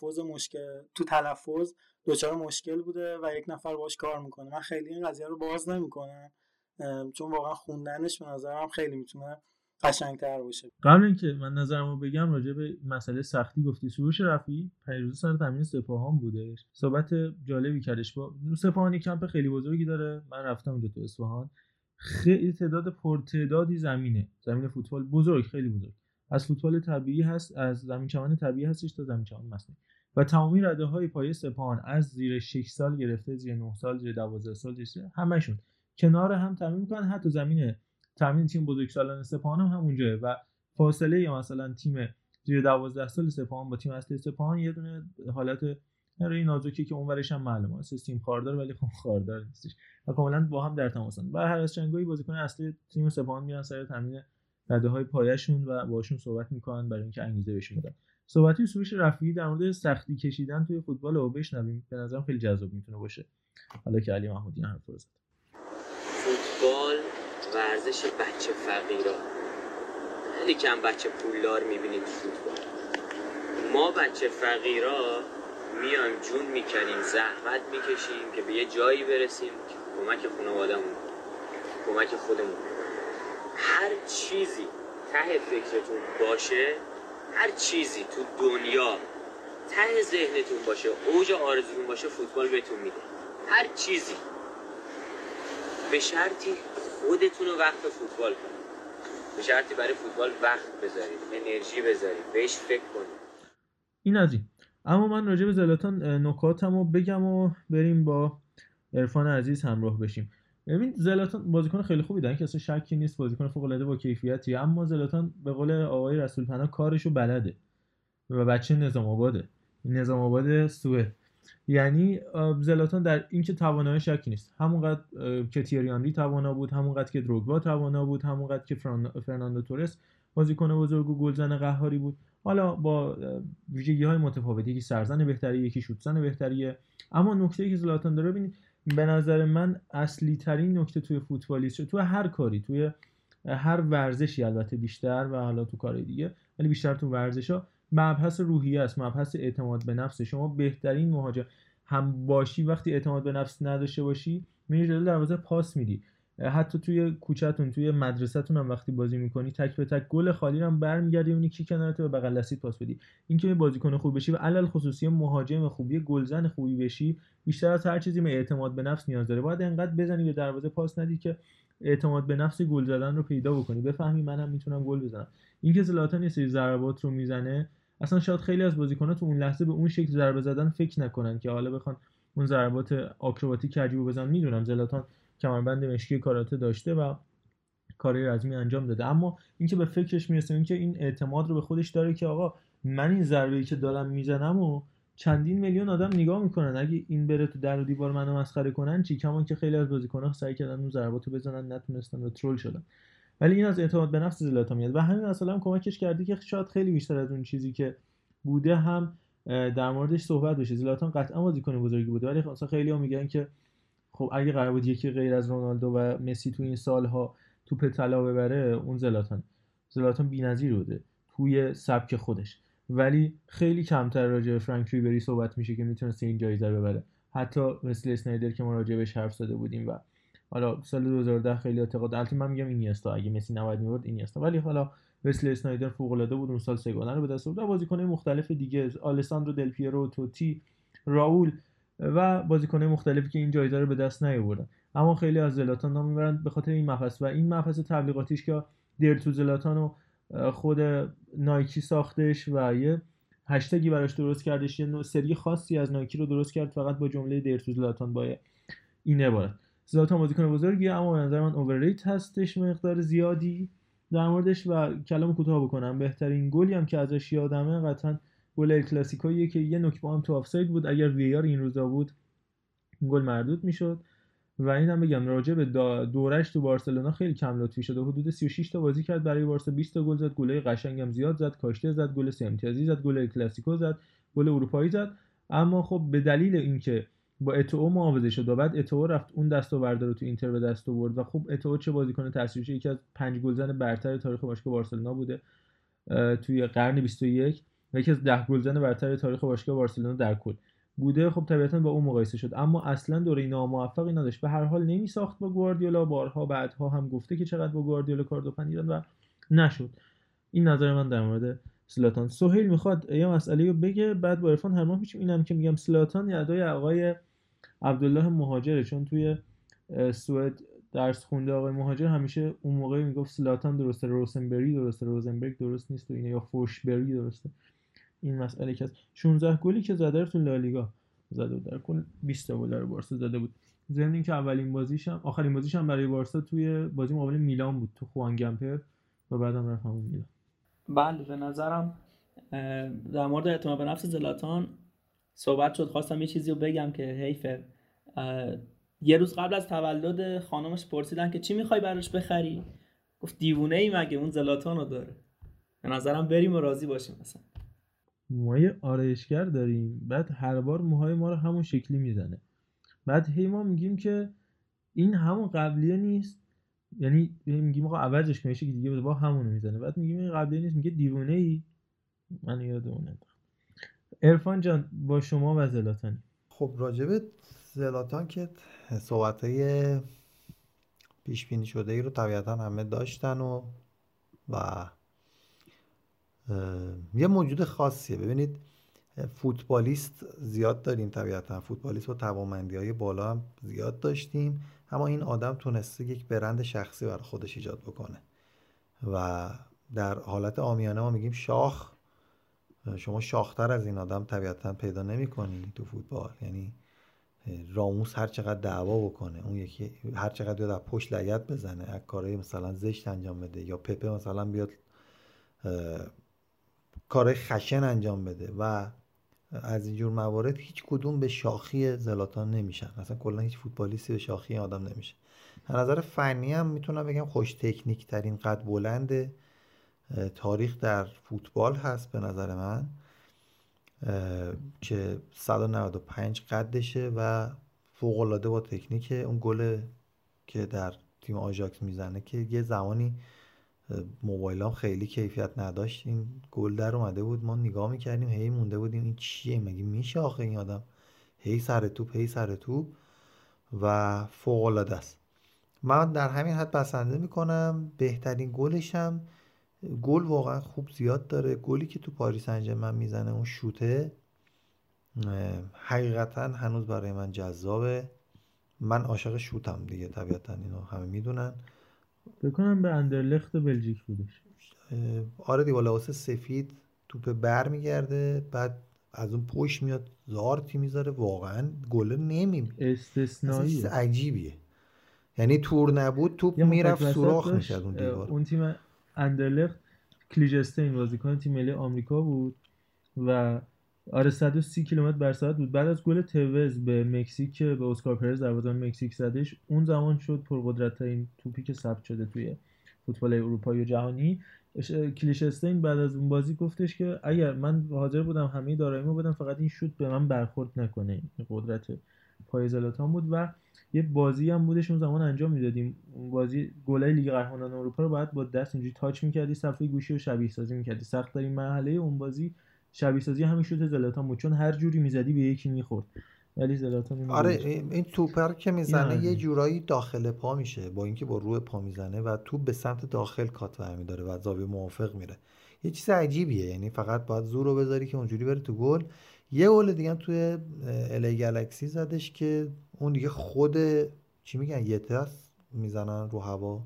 تو تلفظ دچار مشکل بوده و یک نفر باش کار میکنه. من خیلی این قضیه رو باز نمیکنم چون واقعا خوندنش به نظرم خیلی میتونه قشنگ‌تر باشه. قبل اینکه من نظرمو بگم راجع به مسئله سختی گفتی، سروش رفیعی پیروز سر تمرین سپاهان بودش، صحبت جالبی کردش. با سپاهان کمپ خیلی بزرگی داره، من رفتم اونجا تو اصفهان، خیلی تعداد پرتعدادی زمین فوتبال بزرگ، خیلی بزرگ، از فوتبال طبیعی هست، از زمین چمن طبیعی هستش تا زمین چمن مصنوعی و تمامی رده‌های پایه سپاهان از زیر 6 سال گرفته زیر 9 سال زیر 12 سال همشون کنار هم تمرین می‌کنن. حتی زمین تمرین تیم بزرگسالان سپاهان هم همونجاست و فاصله یا مثلا تیم زیر 12 سال سپاهان با تیم اصلی سپاهان یه دونه حالت نری نازکی که اونورش هم معلومه است تیم خاردار، ولی خب خاردار نیستش و کاملا با هم در تماسن. و هر از چنگایی بازیکن اصلی تیم سپاهان میان سر تمرین رده‌های پایه‌شون و باشون صحبت میکنن برای اینکه انگیزه بهشون بدن. صحبتی سروش رفیعی در مورد سختی کشیدن توی فوتبال رو بشنویم، به نظرم خیلی جذاب میتونه باشه. حالا که علی محمودی هم حرف زد. فوتبال ورزش بچه فقیرا، خیلی کم بچه پولدار میبینید فوتبال. ما بچه فقیرا میایم جون میکنیم، زحمت میکشیم که به یه جایی برسیم که کمک خانواده‌مون، کمک خودمون. هر چیزی ته فکرتون باشه، هر چیزی تو دنیا ته ذهنتون باشه، اوج آرزوتون باشه، فوتبال بهتون میده. هر چیزی، به شرطی خودتون رو وقت فوتبال کنید، به شرطی برای فوتبال وقت بذارید، انرژی بذارید، بهش فکر کنید. این از این. اما من راجع به زلاتان نکاتمو بگم و بریم با عرفان عزیز همراه بشیم. ببین زلاتان بازیکن خیلی خوبی داره که اصلا شکی نیست، بازیکن فوق العاده با کیفیتی، اما زلاتان به قول آقای رسولپناه کارشو بلده و بچه نظام آباد سوئد. یعنی زلاتان در این که توانایی شکی نیست، همونقدر که تیری آنری توانا بود، همونقدر که دروگبا توانا بود، همونقدر که فرناندو تورس بازیکن بزرگ و گلزن قهاری بود، حالا با ویژگی‌های متفاوتی، یکی سرزن بهتری، یکی شوتزن بهتریه. اما نکته‌ای که زلاتان داره ببینید، به نظر من اصلی ترین نکته توی فوتبالیست، توی هر کاری، توی هر ورزشی البته بیشتر و حالا تو کارهای دیگه، ولی بیشتر تو ورزش‌ها مبحث روحیه است، مبحث اعتماد به نفس. شما بهترین مهاجم هم باشی، وقتی اعتماد به نفس نداشته باشی میری جلوی دروازه پاس میدی. حتی توی کوچه‌تون، توی مدرسه‌تون هم وقتی بازی می‌کنی تک به تک گل خالی هم برمیگردی اونی کی کنارت به بغل دستیت پاس بدی. اینکه بازیکن خوب بشی و علل خصوصی مهاجم خوبی، گلزن خوبی بشی، بیشتر از هر چیزی به اعتماد به نفس نیاز داره. باید انقدر بزنی به دروازه پاس ندی که اعتماد به نفس گل زدن رو پیدا بکنی، بفهمی منم میتونم گل بزنم. اینکه زلاتان یه سری ضربات رو میزنه، اصلا شاید خیلی از بازیکن‌ها تو اون لحظه به اون شکل ضربه زدن فکر نکنن که حالا بخوان اون ضربات آکروباتیک عجیبو بزنن. میدونم زلاتان کمربند مشکی کاراته داشته و کارهای رزمی انجام داده، اما اینکه به فکرش میرسه، اینکه این اعتماد رو به خودش داره که آقا من این ضربه‌ای که دارم میزنم و چندین میلیون آدم نگاه میکنن، اگه این بره تو در و دیوار منو مسخره کنن چی؟ کمان که خیلی از بازیکن‌ها سعی کردن اون ضرباتو بزنن نتونستن و ترول شدن. ولی این از اعتماد به نفس زلاتان میاد و همین مثلا کمکش کرده که شاید خیلی بیشتر از اون چیزی که بوده هم در موردش صحبت بشه. زلاتان قطعا بازیکن بزرگی بوده، ولی مثلا خیلی‌ها میگن که خب اگه قرار بود یکی غیر از رونالدو و مسی تو این سالها توپ طلا ببره، اون زلاتان بی‌نظیر بوده توی سبک خودش. ولی خیلی کمتر راجع به فرانک ریبری صحبت میشه که میتونسته این جایزه رو ببره، حتی مثل اسنایدر که ما راجع بهش حرف زده بودیم. و حالا سال 2010 خیلی اعتقاد، البته من میگم اینیستا، اگه مسی 90 میورد اینیستا، ولی حالا مثل اسنایدر فوق العاده بود اون سال، سگانه رو به دست آورد. بازیکن‌های مختلف دیگه، آلساندرو دل پیرو، توتی، راول و بازیکن‌های مختلفی که این جایزه رو به دست نیاوردن، اما خیلی از زلاتان نام میبرن به خاطر این مبحث و این مبحث تبلیغاتیش که دیر تو زلاتانو خود نایکی ساختش و یه هشتگی براش درست کردش، یه سری خاصی از نایکی رو درست کرد فقط با جمله دیر تو زلاتان، با این عبارت. زلاتان بازیکن بزرگیه اما به نظر من اوورریت هستش مقدار زیادی در موردش. و کلام کوتاه بکنم، بهترین گلی هم که ازش یادمه قطعا گل ال کلاسیکویه که یه نوک هم تو آفساید بود، اگر وی آر این روزا بود گل مردود میشد. و اینم بگم راجع به دورش تو بارسلونا خیلی کم لطفی شده، حدود 36 تا بازی کرد برای بارسا، 20 تا گل زد، گلای قشنگم زیاد زد، کاشته زد، گل سه امتیازی زد، گل کلاسیکو زد، گل اروپایی زد. اما خب به دلیل اینکه با اتو معاوضه شد و بعد اتو رفت اون دستاورد رو تو اینتر به دست آورد و خب اتو چه بازیکن تاثیرگذار، یکی از 5 گلزن برتر تاریخ باشگاه بارسلونا بوده توی قرن 21 و یکی از 10 گلزن برتر تاریخ باشگاه بارسلونا در کل بوده. خب طبیعتاً با اون مقایسه شد، اما اصلا دوره ناموفقی نداشت. به هر حال نمیساخت با گواردیولا، بارها بعدها هم گفته که چقدر با گواردیولا کار دوپنیدن و نشد. این نظر من در مورد زلاتان. سهیل میخواد یه مسئله رو بگه، بعد با عرفان همراه میشیم. اینم که میگم زلاتان یادای آقای عبدالله مهاجره، چون توی سوئد درس خونده آقای مهاجر، همیشه اون موقع میگفت زلاتان درسته، روسنبری درسته، روزنبرگ درست نیست و اینا، یا فورشبری درسته. این مسئله که از 16 گلی که زده تو لالیگا زده بود، در کل 20 گل برای بارسا زده بود. ضمن اینکه آخرین بازیش هم برای بارسا توی بازی مقابل میلان بود تو خوان گمپر و بعدم رفت همون میلان. بله به نظرم در مورد اعتماد به نفس زلاتان صحبت شد، خواستم یه چیزی رو بگم که حیفه. یه روز قبل از تولد خانمش پرسیدن که چی میخوای براش بخری، گفت دیوونه ای مگه اون زلاتانو داره. به نظرم بریم و راضی باشیم. مثلا ما یه آرایشگر داریم، بعد هر بار موهای ما رو همون شکلی میزنه، بعد هی ما میگیم که این همون قبلیه نیست، یعنی میگیم آقا عوضش کنه یکی دیگه با همونو میزنه، بعد میگیم این قبلیه نیست، میگه دیوونه ای. من یادمونه. عرفان جان با شما و زلاتان. خب راجب زلاتان که صحبتای پیش بینی شده ای رو طبیعتا همه داشتن و یه موجود خاصیه. ببینید فوتبالیست زیاد داریم طبیعتا، فوتبالیست با توانمندی‌های بالا هم زیاد داشتیم، اما این آدم تونسته یک برند شخصی برای خودش ایجاد بکنه و در حالت عامیانه ما میگیم شاخ. شما شاختر از این آدم طبیعتا پیدا نمی‌کنی تو فوتبال. یعنی راموس هر چقدر دعوا بکنه، اون یکی هر چقدر بیاد از پشت لگد بزنه، از کارهای مثلا زشت انجام بده، یا پپه مثلا بیاد کارهای خشن انجام بده و از اینجور موارد، هیچ کدوم به شاخی زلاتان نمیشن. اصلا کلا هیچ فوتبالیستی به شاخی این آدم نمیشه. از نظر فنی هم میتونم بگم خوش تکنیک ترین قد بلند تاریخ در فوتبال هست به نظر من، که 195 قدشه و فوق‌العاده با تکنیک. اون گل که در تیم آژاکس میزنه که یه زمانی موبایلام خیلی کیفیت نداشت، این گل در اومده بود، ما نگاه میکردیم هی مونده بودیم این چیه، مگه میشه آخه این آدم هی سر توپ و فوق‌العاده است. من در همین حد بسنده میکنم. بهترین گلش هم، گل واقعا خوب زیاد داره، گلی که تو پاریس سن ژرمن میزنه اون شوته حقیقتا هنوز برای من جذابه. من عاشق شوتم دیگه طبیعتا، اینو همه میدونن. بکنم به اندرلخت بلژیک بودش. آره دیگه، لباس سفید توپ بر میگرده، بعد از اون پشت میاد زارتی میذاره، واقعا گل استثنایی عجیبیه. یعنی تور نبود توپ میرفت سوراخ میشد اون دیوار. اون تیم اندرلخت کلیجستین بازیکن تیم ملی آمریکا بود و آره 130 کیلومتر بر ساعت بود. بعد از گل توز به مکزیک به اسکار پرز دروازه‌بان مکزیک زدش، اون زمان شد پرقدرت‌ترین توپی که ثبت شده توی فوتبال اروپایی و جهانی. کلیشستین بعد از اون بازی گفتش که اگر من حاضر بودم همه داراییمو بدم فقط این شوت به من برخورد نکنه. این قدرت پای زلاتان بود و یه بازی هم بودش اون زمان انجام میدادیم. اون بازی گلای لیگ قهرمانان اروپا رو باید با دست اینجوری تاچ میکردی، صفحه گوشی رو شبیه سازی میکردی. سخت ترین مرحله اون بازی شبیه سازی همین شوت زلاتان بود، چون هر جوری میزدی به یکی میخورد. ولی زلاتان آره این توپر که میزنه یه جورایی داخل پا میشه، با اینکه با روی پا میزنه و توپ به سمت داخل کات برمی‌داره و زاویه موافق میره. یه چیز عجیبیه، یعنی فقط باید زور رو بذاری که اونجوری بره تو گل. یه گل دیگه توی الی گالاکسی زدش که اون دیگه خود چی میگن یتس میزنن رو هوا،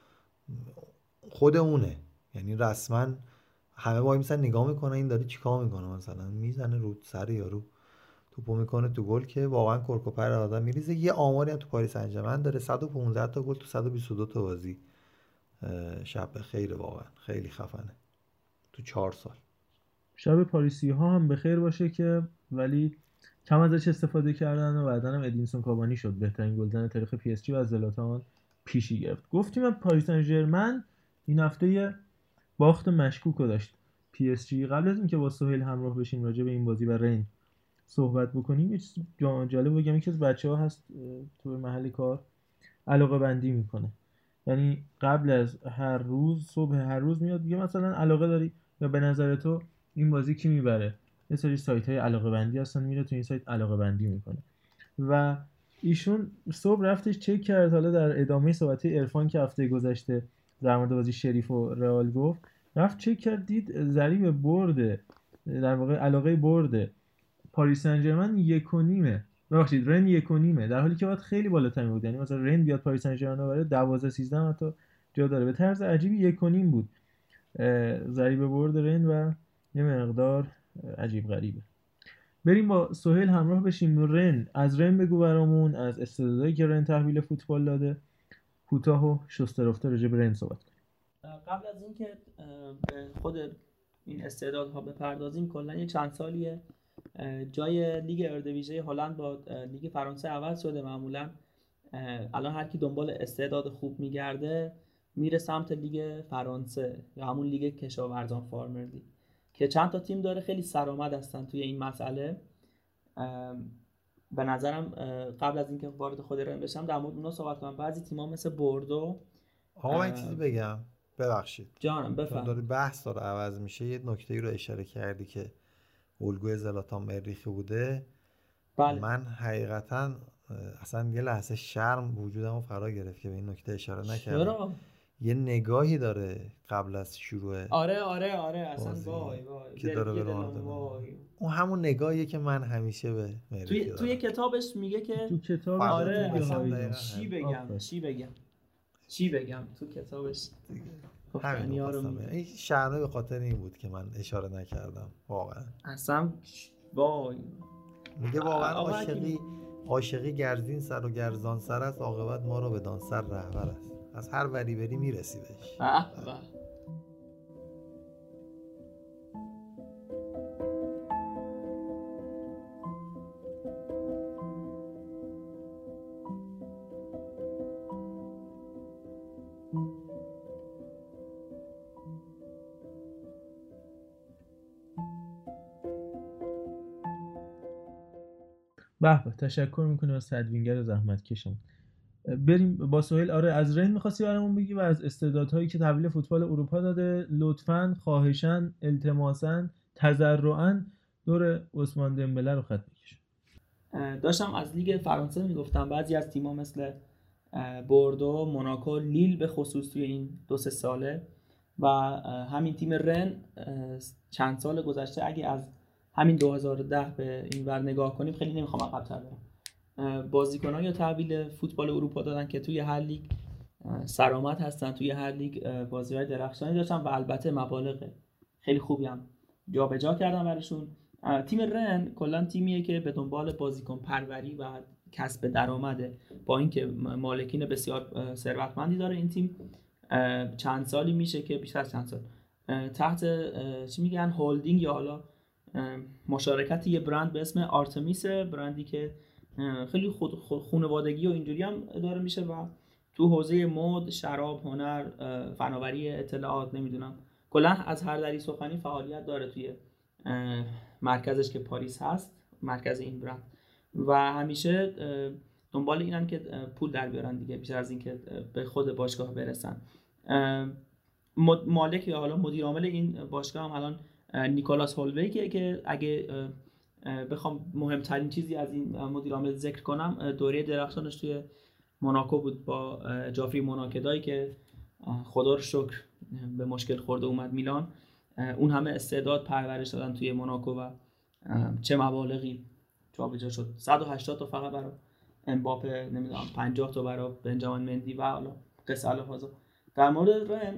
خود اونه، یعنی رسما همه وای میسن نگاه میکنن این داره چیکار میکنه، مثلا میزنه رو سر یارو توپو میکنه تو گل که واقعا کرکوپر آدم میریزه. یه آماری هم تو پاریس سن ژرمن داره، 115 تا گل تو 122 تا بازی. شب بخیر، واقعا خیلی خفنه تو 4 سال. شب پاریسی ها هم بخیر باشه که ولی کم ازش استفاده کردن و بعدن هم ادینسون کاوانی شد بهترین گلزن تاریخ پی اس جی و از زلاتان پیشی گرفت. گفتیم پاریس سن ژرمن این هفته یه باخت مشکوک داشت پی اس جی. قبل از اینکه با سهیل همراه بشیم راجع به این بازی و رین صحبت بکنیم یه چیز جالب بگم. یکی از بچه‌ها هست تو محل کار علاقه بندی میکنه، یعنی قبل از هر روز صبح هر روز میاد میگه مثلا علاقه داری یا به نظر تو این بازی کی میبره. یه سری سایت‌های علاقه بندی هستن، میره تو این سایت علاقه بندی میکنه و ایشون صبح رفتش چک کرد. حالا در ادامه صحبت عرفان که هفته گذشته در مورد بازی شریف و رئال گفت، رفت چک کرد دید ضریب برد، در واقع علاقه برد پاریس سن ژرمن 1.5، ببخشید رن 1.5، در حالی که باید خیلی بالاتر بود. یعنی مثلا رن بیاد پاریس سن ژرمن رو بره 12-13 حتی جا داره. به طرز عجیبی 1.5 بود ضریب برد رن و یه مقدار عجیب غریبه. بریم با سهیل همراه بشیم. رن، از رن بگو برامون، از استعدادایی که رن تحویل فوتبال داده کوتاه و شسته رفته راجع به رن صحبت کنیم. قبل از اینکه به خود این استعدادها بپردازیم، کلا یه چند سالیه جای لیگ اردویژه هلند با لیگ فرانسه عوض شده. معمولا الان هر کی دنبال استعداد خوب میگرده میره سمت لیگ فرانسه یا همون لیگ کشاورزان فارمر لیگ که چند تا تیم داره خیلی سرآمد هستن توی این مسئله. به نظرم قبل از اینکه وارد خود رن بشم در مورد اونها صحبت کنم. بعضی تیم‌ها مثل بوردو. آقا من چیزی بگم، ببخشید جانم بفهم. داره بحث داره عوض میشه. یه نکته‌ای رو اشاره کردی که الگوی زلاتان مریخی بوده. بله. من حقیقتا اصلا یه لحظه شرم وجودمو فرا گرفت که به این نکته اشاره نکردم. چرا؟ یه نگاهی داره قبل از شروع آره اصلا وای که داره به رونالدو. اون همون نگاهیه که من همیشه به مریخی دارم. توی کتابش میگه که تو کتاب چی بگم تو کتابش همین این شرمه به خاطر این بود که من اشاره نکردم. واقعا اصلا وای میگه واقعا عاشقی گرزین سر و گرزان سر است، عاقبت ما رو به دان سر رهبر است. از هر وری بری میرسی بهش. به تشکر میکنیم از تدوینگر زحمت کشمون. بریم با سهیل. آره از رن می‌خواستی برامون بگی و از استعدادهایی که تحویل فوتبال اروپا داده. لطفاً خواهشاً التماساً تضرعاً دور عثمان دمبله رو خط بکش. داشتم از لیگ فرانسه میگفتم. بعضی از تیم‌ها مثل بوردو، موناکو، لیل به خصوص توی این 2-3 ساله و همین تیم رن چند سال گذشته اگه از همین 2010 به این ور نگاه کنیم خیلی نمیخوام عقب‌تر برم. بازیکن‌ها یا تحویل فوتبال اروپا دادن که توی هر لیگ سرآمد هستن، توی هر لیگ بازی‌های درخشانی داشتن و البته مبالغ خیلی خوبی هم جابجا کردن براشون. تیم رن کلا تیمیه که به دنبال بازیکن پروری و کسب درآمده، با اینکه مالکین بسیار ثروتمندی داره این تیم. چند سالی میشه که بیشتر از چند سال تحت چی میگن هولدینگ یا حالا مشارکت یه برند به اسم آرتمیس، برندی که خیلی خانوادگی و اینجوری هم اداره میشه و تو حوزه مد، شراب، هنر، فناوری اطلاعات، نمیدونم کلا از هر دری سخنی فعالیت داره توی مرکزش که پاریس هست، مرکز این برند، و همیشه دنبال اینن که پول در بیارن دیگه، بیشتر از این که به خود باشگاه برسن. مالک یا حالا مدیر عامل این باشگاه هم الان نیکولاس هولبیکه که اگه بخوام مهمترین چیزی از این مدیر عامل ذکر کنم دوره درخشانش توی موناکو بود با جافری موناکدایی که خدا رو شکر به مشکل خورده اومد میلان. اون همه استعداد پرورش دادن توی موناکو و چه مبالغی جابجا شد، 180 تا فقط برای امباپه، نمیدونم 50 تا برای بنجامین مندی و حالا قصه الهازا. در مورد رن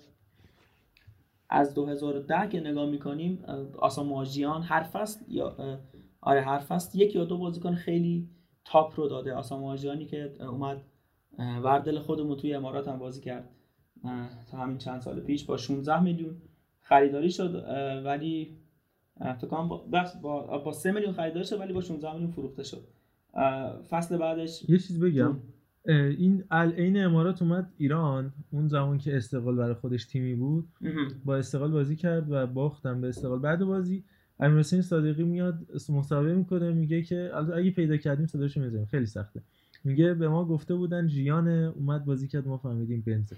از 2010 که نگاه میکنیم آسامواژیان هر فصل هر فصل یک یا دو بازیکن خیلی تاپ رو داده. آسامواژیانی که اومد وردل خودمون توی امارات هم بازی کرد تا همین چند سال پیش با 16 میلیون خریداری شد، ولی فکر کنم با 3 میلیون خریداری شد ولی با 16 میلیون فروخته شد. فصل بعدش یه چیز بگم، این العین امارات اومد ایران اون زمان که استقلال برای خودش تیمی بود، با استقلال بازی کرد و باختن به استقلال. بعد بازی امیرحسین صادقی میاد مصاحبه میکنه، میگه که اگه پیدا کردیم صداشو میزنیم، خیلی سخته. میگه به ما گفته بودن ژیان اومد بازی کرد ما فهمیدیم بنز.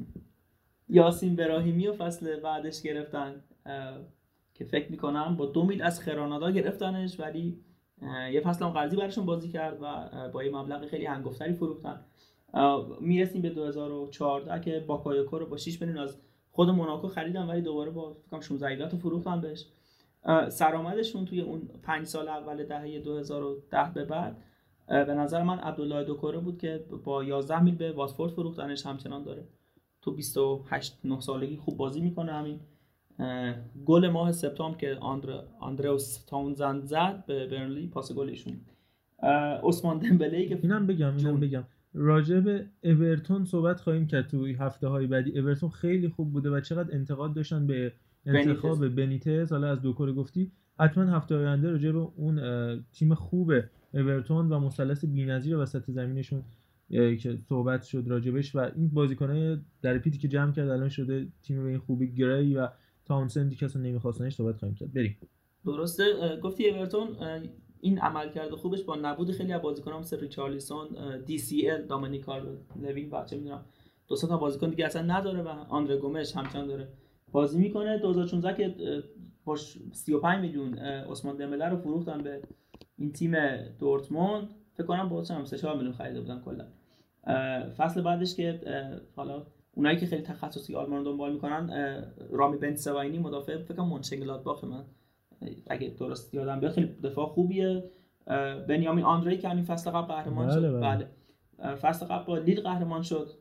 یاسین براهیمی و فصل بعدش گرفتن که فکر میکنم با 2 میل از خرانادا گرفتنش، ولی یه فصل هم قرضی براشون بازی کرد و با یه مبلغ خیلی هنگفتری فروختن. میرسیم به 2014 که باکایوکو رو با 6 میلیون از خود موناکو خریدن، ولی دوباره با فکر کنم 16 میلیون فروختن بهش. سرآمدشون توی اون 5 سال اول دهه 2010 به بعد به نظر من عبدالله دوکوره بود که با 11 میلیون به واتفورد فروختنش، همچنان داره تو 28-9 سالگی خوب بازی میکنه. همین گل ماه سپتامبر که آندروس تاونزند زد به برنلی پاس گلشون. عثمان دمبله که اینم بگم راجع به اورتون صحبت خواهیم کرد توی هفته‌های بعدی. اورتون خیلی خوب بوده و چقدر انتقاد داشتن به انتخاب بنیتز. حالا از دوکوره گفتی، حتما هفته آینده راجع به اون تیم خوب اورتون و مثلث بی‌نظیر وسط زمینشون که صحبت شد راجبش و این بازیکنای در پیتی که جمع کرد الان شده تیم به این خوبی. گری و تاونسندی که اصلا نمیخواستنش صحبت خواهیم کرد. بریم. درسته گفتی اورتون این عملکرد خوبش با نبود خیلی از بازیکن‌ها مثل ریچارلیسون، DCL، دامینیک کارل-لوین و چه می‌دونم دو تا بازیکن دیگه اصلا نداره و آندره گومش همچنان داره بازی میکنه. 2016 که با 35 میلیون عثمان دمبله رو فروختن به این تیم دورتموند، فکر کنم با 3-4 میلیون خریده بودن کلا. فصل بعدش که حالا اونایی که خیلی تخصصی آلمان رو دنبال میکنن، رامی بنتسواینی مدافع فکر کنم مونشنگلادباخ، من اگه درست یادم بیاد خیلی دفاع خوبیه. بنیامین آندری که همین فصل قبل قهرمان شد، بله فصل قبل با لیل قهرمان شد.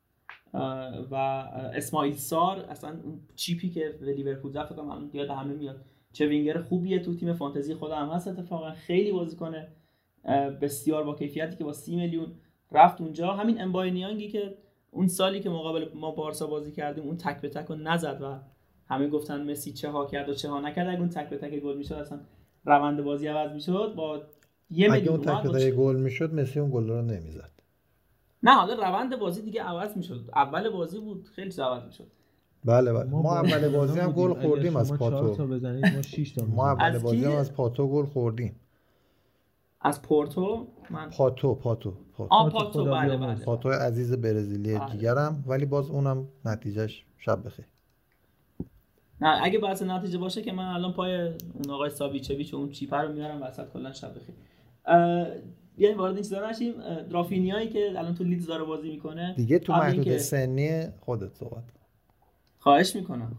و اسماعیل سار اصلا اون چیپی که به لیورپول زد فکر کنم یاد همه میاد، چه وینگر خوبیه، تو تیم فانتزی خودم هست اتفاقا، خیلی بازیکن بسیار با کیفیتی که با 30 میلیون رفت اونجا. همین امباینیانگی که اون سالی که مقابل ما بارسا بازی کردیم اون تک به تک رو نزد و همه گفتن مسی چه ها کرد و چه ها نکرد، اگه اون تک به تک گل میشد اصلا روند بازی عوض میشد. با 1 میلیون اگه اون تک به تک گل میشد مسی اون گل رو نمیزد. نه حالا روند بازی دیگه عوض میشد، اول بازی بود خیلی عوض میشد. بله ما اول بازی هم گل خوردیم از پاتو. 4 تا بزنید ما 6 تا. ما اول بازی هم از پاتو گل خوردیم. از پورتو پاتو بله پاتو عزیز برزیلی دیگرم، ولی باز اونم نتیجهش شب بخیر. نه اگه بحث نتیجه باشه که من الان پای اون آقای ساویچویچ و اون چیپر رو میارم وسط، کلا شب بخیر. یعنی وارد این چیزا نشیم. رافینیایی که الان تو لیدز داره بازی میکنه دیگه تو محدود سنی خودت صحبت کن. خواهش میکنم.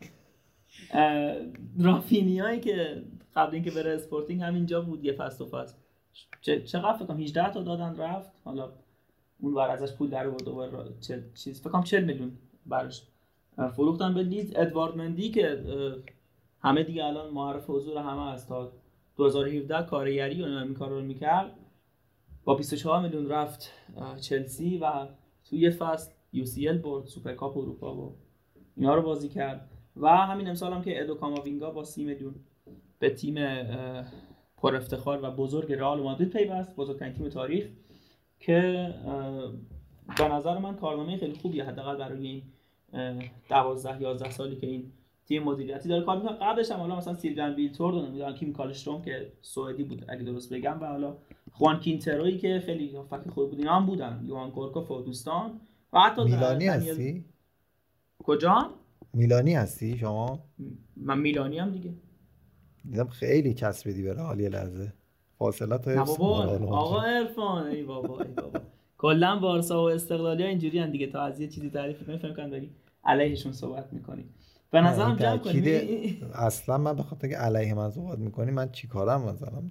رافینیایی که قبل اینکه بره اسپورتینگ همینجا بود یه فصل و فصل چقدر فکر کنم 18 تا دادن رفت، حالا اون ور ازش پول در آورد دوباره چیز فکر کنم 40 میلیون براش فروختن به لیدز. ادوارد مندی که همه دیگه الان معرف حضور همه است، تا 2017 کارگری و این کارا رو میکرد، با 24 میلیون رفت چلسی و توی یه فصل UCL برد، سوپرکاپ اروپا و اینا رو بازی کرد. و همین امسال هم که ادو کاماوینگا با 30 میلیون به تیم پر افتخار و بزرگ رئال مادرید پیوست، بزرگترین تیم تاریخ، که به نظر من کارنامه خیلی خوبیه حداقل برای این 12-11 سالی که این تیم مدیریتی داره کار میکنه. قبلش هم حالا مثلا سیلوان ویلتورد و نمیدونم کیم کالشتروم که سوئدی بود اگه درست بگم، و حالا خوان کینتروی که خیلی فکر خوب بود، اینا هم بودن، یوهان گورکوف و دوستان. و حتی میلانی هستی؟ کجا؟ میلانی هستی شما؟ من میلانی هم دیگه. دیدم خیلی چسبیدی به رئال یه لحظه. فاصلات آقا عرفان ای بابا کلا بارسا و استقلالیا اینجوری ان دیگه، تا از یه چیزی تعریف می‌کنی فکر کنن داری علیهشون صحبت می‌کنی. به نظرم جمع کنی اصلا من به خاطر که علیه من صحبت می‌کنی من چیکارم مثلا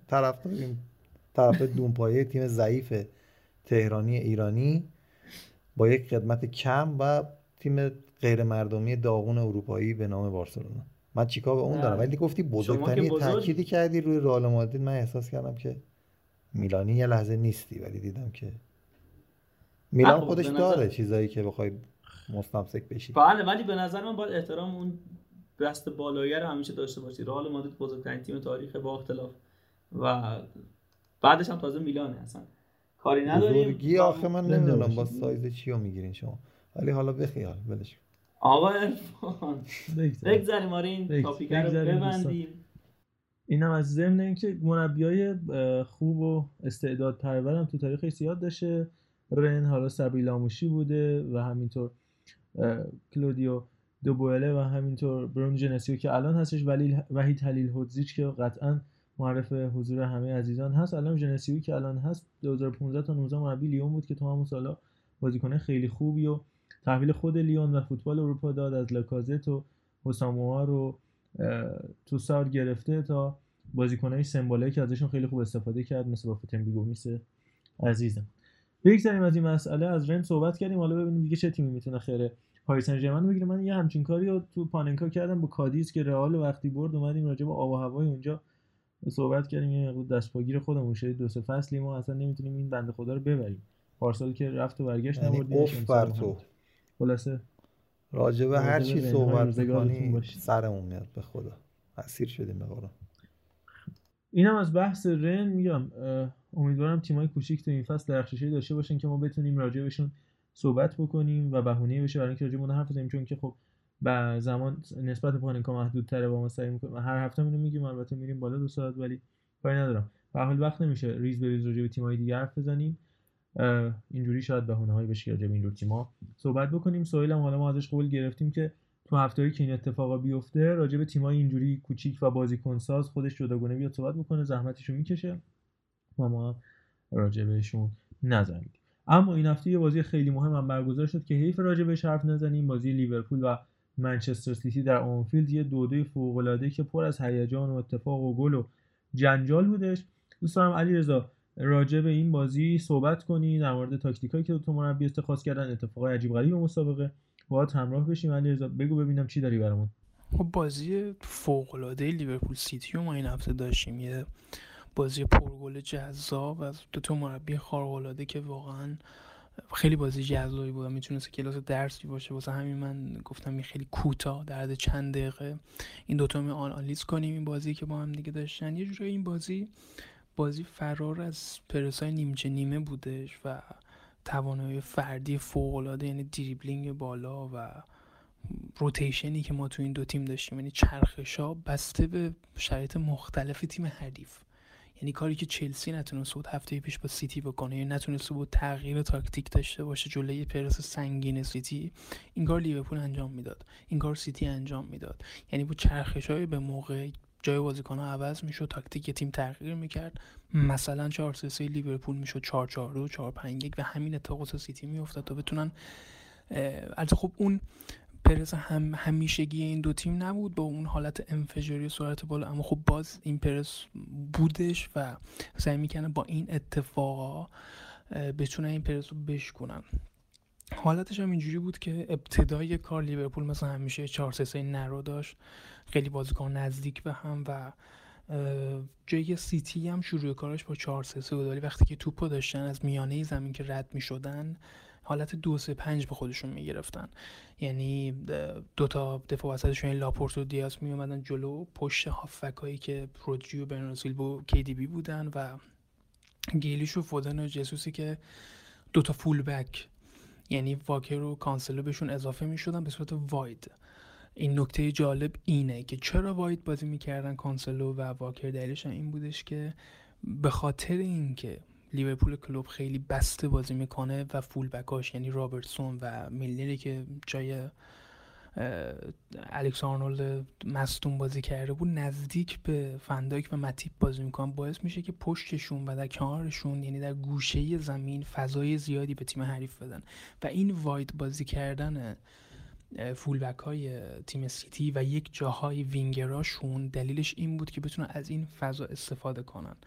طرف دونپایه تیم ضعیف تهرانی ایرانی با یک خدمت کم و تیم غیر مردمی داغون اروپایی به نام بارسلونا، من چیکار به اون دارم؟ ولی گفتی بزرگترین تأکیدی کردی روی رئال مادرید، من احساس کردم که میلانی یه لحظه نیستی، ولی دیدم که میلان خودش داره چیزایی که بخوای مستمسک بشی. بله، ولی به نظر من باید احترام اون دست بالایی رو همیشه داشته باشی. رئال مادرید بزرگترین تیم تاریخ با اختلاف، و بعدش هم تازه میلانه، اصلا کاری نداریم. بزرگی آخه من نمیدونم با سایز چی رو میگیرین شما، ولی حالا بخیال ولش. آقا عرفان بگذاریم این تاپیک رو ببندیم. اینم از ضمن اینکه مربیای خوب و استعداد پرورم تو تاریخ زیاد داشته. رن حالا سبیل آموشی بوده و همینطور کلودیو دوبوئله و همینطور برونو جنسیو که الان هستش، ولی وحید هلیل هودزیچ که قطعا معرف حضور همه عزیزان هست. الان جنسیو که الان هست 2015 تا 19 مربی لیون بود که تو همون سالا بازیکن خیلی خوبی و تحویل خود لیون و فوتبال اروپا داد، از لاکازت و حساموها رو تو سال گرفته تا بازیکنای سمبولایی که ازشون خیلی خوب استفاده کرد، مثل بافتن بیگومیس عزیزم. بگذاریم از این مسئله. از رن صحبت کردیم، حالا ببینیم دیگه چه تیمی میتونه خیره پاریس سن ژرمن بگیره. من یه همچین کاری رو تو پاننکا کردم با کادیز که رئال وقتی برد اومدیم راجع به آب و هوای اونجا صحبت کردیم، یه مقدار دستپاگیر خودمون شد. 2 فصلی ما اصلا نمیتونیم این بنده خدا رو ببریم. پارسال که رفت و برگشت نبردیم. خلاصه راجع به هر چی صحبت می‌کنی سرمون میاد، به خدا اسیر شدیم به قرآن. اینم از بحث رن. میگم امیدوارم تیمای کوچیک تو این فصل درخششی داشته باشن که ما بتونیم راجع بهشون صحبت بکنیم و بهونه بشه برای اینکه راجع بهشون حرف بزنیم، چون که خب با زمان نسبت پاننکا محدودتره با ما سعی می‌کنیم هر هفته اینو میگیم، البته میریم بالا 2 ساعت، ولی کاری ندارم. به هر حال وقت نمیشه ریز به ریز راجع به تیمای دیگه حرف بزنیم. اینجوری شاید بهونه‌هایی بشه راجع به اینجور تیم‌ها صحبت بکنیم. سهیل هم حالا ما ازش قول گرفتیم که تو هفته‌ای که این اتفاقا بیفته راجع به تیمای اینجوری کوچیک و بازیکن‌ساز خودش جداگانه بیاد صحبت بکنه، زحمتشو میکشه و ما راجع بهشون نزنیم. اما این هفته یه بازی خیلی مهم هم برگزار شد که حیف راجع بهش حرف نزنیم. بازی لیورپول و منچستر سیتی در آنفیلد، یه 2-2 فوق‌العاده که پر از هیجان و اتفاق و گل و جنجال بودش. دوست دارم علیرضا راجع به این بازی صحبت کنی، در مورد تاکتیکایی که تو مربی اتخاذ کردن، اتفاقای عجیب غریب مسابقه باهات همراه بشیم. علیرضا بگو ببینم چی داری برامون. خب بازی فوق‌العاده لیورپول سیتی رو ما این هفته داشتیم، یه بازی پرگل جذاب از دو تا مربی خارق‌العاده که واقعا خیلی بازی جذابی بود، میتونست کلاس درسی باشه. واسه همین من گفتم خیلی کوتاه در حد چند دقیقه این دوتا رو آنالیز کنیم. این بازی که با هم دیگه داشتن، یه جوری این بازی فرار از پرسای نیمچه نیمه بودش و توانایی فردی فوق‌العاده، یعنی دریبلینگ بالا و روتیشنی که ما تو این دو تیم داشتیم، یعنی چرخشا بسته به شرایط مختلف تیم حریف. یعنی کاری که چلسی نتونست بود هفته پیش با سیتی بکنه، یعنی نتونست بود تغییر تاکتیک داشته باشه جلوی پرس سنگین سیتی، این کار لیورپول انجام میداد، این کار سیتی انجام میداد. یعنی با چرخشای به موقع جای بازیکن‌ها عوض میشد، تاکتیک تیم تغییر میکرد. مثلا 4-3-3 لیورپول میشد 4-4-2 4-5-1 و همین اتفاق سیتی میافتاد تا بتونن. البته خب اون پرس همیشگی این دو تیم نبود با اون حالت انفجاری سرعت بالا، اما خب باز این پرس بودش و سعی میکنن با این اتفاقا بتونن این پرس رو بشکنن. حالتش هم اینجوری بود که ابتدای کار لیورپول مثلا همیشه 4-3-3 نرو داشت، خیلی بازیکن نزدیک به هم و جای سیتی هم شروع کارش با 4-3-3 بود، ولی وقتی که توپو داشتن از میانه زمین که رد میشدن حالت 2-3-5 به خودشون میگرفتن. یعنی دوتا دفاع وسطشون لاپورت و دیاز می اومدن جلو، پشت هافبکایی که رودریگو و برناردو سیلوا و KDB بودن و گیلیش و فودن و جسوسی که دوتا فول بک یعنی واکر و کانسلو بهشون اضافه میشدن به صورت واید. این نکته جالب اینه که چرا واید بازی میکردن کانسلو و واکر، دلیلش این بودش که به خاطر اینکه لیورپول کلوب خیلی بسته بازی میکنه و فول بکاش یعنی رابرتسون و میلنری که جای الکس آرنولد مصدوم بازی کرده بود نزدیک به فندایک و متیپ بازی میکنن، باعث میشه که پشتشون و در کنارشون یعنی در گوشه زمین فضای زیادی به تیم حریف بدن و این واید بازی کردن فول بک های تیم سیتی و یک جاهای وینگراشون دلیلش این بود که بتونن از این فضا استفاده کنن.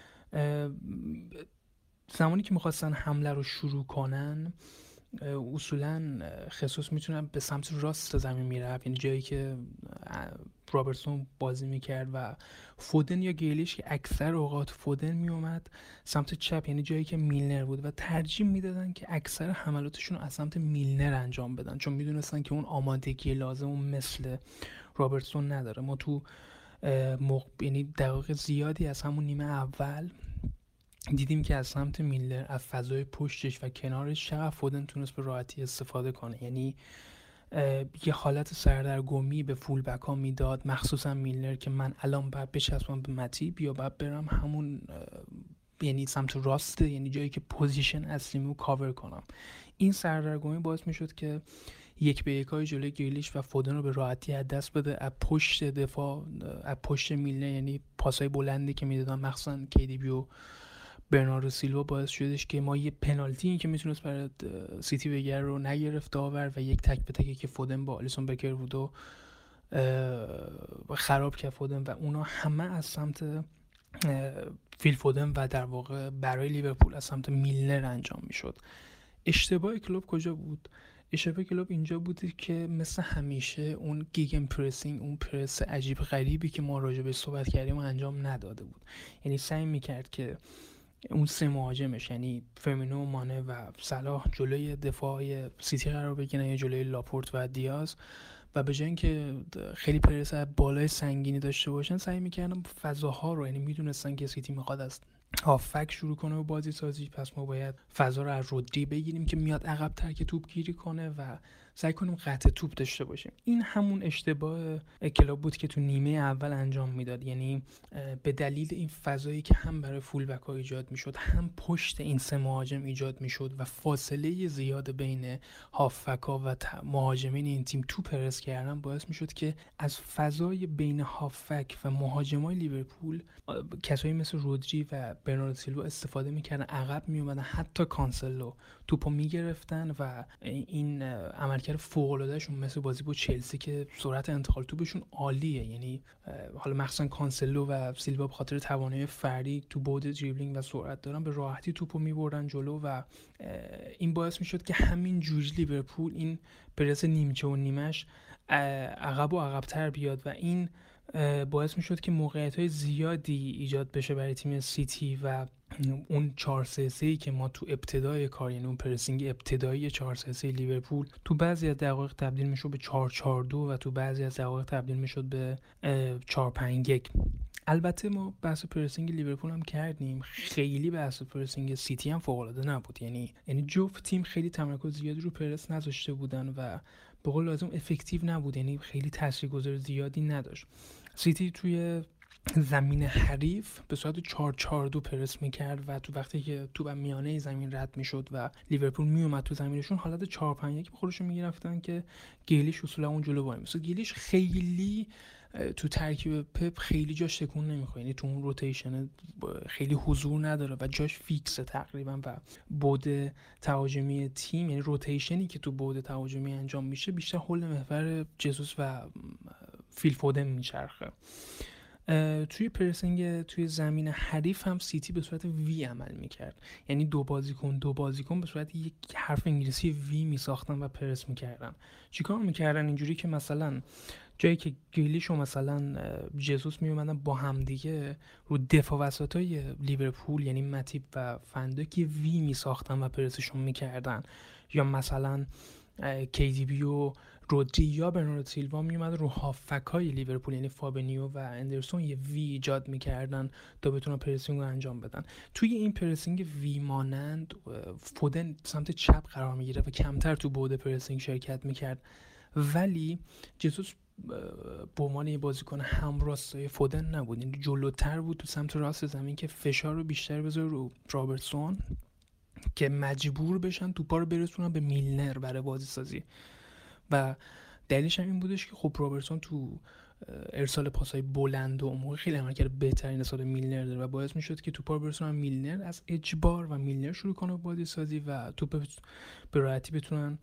زمانی که میخواستن حمله رو شروع کنن اصولا خصوص میتونن به سمت راست زمین میرفت، یعنی جایی که رابرتسون بازی میکرد و فودن یا گیلیش که اکثر اوقات فودن میومد سمت چپ، یعنی جایی که میلنر بود و ترجیح میدادن که اکثر حملاتشون رو از سمت میلنر انجام بدن چون میدونستن که اون آمادگی لازم اون مثل رابرتسون نداره. ما تو یعنی دقایق زیادی از همون نیمه اول دیدیم که از سمت میلنر از فضای پشتش و کنارش چقدر فودن تونست به راحتی استفاده کنه، یعنی یه حالت سردرگمی به فول بک ها میداد، مخصوصا میلنر که من الان باید بچسبم به متیپ یا باید برم همون یعنی سمت راست، یعنی جایی که پوزیشن اصلیمو کاور کنم. این سردرگمی باعث میشد که 1-1 جلوی گریلیش و فودن رو به راحتی از دست بده. از پشت دفاع از پشت میلنر یعنی پاسای بلندی که میدادن مخصوصا KDB و برناردو سیلوا باعث شدش که ما یه پنالتی که میتونست برای سیتی بگیره رو نگرفت داور و یک تک به تکی که فودن با آلیسون بکر بود و خراب کرد فودن و اونا همه از سمت فیل فودن و در واقع برای لیورپول از سمت میلنر انجام میشد. اشتباه کلوب کجا بود؟ اشتباه کلوب اینجا بوده که مثل همیشه اون گیگن پرسینگ، اون پرس عجیب غریبی که ما راجع بهش صحبت کردیم انجام نداده بود. یعنی سعی میکرد که اون سه مهاجمش یعنی فرمینو، مانه و صلاح جلوی دفاع سیتی قرار بگیرن یا جلوی لاپورت و دیاز و به جای اینکه خیلی پرس بالای سنگینی داشته باشن سعی میکردن فضاها رو، یعنی میدونستن که سیتی میخواد از هافک شروع کنه و بازی سازی، پس ما باید فضا رو از رودری بگیریم که میاد عقب تر که توپ گیری کنه و سعی کنیم قطع توپ داشته باشیم. این همون اشتباه کلوب بود که تو نیمه اول انجام میداد، یعنی به دلیل این فضایی که هم برای فول بک ها ایجاد میشد هم پشت این سه مهاجم ایجاد میشد و فاصله زیاد بین هافک ها و مهاجمین این تیم تو پرس کردن باعث میشد که از فضای بین هافک و مهاجمای لیورپول کسایی مثل رودری و برناردو سیلوا استفاده میکردن، عقب میومدن، حتی کانسلو توپو میگرفتن و این عملکرد فوق‌العاده‌شون مثل بازی با چلسی که سرعت انتقال توپشون عالیه، یعنی حالا مخصوصا کانسلو و سیلوا به خاطر توانایی فردی تو بعد دریبلینگ و سرعت دارن به راحتی توپو میبرن جلو و این باعث میشد که همین جوری لیورپول این پرس نیمچه و نیمش عقب و عقب‌تر بیاد و این باعث میشد که موقعیت‌های زیادی ایجاد بشه برای تیم سیتی و اون 4-3-3 که ما تو ابتدای کار، یعنی اون پرسینگ ابتدایی 4-3-3 لیورپول تو بعضی از دقایق تبدیل میشد به 4-4-2 و تو بعضی از دقایق تبدیل میشد به 4-5-1. البته ما بحث پرسینگ لیورپول هم کردیم، خیلی بحث پرسینگ سیتی هم فوق‌العاده نبود، یعنی جفت تیم خیلی تمرکز زیادی رو پرس نذاشته بودن و به قول لازم افکتیو نبود، یعنی خیلی تاثیرگذار زیادی نداشت. سیتی توی زمین حریف به صورت 4-4-2 پرس میکرد و تو وقتی که تو میانه زمین رد میشد و لیورپول میومد تو زمینشون حالت 4-5-1 به خودشون میگرفتن که گیلیش اصولا اون جلو وای میساد. گیلیش خیلی تو ترکیب پپ خیلی جاش تکون نمیخوره، یعنی تو اون روتیشن خیلی حضور نداره و جاش فیکسه تقریبا و بعد تهاجمی تیم، یعنی روتیشنی که تو بعد تهاجمی انجام میشه بیشتر حول محور جزوس و فیل فودن میچرخه. توی پرسینگ توی زمین حریف هم سیتی به صورت وی عمل میکرد، یعنی دو بازیکن به صورت یک حرف انگلیسی وی میساختن و پرس میکردن. چیکار میکردن؟ اینجوری که مثلا جایی که گریلیش و مثلا جزوس میومدن با هم دیگه رو دفاع وسطای لیورپول یعنی متیپ و فندک وی میساختن و پرسشون میکردن، یا مثلا KDB و رودری یا برناردو سیلوا میومد رو هافکای لیورپول یعنی فابینیو و اندرسون یه وی ایجاد میکردن تا بتونن پرسینگ رو انجام بدن. توی این پرسینگ وی مانند فودن سمت چپ قرار میگیره و کمتر تو بعد پرسینگ شرکت میکرد، ولی جزوس به عنوان یه بازیکن همراستای فودن نبود، یعنی جلوتر بود تو سمت راست زمین که فشار رو بیشتر بذاره رو رابرتسون که مجبور بشن توپا رو برسونن به میلنر برای بازی سازی. و دلیلش هم این بودش که خب رابرتسون تو ارسال پاسای بلند و موقع خیلی عملکرد بهتری نسبت به میلنر داره و باعث میشد که توپا رو برسونن میلنر از اجبار و میلنر شروع کنه بازی سازی و توپ به راحتی بتونن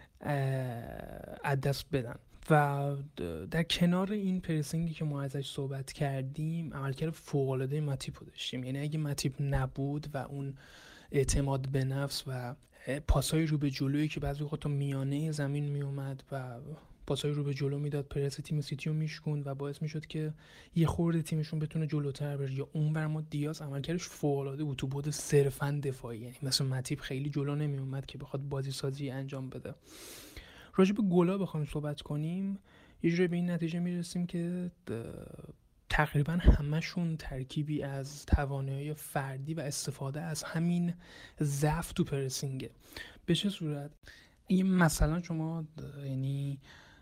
از دست بدن. و در کنار این پرسینگی که ما ازش صحبت کردیم عملکرد فوق‌العاده ماتیپو داشتیم. یعنی اگه ماتیپ نبود و اون اعتماد به نفس و پاسای رو به جلویی که بعضی وقتا میانه زمین میومد و پاسای رو به جلو میداد، پرس تیم سیتی رو میشکوند و باعث میشد که یه خورده تیمشون بتونه جلوتر بره. یا اونور ما دیاز عملکردش فوق‌العاده بود تو بود صرفاً دفاعی، یعنی مثلا ماتیپ خیلی جلو نمیومد که بخواد بازی سازی انجام بده. راجع به گلا بخوایم صحبت کنیم یه جوری به این نتیجه میرسیم که تقریبا همشون ترکیبی از توانایی فردی و استفاده از همین ضعف تو پرسینگه. به چه صورت؟ این مثلا شما یعنی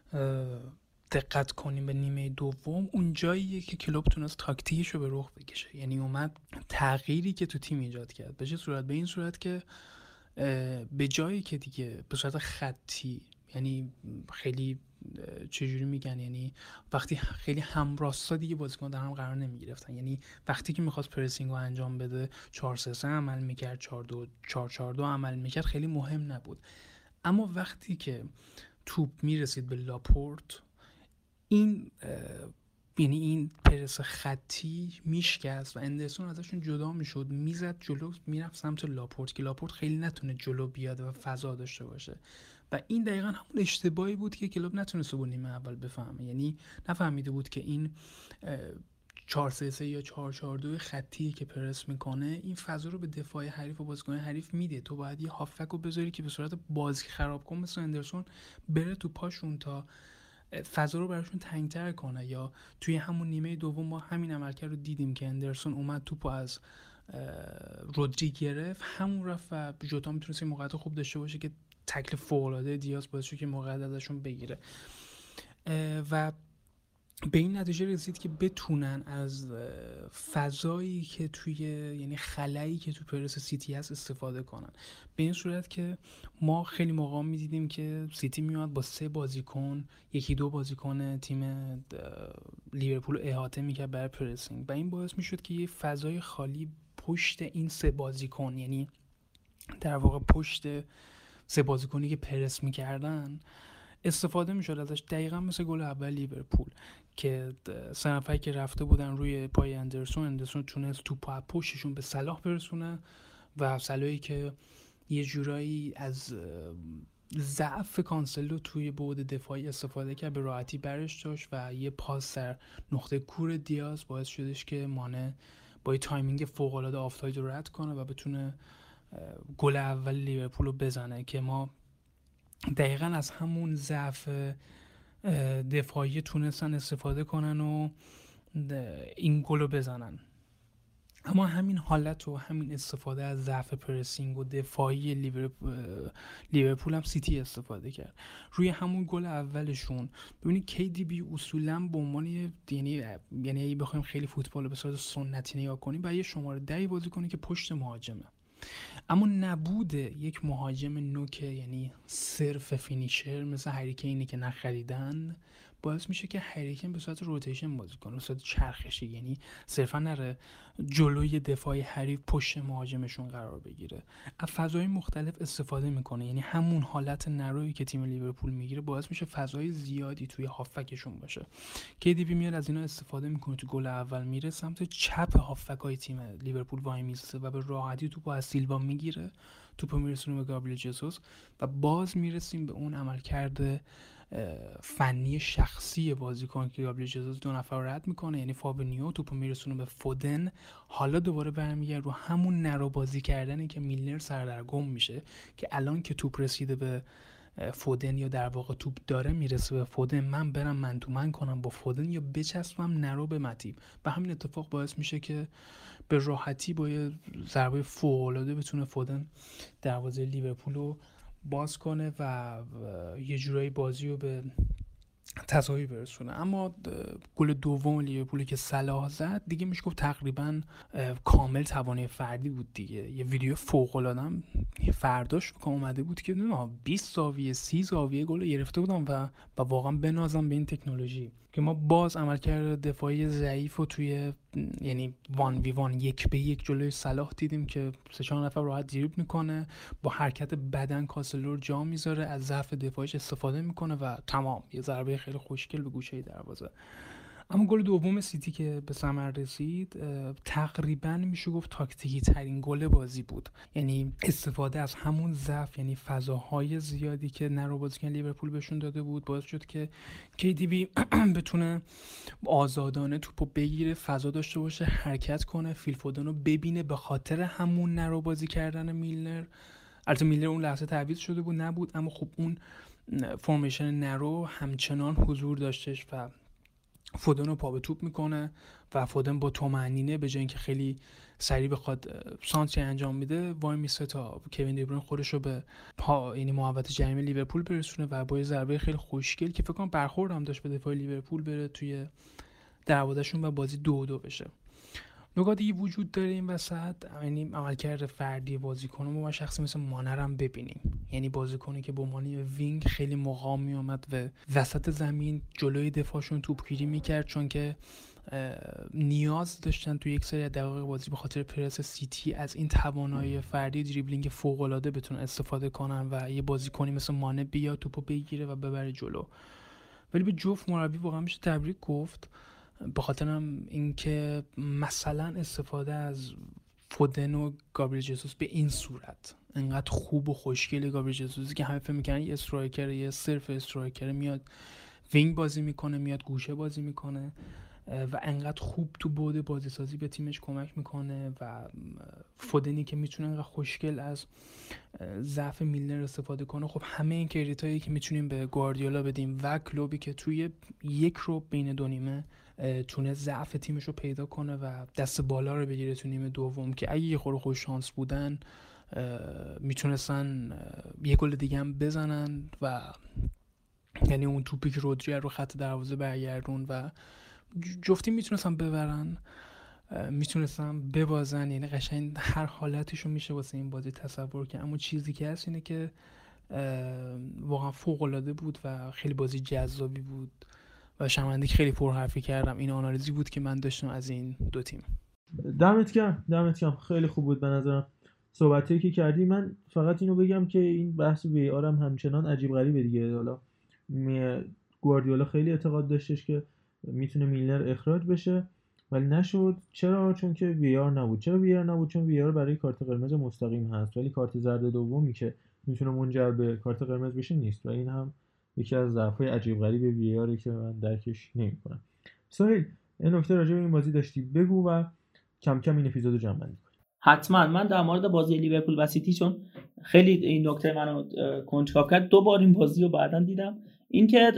دقت کنیم به نیمه دوم اون جاییه که کلوب تونست تاکتیکشو به رخ بکشه، یعنی اومد تغییری که تو تیم ایجاد کرد. به چه صورت؟ به این صورت که به جایی که دیگه به صورت خطی، یعنی خیلی چجوری میگن، یعنی وقتی خیلی همراستا دیگه بازیکن در هم قرار نمیگرفتن، یعنی وقتی که میخواست پرسینگ رو انجام بده 4-3-3 عمل میکرد، 4-2 عمل میکرد، خیلی مهم نبود. اما وقتی که توپ میرسید به لاپورت، این یعنی این پرس خطی میشکست و اندرسون ازشون جدا میشد، میزد جلو، میرفت سمت لاپورت که لاپورت خیلی نتونه جلو بیاد و فضا داشته باشه. و این دقیقا همون اشتباهی بود که کلوب نتونست با نیمه اول بفهمه، یعنی نفهمیده بود که این 4-3-3 یا 4-4-2 خطی که پرس میکنه این فضا رو به دفاع حریف و بازیکن حریف میده. تو باید یه هافک رو بذاری که به صورت بازی خراب کن مثل اندرسون بره تو پاشون تا فضا رو براشون تنگتر کنه. یا توی همون نیمه دوم ما همین عملکرد رو دیدیم که اندرسون اومد توپو از رودری گرفت، همون رفت و ژوتا میتونست این موقعیت خوب داشته باشه که تکل فوق‌العاده دیاز باعث شد که موقعیت ازشون بگیره و به این نتیجه رسید که بتونن از فضایی که توی، یعنی خلایی که تو پرس سیتی هست استفاده کنن. به این صورت که ما خیلی موقع میدیدیم که سیتی میاد با 3 بازیکن، 1-2 بازیکن تیم لیورپول احاطه میکرد برای پرسینگ و این باعث میشد که یه فضای خالی پشت این 3 بازیکن، یعنی در واقع پشت 3 بازیکنی که پرس میکردن استفاده میشد ازش. دقیقا مثل گل اول لیورپول که 3 نفری که رفته بودن روی پای اندرسون تونست توپ پشتشون به صلاح برسونه و صلاحی که یه جورایی از ضعف کانسلو توی بعد دفاعی استفاده کرد، به راحتی برش داشت و یه پاس در نقطه کور دیاز باعث شدش که مانع با یه تایمینگ فوق‌العاده آفتاید رو رد کنه و بتونه گل اول لیورپول رو بزنه که ما دقیقاً از همون ضعف دفاعی تونستن استفاده کنن و این گل رو بزنن. اما همین حالت و همین استفاده از ضعف پرسینگ و دفاعی لیورپول هم سیتی استفاده کرد روی همون گل اولشون. ببینید KDB اصولاً به عنوان یعنی اگه بخوایم خیلی فوتبال رو به صورت سنتی نگاه کنیم برای شماره 10 بازی کنه که پشت مهاجمه، اما نبود یک مهاجم نوک یعنی صرف فینیشر مثل هری کینی که نخریدن باعث میشه که هری کین به صورت روتیشن بازی کنه، به صورت چرخشی، یعنی صرفا نره جلوی دفاعی حریف پشت مهاجمشون قرار بگیره، از فضای مختلف استفاده میکنه. یعنی همون حالت نروی که تیم لیورپول میگیره باعث میشه فضای زیادی توی هافکشون باشه. KDB میاد از اینا استفاده میکنه، تو گل اول میره سمت چپ هافکای تیم لیورپول وای میسته و به راحتی توپو از سیلوا میگیره، توپو میرسونه به گابریل جسوس و باز میرسیم به اون عملکرد فنی شخصی بازیکن که گابریل جسوس 2 نفر رد میکنه، یعنی فابینیو توپو میرسونه به فودن، حالا دوباره برمیگرده رو همون نرو بازی کردنی که میلنر سردرگم میشه که الان که توپ رسیده به فودن یا در واقع توپ داره میرسه به فودن، من برم من تو من کنم با فودن یا بچسبم نرو به متیب و همین اتفاق باعث میشه که به راحتی با یه ضربه فوق‌العاده بتونه فودن دروازه لیورپول رو باز کنه و یه جورایی بازی رو به تساوی برسونه. اما گل دوم لیورپول که صلاح زد دیگه میشه گفت تقریبا کامل توانایی فردی بود دیگه. یه ویدیو فوق العاده ام فرداش بکنم اومده بود که 20 زاویه 30 زاویه گل گرفته بودم و واقعا بنازم به این تکنولوژی که ما باز عملکرد دفاعی ضعیف رو توی یعنی 1v1 1 به 1 جلوی صلاح دیدیم که 3-4 نفر راحت دریبل میکنه، با حرکت بدن کاسلو رو جا میذاره، از ضعف دفاعیش استفاده میکنه و تمام یه ضربه خیلی خوشگل به گوشه دروازه. اما گل دوم سیتی که به ثمر رسید تقریبا میشه گفت تاکتیکی ترین گل بازی بود. یعنی استفاده از همون ضعف، یعنی فضاهای زیادی که نرو بازیکن لیورپول بهشون داده بود باعث شد که KDB بتونه آزادانه توپو بگیره، فضا داشته باشه، حرکت کنه، فیل فودن رو ببینه به خاطر همون نرو بازی کردن میلنر. البته میلنر اون لحظه تعویض شده بود نبود، اما خب اون فرمیشن نرو همچنان حضور داشتش و فودن رو پا به توپ میکنه و فودن با طمأنینه به جای اینکه خیلی سریع بخواد سانتری انجام میده وای میسته تا کوین دی بروین خودش رو به یعنی محوطه جریمه لیورپول برسونه و با یه ضربه خیلی خوشگل که فکر کنم برخورد هم داشت به دفاع لیورپول بره توی دروازه‌شون و بازی 2-2 بشه. نکاتی وجود داره این وسط، یعنی عملکرد فردی بازیکن‌ها ما شخصی مثل مانر هم ببینیم، یعنی بازیکنی که به عنوان وینگ خیلی مقام میومد و وسط زمین جلوی دفاعشون توپگیری میکرد، چون که نیاز داشتن توی یک سری دقایق بازی به خاطر پرس سیتی از این توانایی فردی دریبلینگ فوق‌العاده بتونن استفاده کنن و یه بازیکنی مثل مانه بیاد توپو بگیره و ببره جلو. ولی به جفت مربی واقعا میشه تبریک گفت، به خاطرم اینکه مثلا استفاده از فودن و گابریل جسوس به این صورت انقدر خوب و خوشگله، گابریل جسوسی که همه فکر می‌کنن یه استرایکر، یه صرف استرایکر میاد وینگ بازی میکنه، میاد گوشه بازی میکنه و انقدر خوب تو بعد بازی سازی به تیمش کمک میکنه و فودنی که میتونه انقدر خوشگل از ضعف میلنر استفاده کنه. خب همه این کردیتایی که میتونیم به گواردیولا بدیم و کلوبی که توی یک رو بین دو نیمه تونه ضعف تیمش رو پیدا کنه و دست بالا رو بگیره تو نیمه دوم، که اگه یه خورده خوش شانس بودن میتونستن یه گل دیگه هم بزنن و یعنی اون توپی که رودری رو خط دروازه برگردون و جفتی میتونستن ببرن، میتونستن ببازن، یعنی قشنگ هر حالتشو میشه واسه این بازی تصور کرد. اما چیزی که هست اینه که واقعا فوق العاده بود و خیلی بازی جذابی بود و شرمنده که خیلی پرحرفی کردم. این آنالیزی بود که من داشتم از این دو تیم. دمت گرم خیلی خوب بود به نظرم صحبتایی که کردی. من فقط اینو بگم که این بحث وی آر هم همچنان عجیب غریبه دیگه. حالا گواردیولا خیلی اعتقاد داشتش که میتونه میلنر اخراج بشه ولی نشد. چرا؟ چون که وی آر نبود. چرا وی آر نبود؟ چون وی آر برای کارت قرمز مستقیم هست ولی کارت زرد دومی که میتونه منجر به کارت قرمز بشه نیست و این هم یکی از ضعف‌های عجیب غریب وی آر که من درکش نمی‌کنم. سهیل این نکته راجع به این بازی داشتی بگو و کم کم این اپیزودو جمع‌بندی کنیم. حتما. من در مورد بازی لیورپول و سیتی چون خیلی این نکته منو کنجکاو کرد، دو بار این بازی رو بعداً دیدم. این که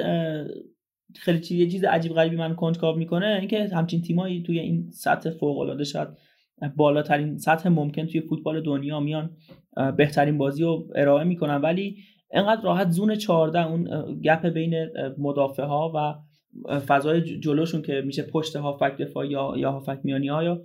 خیلی یه چیز عجیب غریبی منو کنجکاو میکنه این که همچین تیمایی توی این سطح فوق العاده شاید بالاترین سطح ممکن توی فوتبال دنیا میان بهترین بازی رو ارائه میکنن ولی اینقدر راحت زون 14 اون گپ بین مدافع ها و فضای جلوشون که میشه پشت هافک دفاع یا هافک میانی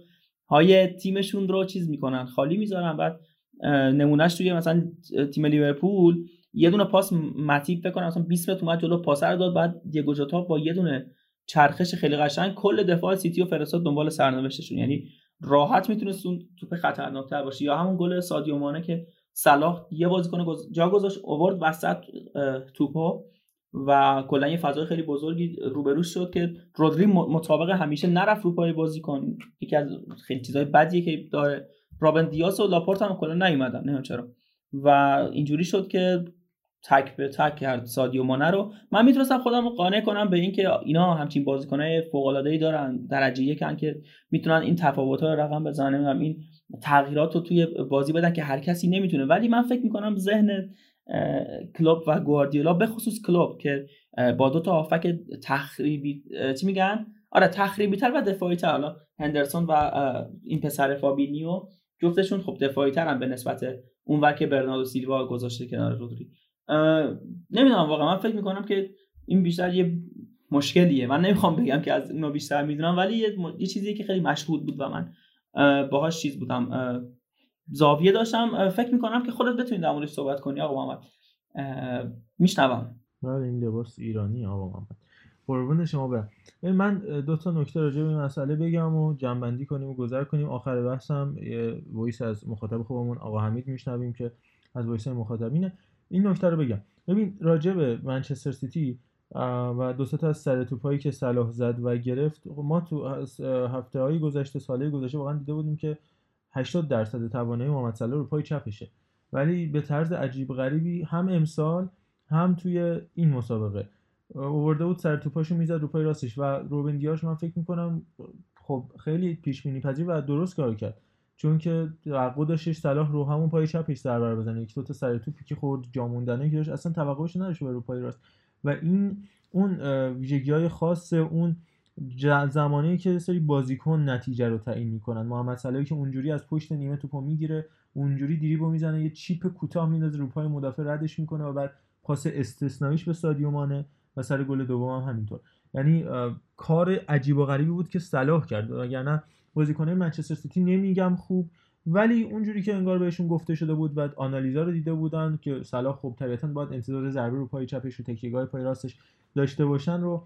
های تیمشون رو چیز میکنن، خالی میذارن. بعد نمونهش توی مثلا تیم لیورپول یه دونه پاس متیب فکر کنم مثلا 20 متر اومد جلو پاس رو داد، بعد دیگو جوتا با یه دونه چرخش خیلی قشنگ کل دفاع سیتی رو فرستاد دنبال سرنوشتشون. یعنی راحت میتونست اون توپ خطرناک‌تر باشه. یا همون گل سادیو مانه که صلاح یه بازیکن جا گذاشت آورد وسط توپو و کلا یه فضای خیلی بزرگی روبروش شد که رودری مطابق همیشه نرفت رو پای بازیکن. یکی از خیلی چیزای بدیه که داره. رابن دیاس و لاپورت هم کلا نیومدن نمیدونم چرا و اینجوری شد که تک به تک کرد سادیو مانه رو. من میتونستم خودم رو قانع کنم به این که اینا همچین بازیکنای فوق العاده‌ای دارن، درجه یکن که میتونن این تفاوت‌ها رو رقم بزنن، این تغییرات رو توی بازی بدن که هر کسی نمیتونه. ولی من فکر میکنم ذهن کلوب و گواردیولا، به خصوص کلوب که با دو تا هافک تخریبی تخریبی تر و دفاعی تر، حالا هندرسون و این پسر فابینیو جفتشون خب دفاعی ترن به نسبت اونور که برناردو سیلوا گذاشته کنار رودری. نمیدونم واقعا، من فکر میکنم که این بیشتر یه مشکلیه. من نمیخوام بگم که از اونو بیشتر میدونم، ولی یه چیزیه که خیلی مشهود بود و من باهاش چیز بودم، زاویه داشتم. فکر میکنم که خودت بتونید در موردش صحبت کنی آقا محمد. میشنوم. بله این لباس ایرانی آقا محمد، قربون شما برم. من دو تا نکته راجع به این مسئله بگم و جنبندی کنیم و گذر کنیم. آخر بحثم یه وایس از مخاطب خوبمون آقا حمید میشنویم که از وایس مخاطبینه. این نکته رو بگم. ببین راجع به منچستر سیتی و دو تا از سر توپایی که صلاح زد و گرفت، ما تو هفته‌های گذشته، سال‌های گذشته واقعا دیده بودیم که 80% توانایی محمد صلاح رو پای چپشه، ولی به طرز عجیب غریبی هم امسال هم توی این مسابقه آورده بود سر توپاشو میزد رو پای راستش و روبن دیاش من فکر میکنم خب خیلی پیش بینی پذیر و درست کار کرد، چون که توقع داشتش صلاح رو همون پای چپش ضربه بزنه. یک دو تا سر توپی که خورد جا موندنه که داشت اصلا توقعش نداشت رو پای راست و این اون ویژگی‌های خاص اون زمانی که سری بازیکن نتیجه رو تعیین میکنن. محمد صلاحی که اونجوری از پشت نیمه توپو میگیره، اونجوری دریبل میزنه، یه چیپ کوتاه میندازه رو پای مدافع ردش میکنه و بعد پاس استثنائیش به سادیو مانه و سر گل دوم هم همینطور. یعنی کار عجیب و غریبی بود که صلاح کرد، وگرنه بازیکن‌های منچستر سیتی نمیگم خوب، ولی اونجوری که انگار بهشون گفته شده بود و آنالیزا رو دیده بودن که صلاح خب طبیعتاً باید انتظار ضربه رو پای چپش و تکیه‌گاه پای راستش داشته باشن رو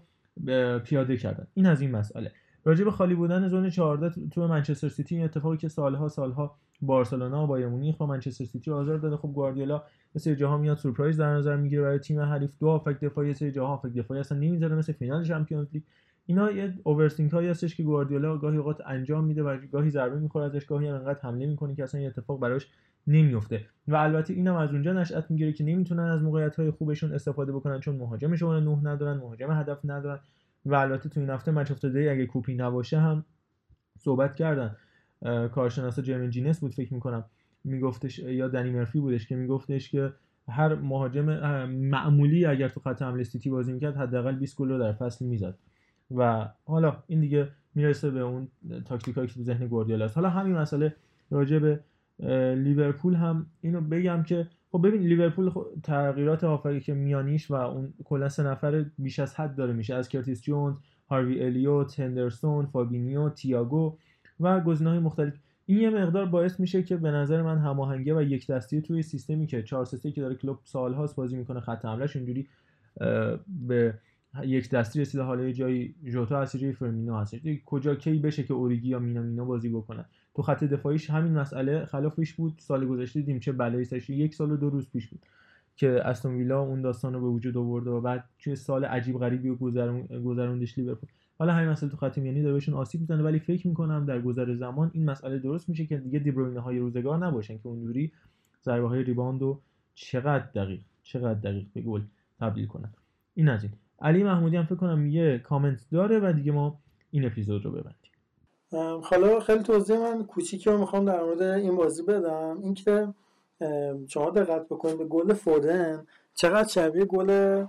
پیاده کردن. این از این مسئله. راجع به خالی بودن زون 14 تو منچستر سیتی، این اتفاقی که سالها بارسلونا و بایر مونیخ و منچستر سیتی آزار داده. خب گواردیولا مثل جاها میاد سورپرایز در نظر میگیره برای تیم حریف، دو هافک دفاعی سه جاها هافک دفاعی اصلا نمیذاره، مثل فینال چمپیونز لیگ. اینا یه اوورثینک هایی هستش که گواردیولا گاهی اوقات انجام میده و گاهی ضربه میخوره ازش، گاهی هم انقدر حمله میکنه که اصلا این اتفاق براش نمیفته. و البته اینم از اونجا نشأت میگیره که نمیتونن از موقعیت‌های خوبشون استفاده بکنن چون مهاجم شماره 9 ندارن، مهاجم هدف ندارن. و البته تو این هفته مچ اف دی اگه کوپی نباشه هم صحبت کردن. کارشناسا جرمن جینس بود فکر میکنم میگفتش، یا دنی مرفی بودش که میگفتش که هر مهاجم معمولی اگر تو خط حمله سیتی بازی میکرد حداقل 20 گل رو در فصل میزد. و حالا این دیگه میرسه به اون تاکتیکایی که تو ذهن گواردیولا است. حالا همین مسئله راجع به لیورپول هم اینو بگم که خب ببین لیورپول تغییرات هافکی که میانیش و اون کلا سه نفر بیش از حد داره میشه، از کرتیس جونز، هاروی الیوت، هندرسون، فابینیو، تییاگو و گزینه‌های مختلف. این یه مقدار باعث میشه که به نظر من هماهنگی و یک دستی توی سیستمی که 4-3-3 که داره کلوب سال‌هاست بازی میکنه، خط حملهش اونجوری به یک دستی رسیده، حالا جایی ژوتا هست، جایی فرمینو هست، کجا کی بشه که اوریگی یا مینامینو بازی بکنن. تو خط دفاعیش همین مسئله خلافش بود. سال گذشته دیدیم چه بلایی سرش، 1 سال و 2 روز پیش بود که استون ویلا اون داستان رو به وجود آورده و بعد چه سال عجیب غریبی رو گذروندش لیورپول. حالا همین مسئله تو خط میانی داره بهشون آسیب میزنه، ولی فکر میکنم در گذر زمان این مسئله درست میشه که دیگه دیبروینه های روزگار نباشن که اونجوری ضربه های ریباوند رو چقدر دقیق به گل تبدیل کنن. این از این. علی محمودی هم فکر کنم یه کامنت داره و دیگه ما این اپیزود رو ببندیم. حالا خیلی توضیح من کوچیکی رو میخوام در مورد این بازی بدم. اینکه شما دقت بکنید به گل فودن چقدر شبیه گل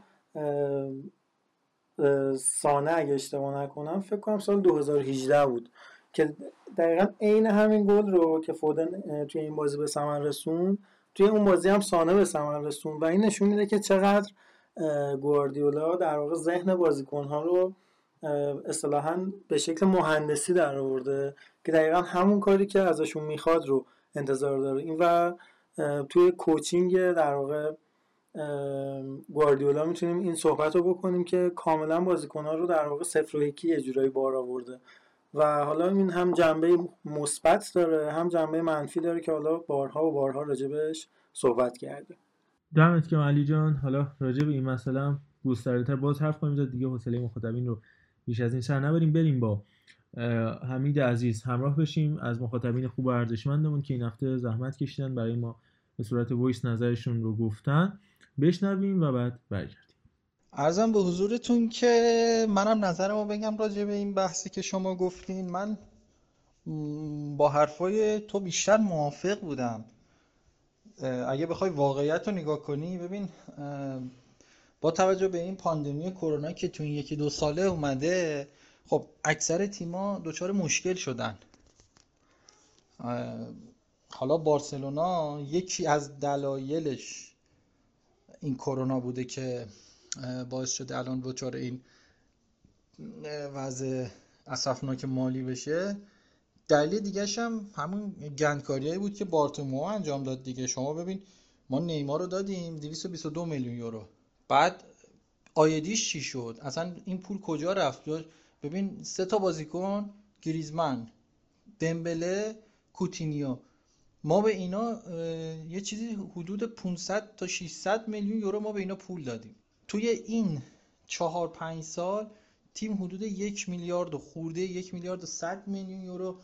سانه اگه اشتباه نکنم، فکر کنم سال 2018 بود که دقیقاً عین همین گل رو که فودن توی این بازی به ثمر رسوند توی اون بازی هم سانه به ثمر رسوند و این نشون میده که چقدر گواردیولا در واقع ذهن بازیکن‌ها رو اصطلاحاً به شکل مهندسی در آورده که دقیقاً همون کاری که ازشون میخواد رو انتظار داره. این و توی کوچینگ در واقع گواردیولا میتونیم این صحبت رو بکنیم که کاملا بازیکن‌ها رو در واقع 0 و 1 یه جورایی بار آورده و حالا این هم جنبه مثبت داره هم جنبه منفی داره که حالا بارها راجبش صحبت کرده. دمت گرم علی جان. حالا راجع به این مسئله هم گسترده‌تر باز حرف کنیم، زد دیگه حوصله مخاطبین رو بیش از این سر نبریم. بریم با حمید عزیز همراه بشیم از مخاطبین خوب و ارزشمندمون که این هفته زحمت کشیدن برای ما به صورت وایس نظرشون رو گفتن، بشنویم و بعد برگردیم. عرضم به حضورتون که منم نظرمو بگم راجع به این بحثی که شما گفتین. من با حرفای تو بیشتر موافق بودم. اگه بخوای واقعیت رو نگاه کنی، ببین با توجه به این پاندمی کرونا که تو این 1-2 ساله اومده، خب اکثر تیما دچار مشکل شدن. حالا بارسلونا یکی از دلایلش این کرونا بوده که باعث شده الان دچار این وضع اسفناک مالی بشه. دلیل دیگه‌ش هم همون گندکاریایی بود که بارتومئو انجام داد دیگه. شما ببین ما نیمار رو دادیم 222 میلیون یورو، بعد آیدیش چی شد؟ اصلا این پول کجا رفت؟ ببین 3 تا بازیکن، گریزمان، دمبله، کوتینیو، ما به اینا یه چیزی حدود 500 تا 600 میلیون یورو ما به اینا پول دادیم. توی این 4-5 سال تیم حدود 1 میلیارد و خورده 1 میلیارد و 100 میلیون یورو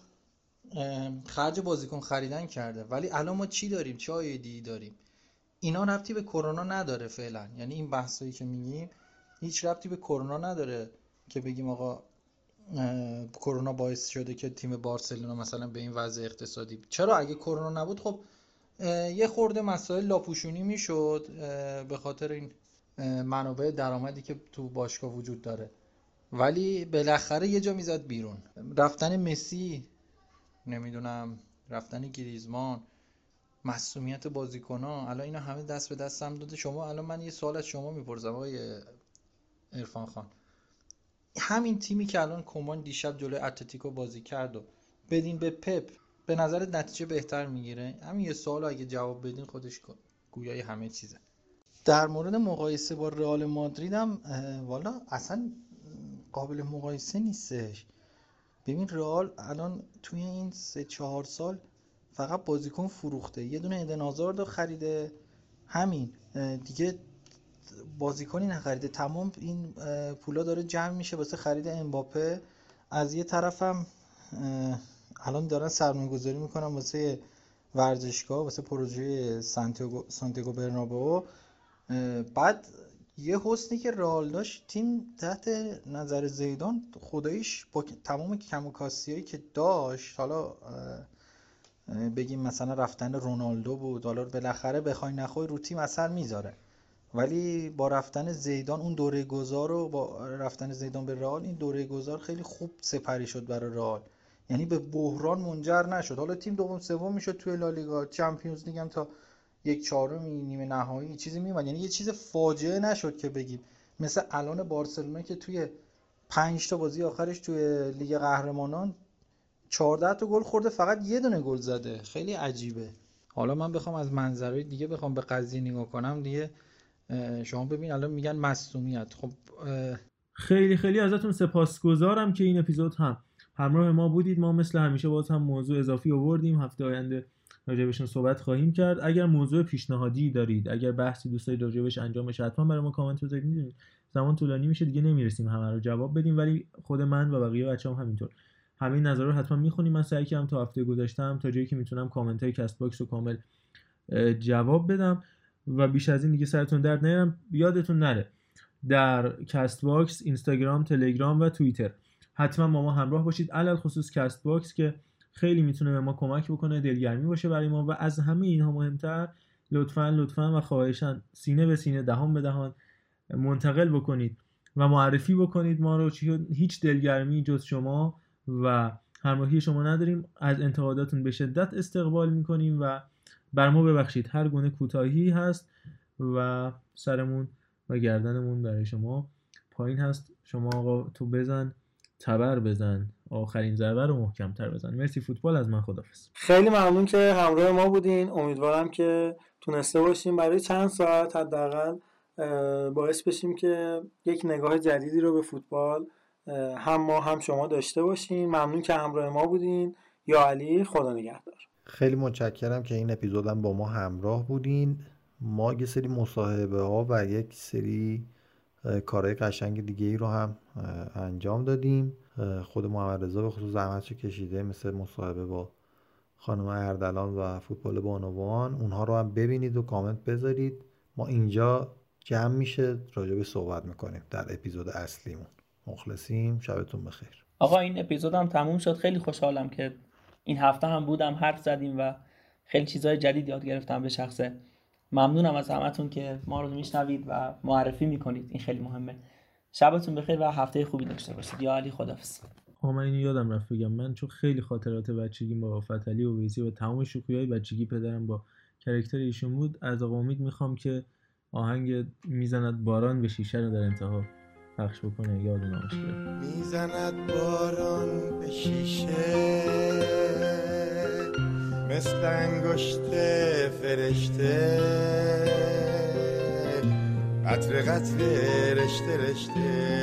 خرج بازیکن خریدن کرده. ولی الان ما چی داریم؟ چه آیدی داریم؟ اینا ربطی به کرونا نداره فعلا. یعنی این بحثایی که میگیم هیچ ربطی به کرونا نداره که بگیم آقا کرونا باعث شده که تیم بارسلونا مثلا به این وضع اقتصادی. چرا؟ اگه کرونا نبود خب یه خورده مسائل لاپوشونی میشد به خاطر این منابع درآمدی که تو باشگاه وجود داره، ولی بالاخره یه جا میزد بیرون. رفتن مسی، نمیدونم رفتن گریزمان، معصومیت بازیکن‌ها، الان اینا همه دست به دست هم داده. شما الان من یه سوال از شما میپرسم آقای عرفان خان، همین تیمی که الان کمان دیشب جلوی اتلتیکو بازی کرد و بدین به پپ، به نظر نتیجه بهتر میگیره؟ همین یه سوال اگه جواب بدین خودش گویای همه چیزه. در مورد مقایسه با رئال مادرید هم والا اصلا قابل مقایسه نیستش. ببین رئال الان توی این 3-4 سال فقط بازیکن فروخته، یه دونه ایدن هازارد خریده، همین دیگه بازیکنی نخریده. تمام این پولا داره جمع میشه واسه خرید امباپه. از یه طرفم الان دارن سرمایه‌گذاری میکنن واسه ورزشگاه، واسه پروژه سانتیاگو برنابئو. بعد یه حسنی که رئال داشت، تیم تحت نظر زیدان خداییش با تمام کم و کاستیایی که داشت، حالا بگیم مثلا رفتن رونالدو بود، حالا بالاخره بخوای نخوای رو تیم اثر میذاره، ولی با رفتن زیدان اون دوره گذار و با رفتن زیدان به رئال، این دوره گذار خیلی خوب سپری شد برای رئال. یعنی به بحران منجر نشد. حالا تیم دوم سوم میشد توی لالیگا، چمپیونز لیگ هم تا 1/4 نیمه نهایی چیزی میومد. یعنی یه چیز فاجعه نشد که بگیم مثل الان بارسلونا که توی 5 تا بازی آخرش توی لیگ قهرمانان 14 تا گل خورده، فقط یه دونه گل زده. خیلی عجیبه. حالا من بخوام از منظرهای دیگه بخوام به قضیه نگاه کنم دیگه، شما ببین الان میگن معصومیت. خب خیلی خیلی ازتون سپاسگزارم که این اپیزود هم همراه ما بودید. ما مثل همیشه باز هم موضوع اضافی آوردیم، هفته آینده راجبشون صحبت خواهیم کرد. اگر موضوع پیشنهادی دارید، اگر بحثی دوست دارید راجبش انجام بشه، حتما برای ما کامنت بذارید. میدونید زمان طولانی میشه دیگه، نمیرسیم همه رو جواب بدیم، ولی خود من و بقیه بچه‌ها همینطور همین نظرات رو حتما میخونیم. من سعی کردم تا هفته گذشتم تا جایی که میتونم کامنت‌های کست باکس رو کامل جواب بدم و بیش از این دیگه سرتون درد نیارم. یادتون نره در کست باکس، اینستاگرام، تلگرام و توییتر حتما با ما همراه باشید، علل خصوص کست باکس که خیلی میتونه به ما کمک بکنه، دلگرمی باشه برای ما. و از همه اینها مهمتر لطفاً و خواهشاً سینه به سینه، دهان به دهان منتقل بکنید و معرفی بکنید ما رو. هیچ دلگرمی جز شما و همراهی شما نداریم. از انتقاداتون به شدت استقبال میکنیم و بر ما ببخشید هر گونه کوتاهی هست و سرمون و گردنمون برای شما پایین هست. شما آقا تو بزن تبر بزن، آخرین ضربه رو محکم‌تر بزن. مرسی فوتبال، از من خداحافظ. خیلی ممنون که همراه ما بودین. امیدوارم که تونسته باشیم برای چند ساعت حداقل باعث بشیم که یک نگاه جدیدی رو به فوتبال هم ما هم شما داشته باشین. ممنون که همراه ما بودین. یا علی، خدا نگهدار. خیلی متشکرم که این اپیزودم با ما همراه بودین. ما یه سری مصاحبه ها و یک سری کارهای قشنگ دیگه ای رو هم انجام دادیم. خود محمد رضا به خصوص زحمتشو کشیده، مثل مصاحبه با خانم اردلان و فوتبال بانوان. اونها رو هم ببینید و کامنت بذارید. ما اینجا جمع میشه راجع به صحبت میکنیم در اپیزود اصلیمون. مخلصیم، شبتون بخیر. آقا این اپیزودم تموم شد. خیلی خوشحالم که این هفته هم بودم، حرف زدیم و خیلی چیزهای جدید یاد گرفتم به شخصه. ممنونم از همتون که ما رو میشنوید و معرفی میکنید، این خیلی مهمه. شبتون بخیر و هفته خوبی داشته باشید. یا علی، خداحافظ. من اینو یادم رفت بگم، من چون خیلی خاطرات بچگیم با فتحعلی اویسی و تمام شوخی‌های بچگی پدرم با کرکتر ایشون بود، از آقا امید میخوام که آهنگ میزند باران به شیشه رو در انتها پخش بکنه. یاد نامش کرد. میزند باران به شیشه مثل انگشت فرشته، قطره قطره رشته رشته،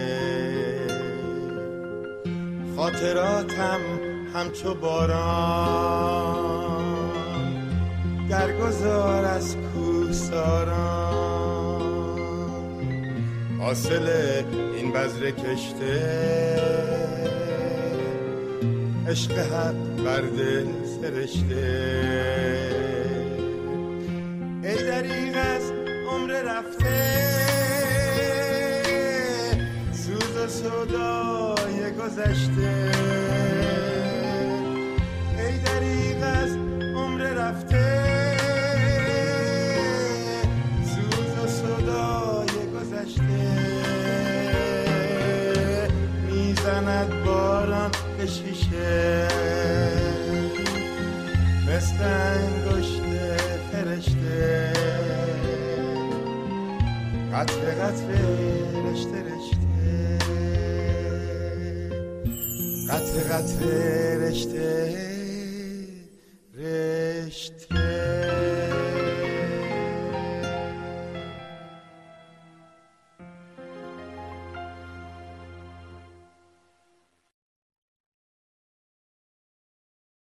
خاطراتم همچو باران درگذار از کوهساران، حاصل این بذر کشته عشق حق بر دل سرشته. ای دریغ از عمر رفته، سوز و سودای گذشته، ای دریغ از عمر رفته، سوز و سودای گذشته، میزند باران به شیشه مثل انگشت فرشته، قطره قطره رشته رشته، قطره قطره رشته رشته.